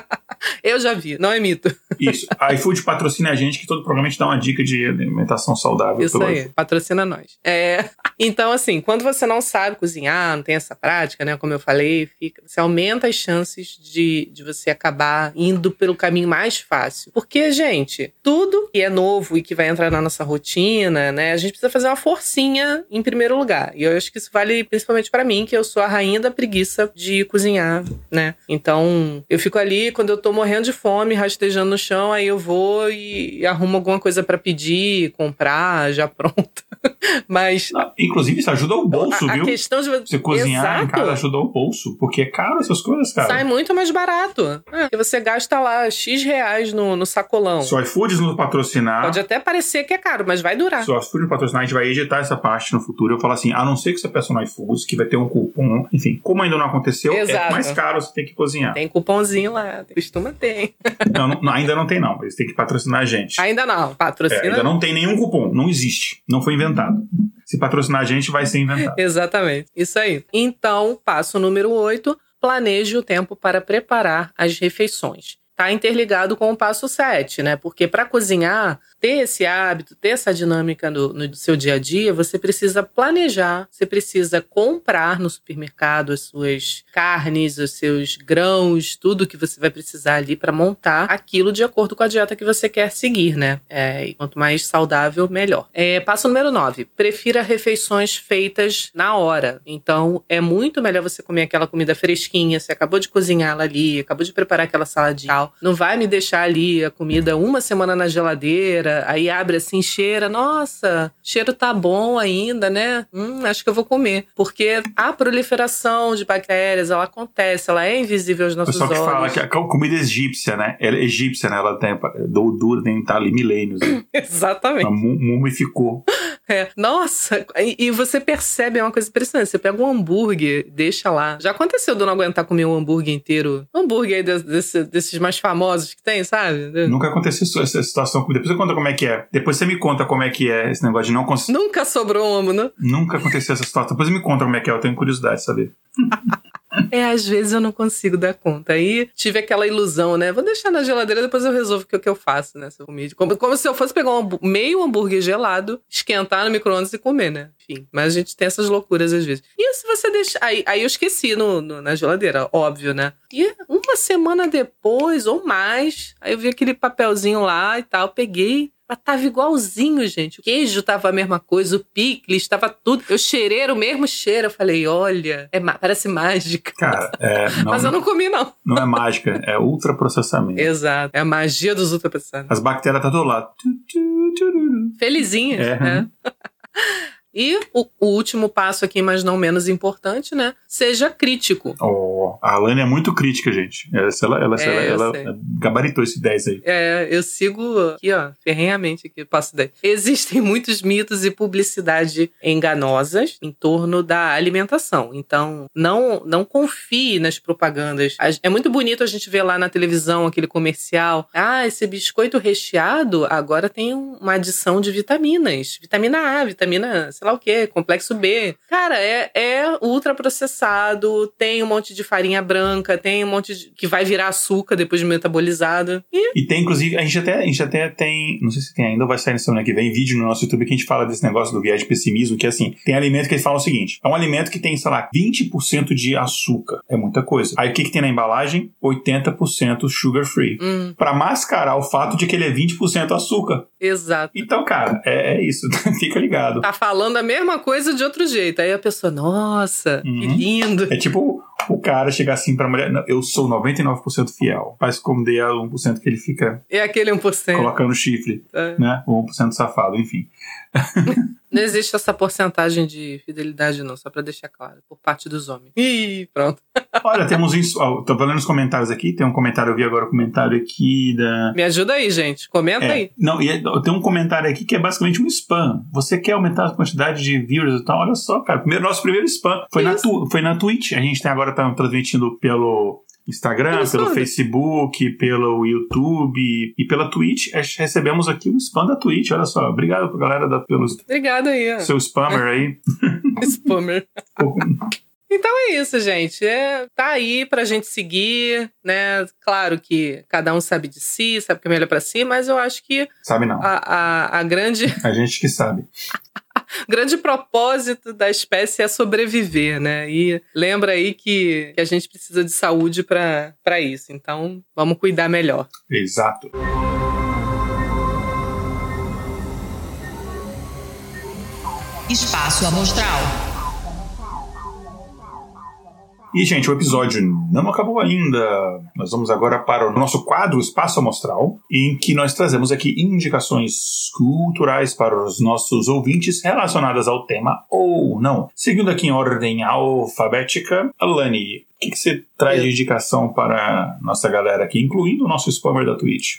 Eu já vi, não é mito. Isso, a iFood patrocina a gente, que todo programa a gente dá uma dica de alimentação saudável. Isso aí, patrocina nós. Então, assim, quando você não sabe cozinhar, não tem essa prática, né, como eu falei, você aumenta as chances de você acabar indo pelo caminho mais fácil. Porque, gente, tudo que é novo e que vai entrar na nossa rotina, né, a gente precisa fazer uma forcinha em primeiro lugar. E eu acho que isso vale principalmente pra mim, que eu sou a rainha da preguiça de cozinhar, né. Então, eu fico ali, quando eu tô morrendo de fome, rastejando no chão, aí eu vou e arrumo alguma coisa pra pedir, comprar, já pronta. Mas... Inclusive, isso ajuda o bolso, viu? A questão de você cozinhar em casa ajuda o bolso, porque é caro essas coisas, cara. Sai muito mais barato. Porque você gasta lá X reais no sacolão. Se o iFood nos patrocinar... Pode até parecer que é caro, mas vai durar. Se o iFood nos patrocinar, a gente vai editar essa parte no futuro. Eu falo assim, a não ser que você peça no iFood, que vai ter um cupom. Enfim, como ainda não aconteceu, exato, é mais caro, você tem que cozinhar. Tem cupomzinho lá, costuma ter. Não, ainda não tem não, eles têm que patrocinar a gente. Ainda não, patrocina. Ainda não tem nenhum cupom, não existe, não foi inventado. Se patrocinar a gente, vai ser inventado. Exatamente, isso aí. Então, passo número 8, planeje o tempo para preparar as refeições. Tá interligado com o passo 7, né? Porque para cozinhar, ter esse hábito, ter essa dinâmica no seu dia a dia, você precisa planejar, você precisa comprar no supermercado as suas carnes, os seus grãos, tudo que você vai precisar ali para montar aquilo de acordo com a dieta que você quer seguir, né? E quanto mais saudável, melhor. Passo número 9, prefira refeições feitas na hora. Então, é muito melhor você comer aquela comida fresquinha, você acabou de cozinhar ela ali, acabou de preparar aquela saladinha. Não vai me deixar ali a comida uma semana na geladeira, aí abre assim, cheira, nossa, cheiro tá bom ainda, né? Acho que eu vou comer. Porque a proliferação de bactérias, ela acontece, ela é invisível aos nossos olhos. Só que fala que a comida egípcia, né? Ela é egípcia, né? Ela tem dura, tem que estar ali milênios. Né? Exatamente. Ela mumificou. Nossa, e você percebe, é uma coisa impressionante, você pega um hambúrguer, deixa lá. Já aconteceu de eu não aguentar comer um hambúrguer inteiro? Um hambúrguer aí desses mais famosos que tem, sabe? Nunca aconteceu essa situação comigo. Depois você conta como é que é. Depois você me conta como é que é esse negócio de não conseguir. Nunca sobrou um hambúrguer, né? Nunca aconteceu essa situação. Depois me conta como é que é, eu tenho curiosidade de saber. Às vezes eu não consigo dar conta. Aí tive aquela ilusão, né? Vou deixar na geladeira, depois eu resolvo o que eu faço nessa comida. Como se eu fosse pegar meio hambúrguer gelado, esquentar no micro-ondas e comer, né? Enfim, mas a gente tem essas loucuras às vezes. E se você deixar... Aí eu esqueci na geladeira, óbvio, né? E uma semana depois, ou mais, aí eu vi aquele papelzinho lá e tal, peguei... Tava igualzinho, gente. O queijo tava a mesma coisa, o picles, tava tudo. Eu cheirei, era o mesmo cheiro. Eu falei, olha, parece mágica. Cara, mas eu não comi, não. Não é mágica, é ultraprocessamento. Exato, é a magia dos ultraprocessamentos. As bactérias tá do lado. Felizinhas, né? E o último passo aqui, mas não menos importante, né? Seja crítico. A Alane é muito crítica, gente. Ela gabaritou esse 10 aí. Eu sigo aqui, ó, ferrenhamente aqui, passo 10. Existem muitos mitos e publicidade enganosas em torno da alimentação. Então, não confie nas propagandas. É muito bonito a gente ver lá na televisão aquele comercial. Esse biscoito recheado agora tem uma adição de vitaminas. Vitamina A, vitamina... sei lá o que, complexo B. Cara, é ultraprocessado, tem um monte de farinha branca, tem um monte que vai virar açúcar depois de metabolizado. E tem, inclusive, a gente até tem, não sei se tem ainda, ou vai sair na semana que vem, vídeo no nosso YouTube que a gente fala desse negócio do viés de pessimismo, que é assim, tem alimento que eles falam o seguinte, é um alimento que tem, sei lá, 20% de açúcar. É muita coisa. Aí o que tem na embalagem? 80% sugar free. Pra mascarar o fato de que ele é 20% açúcar. Exato. Então, cara, é isso. Fica ligado. Tá falando a mesma coisa de outro jeito. Aí a pessoa, nossa, que lindo. É tipo O cara chegar assim pra mulher, não, eu sou 99% fiel, vai esconder a 1% que ele fica... É aquele 1%. Colocando chifre, né? O 1% safado, enfim. Não existe essa porcentagem de fidelidade, não, só pra deixar claro, por parte dos homens. Ih, pronto. Olha, temos isso. Tô falando nos comentários aqui. Tem um comentário, eu vi agora o comentário aqui da. Me ajuda aí, gente. Comenta aí. Não, tem um comentário aqui que é basicamente um spam. Você quer aumentar a quantidade de viewers e tal? Olha só, cara. Nosso primeiro spam foi na Twitch. A gente agora tá transmitindo pelo Instagram, pelo Facebook, pelo YouTube e pela Twitch. Recebemos aqui o spam da Twitch. Olha só. Obrigado pra galera pelos. Obrigado aí. Seu spammer aí. Spammer. Então é isso, gente. Tá aí pra gente seguir, né? Claro que cada um sabe de si, sabe o que é melhor pra si, mas eu acho que... Sabe não. A grande... A gente que sabe. O grande propósito da espécie é sobreviver, né? E lembra aí que a gente precisa de saúde pra isso. Então, vamos cuidar melhor. Exato. Espaço Amostral. E, gente, o episódio não acabou ainda. Nós vamos agora para o nosso quadro Espaço Amostral, em que nós trazemos aqui indicações culturais para os nossos ouvintes relacionadas ao tema ou não. Seguindo aqui em ordem alfabética, Alane, o que você traz de indicação para a nossa galera aqui, incluindo o nosso spammer da Twitch?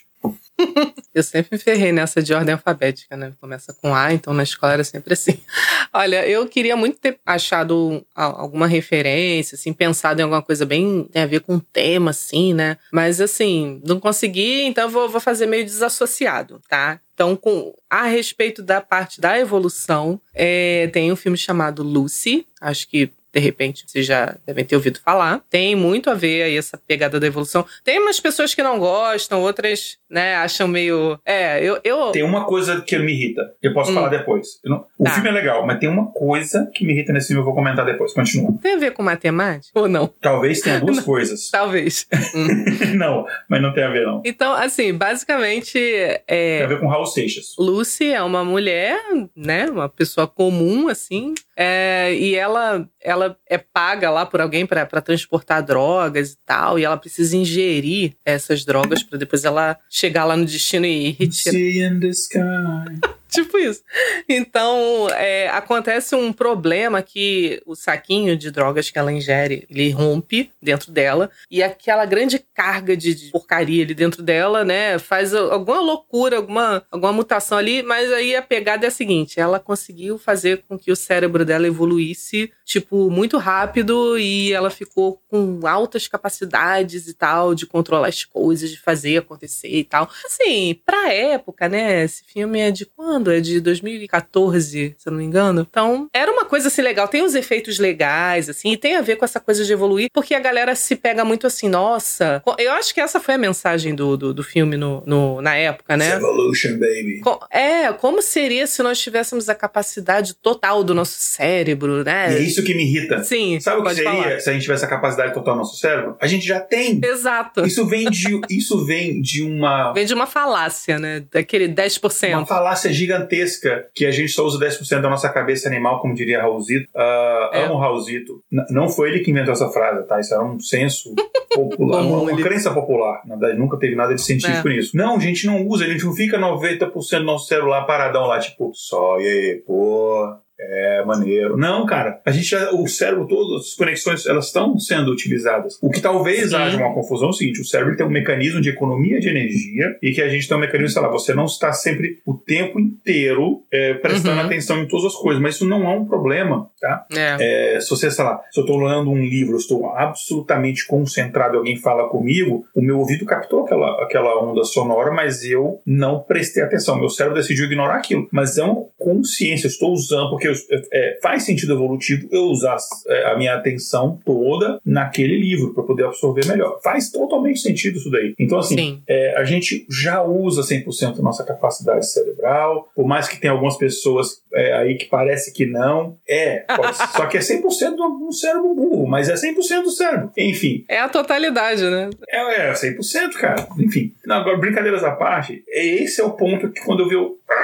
Eu sempre me ferrei nessa de ordem alfabética, né? Começa com A, então na escola era sempre assim. Olha, eu queria muito ter achado alguma referência, assim, pensado em alguma coisa bem tem a ver com o tema, assim, né? Mas, assim, não consegui, então vou fazer meio desassociado, tá? Então, a respeito da parte da evolução, tem um filme chamado Lucy, acho que de repente, vocês já devem ter ouvido falar. Tem muito a ver aí essa pegada da evolução. Tem umas pessoas que não gostam, outras, né, acham meio... Tem uma coisa que me irrita. Eu posso falar depois. O filme é legal, mas tem uma coisa que me irrita nesse filme, eu vou comentar depois. Continua. Tem a ver com matemática ou não? Talvez tenha duas coisas. Talvez. Não, mas não tem a ver, não. Então, assim, basicamente... Tem a ver com Raul Seixas. Lucy é uma mulher, né, uma pessoa comum, assim... e ela é paga lá por alguém para transportar drogas e tal, e ela precisa ingerir essas drogas para depois ela chegar lá no destino e retirar. See in the sky. Tipo isso. Então, acontece um problema que o saquinho de drogas que ela ingere, ele rompe dentro dela, e aquela grande carga de porcaria ali dentro dela, né, faz alguma loucura, alguma mutação ali, mas aí a pegada é a seguinte, ela conseguiu fazer com que o cérebro dela evoluísse, tipo, muito rápido, e ela ficou com altas capacidades e tal, de controlar as coisas, de fazer acontecer e tal. Assim, pra época, né, esse filme é de quando? É de 2014, se eu não me engano. Então, era uma coisa assim legal. Tem uns efeitos legais, assim, e tem a ver com essa coisa de evoluir, porque a galera se pega muito assim, nossa... Eu acho que essa foi a mensagem do filme na época, né? Evolution, baby. Como seria se nós tivéssemos a capacidade total do nosso cérebro, né? E é isso que me irrita. Sim, sabe o que seria falar. Se a gente tivesse a capacidade total do nosso cérebro? A gente já tem. Exato. Isso vem de uma... Vem de uma falácia, né? Daquele 10%. Uma falácia gigantesca que a gente só usa 10% da nossa cabeça animal, como diria Raulzito. Amo Raulzito. Não foi ele que inventou essa frase, tá? Isso era um senso popular, uma crença popular. Na verdade, nunca teve nada de científico nisso. Não, a gente não usa, a gente não fica 90% do nosso celular paradão lá, tipo, só, pô... maneiro. Não, cara. O cérebro, todas as conexões, elas estão sendo utilizadas. O que talvez haja uma confusão é o seguinte, o cérebro tem um mecanismo de economia de energia e que a gente tem um mecanismo, sei lá, você não está sempre o tempo inteiro prestando atenção em todas as coisas, mas isso não é um problema, tá? Se você, sei lá, se eu estou lendo um livro, eu estou absolutamente concentrado e alguém fala comigo, o meu ouvido captou aquela onda sonora, mas eu não prestei atenção. Meu cérebro decidiu ignorar aquilo. Mas é uma consciência, eu estou usando, porque faz sentido evolutivo eu usar a minha atenção toda naquele livro para poder absorver melhor. Faz totalmente sentido isso daí. Então, assim, a gente já usa 100% da nossa capacidade cerebral, por mais que tenha algumas pessoas aí que parece que não. Só que é 100% do cérebro burro, mas é 100% do cérebro. Enfim. É a totalidade, né? 100%, cara. Enfim. Não, agora, brincadeiras à parte, esse é o ponto que quando eu vi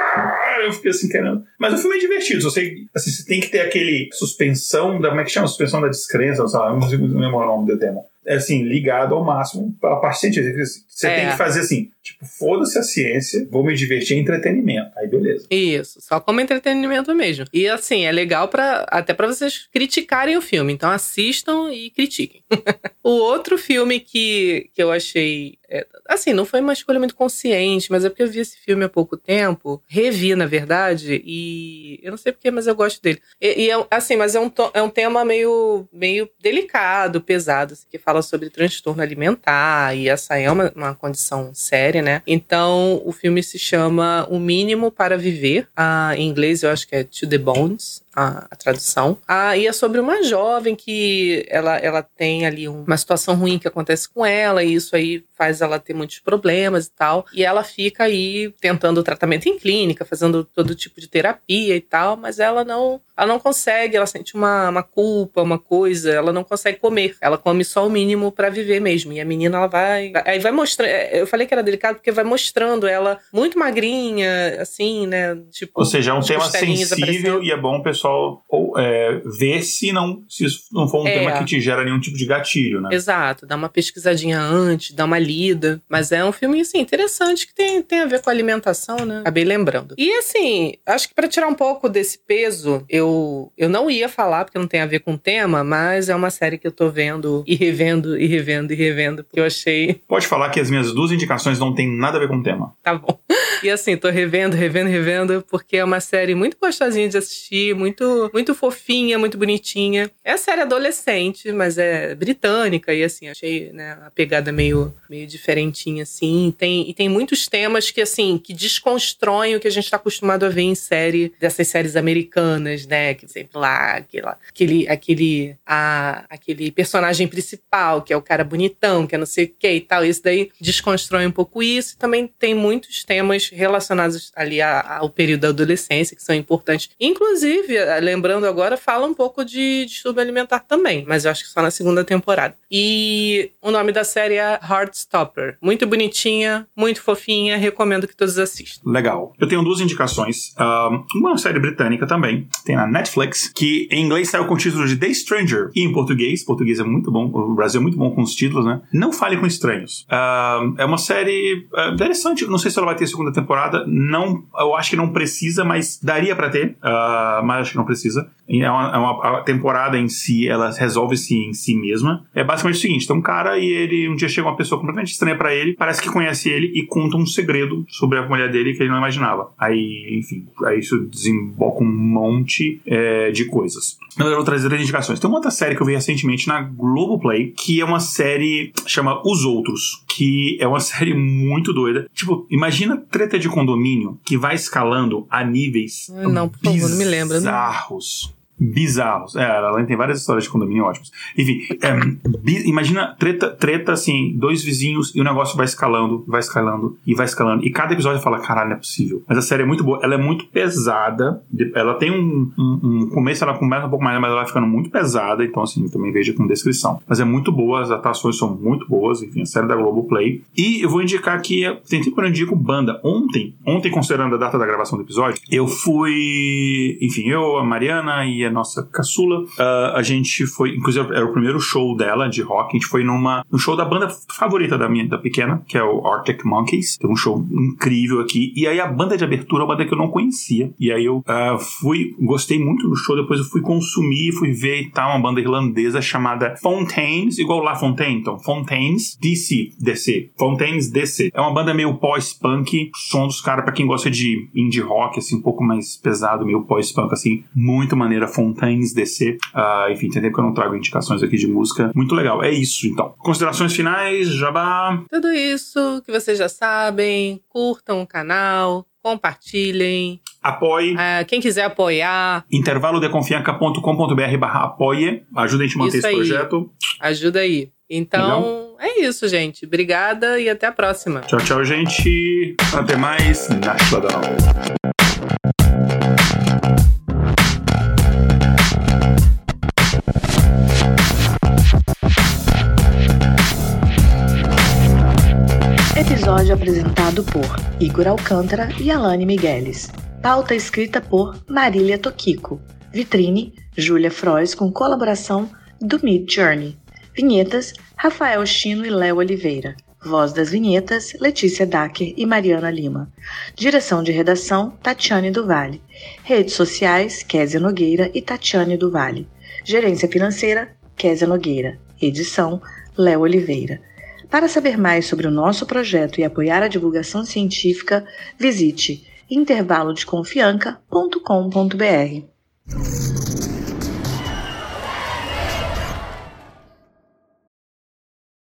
Eu fiquei assim, querendo. Mas o filme é divertido. Você tem que ter aquele suspensão como é que chama? Suspensão da descrença, não sei lá, não lembro o nome do tema. É assim, ligado ao máximo para a parte científica. Você tem que fazer assim, tipo, foda-se a ciência, vou me divertir em entretenimento. Aí beleza. Isso, só como entretenimento mesmo. E assim, é legal até pra vocês criticarem o filme. Então assistam e critiquem. O outro filme que eu achei... assim, não foi uma escolha muito consciente, mas é porque eu vi esse filme há pouco tempo. Revi, na verdade, e eu não sei porquê, mas eu gosto dele. Assim, mas é um tema meio delicado, pesado, assim, que fala sobre transtorno alimentar, e essa é uma condição séria, né? Então, o filme se chama O Mínimo para Viver. Em inglês, eu acho que é To the Bones, a tradução. E é sobre uma jovem que ela tem ali uma situação ruim que acontece com ela, e isso aí faz ela ter muitos problemas e tal. E ela fica aí tentando tratamento em clínica, fazendo todo tipo de terapia e tal, mas ela não consegue, ela sente uma culpa, uma coisa, ela não consegue comer. Ela come só o mínimo pra viver mesmo. E a menina, ela vai mostrando... Eu falei que era delicado porque vai mostrando ela muito magrinha, assim, né? Tipo, ou seja, é um tema sensível e é bom o pessoal ver se isso não for um tema que te gera nenhum tipo de gatilho, né? Exato. Dá uma pesquisadinha antes, dá uma lida. Mas é um filme, assim, interessante que tem a ver com alimentação, né? Acabei lembrando. E, assim, acho que pra tirar um pouco desse peso, eu não ia falar, porque não tem a ver com o tema, mas é uma série que eu tô vendo e revendo, porque eu achei... Pode falar que as minhas 2 indicações não tem nada a ver com o tema. Tá bom. E assim, tô revendo, porque é uma série muito gostosinha de assistir, muito, muito fofinha, muito bonitinha. É série adolescente, mas é britânica, e assim, achei, né, a pegada meio diferentinha, assim. E tem muitos temas que, assim, que desconstroem o que a gente tá acostumado a ver em dessas séries americanas, né? Que sempre lá, aquele personagem principal, que é o cara bonitão, que é não sei o que e tal. Isso daí desconstrói um pouco isso. E também tem muitos temas relacionados ali ao período da adolescência, que são importantes. Inclusive, lembrando agora, fala um pouco de distúrbio alimentar também, mas eu acho que só na 2ª temporada. E o nome da série é Heartstopper. Muito bonitinha, muito fofinha, recomendo que todos assistam. Legal. Eu tenho 2 indicações. Uma série britânica também, tem na Netflix, que em inglês saiu com o título de The Stranger, e em português é muito bom, o Brasil é muito bom com os títulos, né? Não Fale com Estranhos. É uma série interessante, não sei se ela vai ter 2ª temporada, não, eu acho que não precisa, mas daria pra ter, mas acho que não precisa. A temporada em si, ela resolve-se em si mesma. É basicamente o seguinte, tem um cara e um dia chega uma pessoa completamente estranha pra ele, parece que conhece ele e conta um segredo sobre a mulher dele que ele não imaginava. Aí isso desemboca um monte de coisas. Eu vou trazer 3 indicações. Tem uma outra série que eu vi recentemente na Globoplay, que é uma série chama Os Outros, que é uma série muito doida. Tipo, imagina treta de condomínio que vai escalando a níveis não, por favor, não me lembra. Bizarros. Ela tem várias histórias de condomínio ótimas. Enfim, imagina treta assim, 2 vizinhos e o negócio vai escalando. E cada episódio fala, caralho, não é possível. Mas a série é muito boa. Ela é muito pesada. Ela tem um começo, ela começa um pouco mais, mas ela vai ficando muito pesada. Então, assim, também veja com descrição. Mas é muito boa, as atuações são muito boas. Enfim, a série da Globoplay. E eu vou indicar que tem tempo que eu indico banda. Ontem, considerando a data da gravação do episódio, eu fui... Enfim, a Mariana e a nossa caçula, a gente foi, inclusive era o primeiro show dela de rock, a gente foi no show da banda favorita da pequena, que é o Arctic Monkeys. Tem um show incrível aqui, e aí a banda de abertura é uma banda que eu não conhecia, e aí eu gostei muito do show, depois eu fui consumir, fui ver e tal, uma banda irlandesa chamada Fontaines, igual La Fontaine, então Fontaines DC, Fontaines DC. É uma banda meio pós-punk, som dos caras, pra quem gosta de indie rock, assim, um pouco mais pesado, meio pós-punk, assim, muito maneira, Fontaines DC. Enfim, tem tempo que eu não trago indicações aqui de música. Muito legal. É isso, então. Considerações finais, Jabá? Tudo isso que vocês já sabem. Curtam o canal, compartilhem. Apoie. Quem quiser apoiar. intervalodeconfianca.com.br/apoie. Ajuda a gente a manter esse projeto. Ajuda aí. Então, legal. É isso, gente. Obrigada e até a próxima. Tchau, tchau, gente. Até mais. Nashladão. Episódio apresentado por Igor Alcântara e Alane Migueles. Pauta escrita por Marília Toquico. Vitrine, Júlia Frois, com colaboração do Midjourney. Vinhetas, Rafael Chino e Léo Oliveira. Voz das vinhetas, Letícia Dacker e Mariana Lima. Direção de redação, Tatiane do Vale. Redes sociais, Kézia Nogueira e Tatiane do Vale. Gerência financeira, Kézia Nogueira. Edição, Léo Oliveira. Para saber mais sobre o nosso projeto e apoiar a divulgação científica, visite intervalodeconfianca.com.br.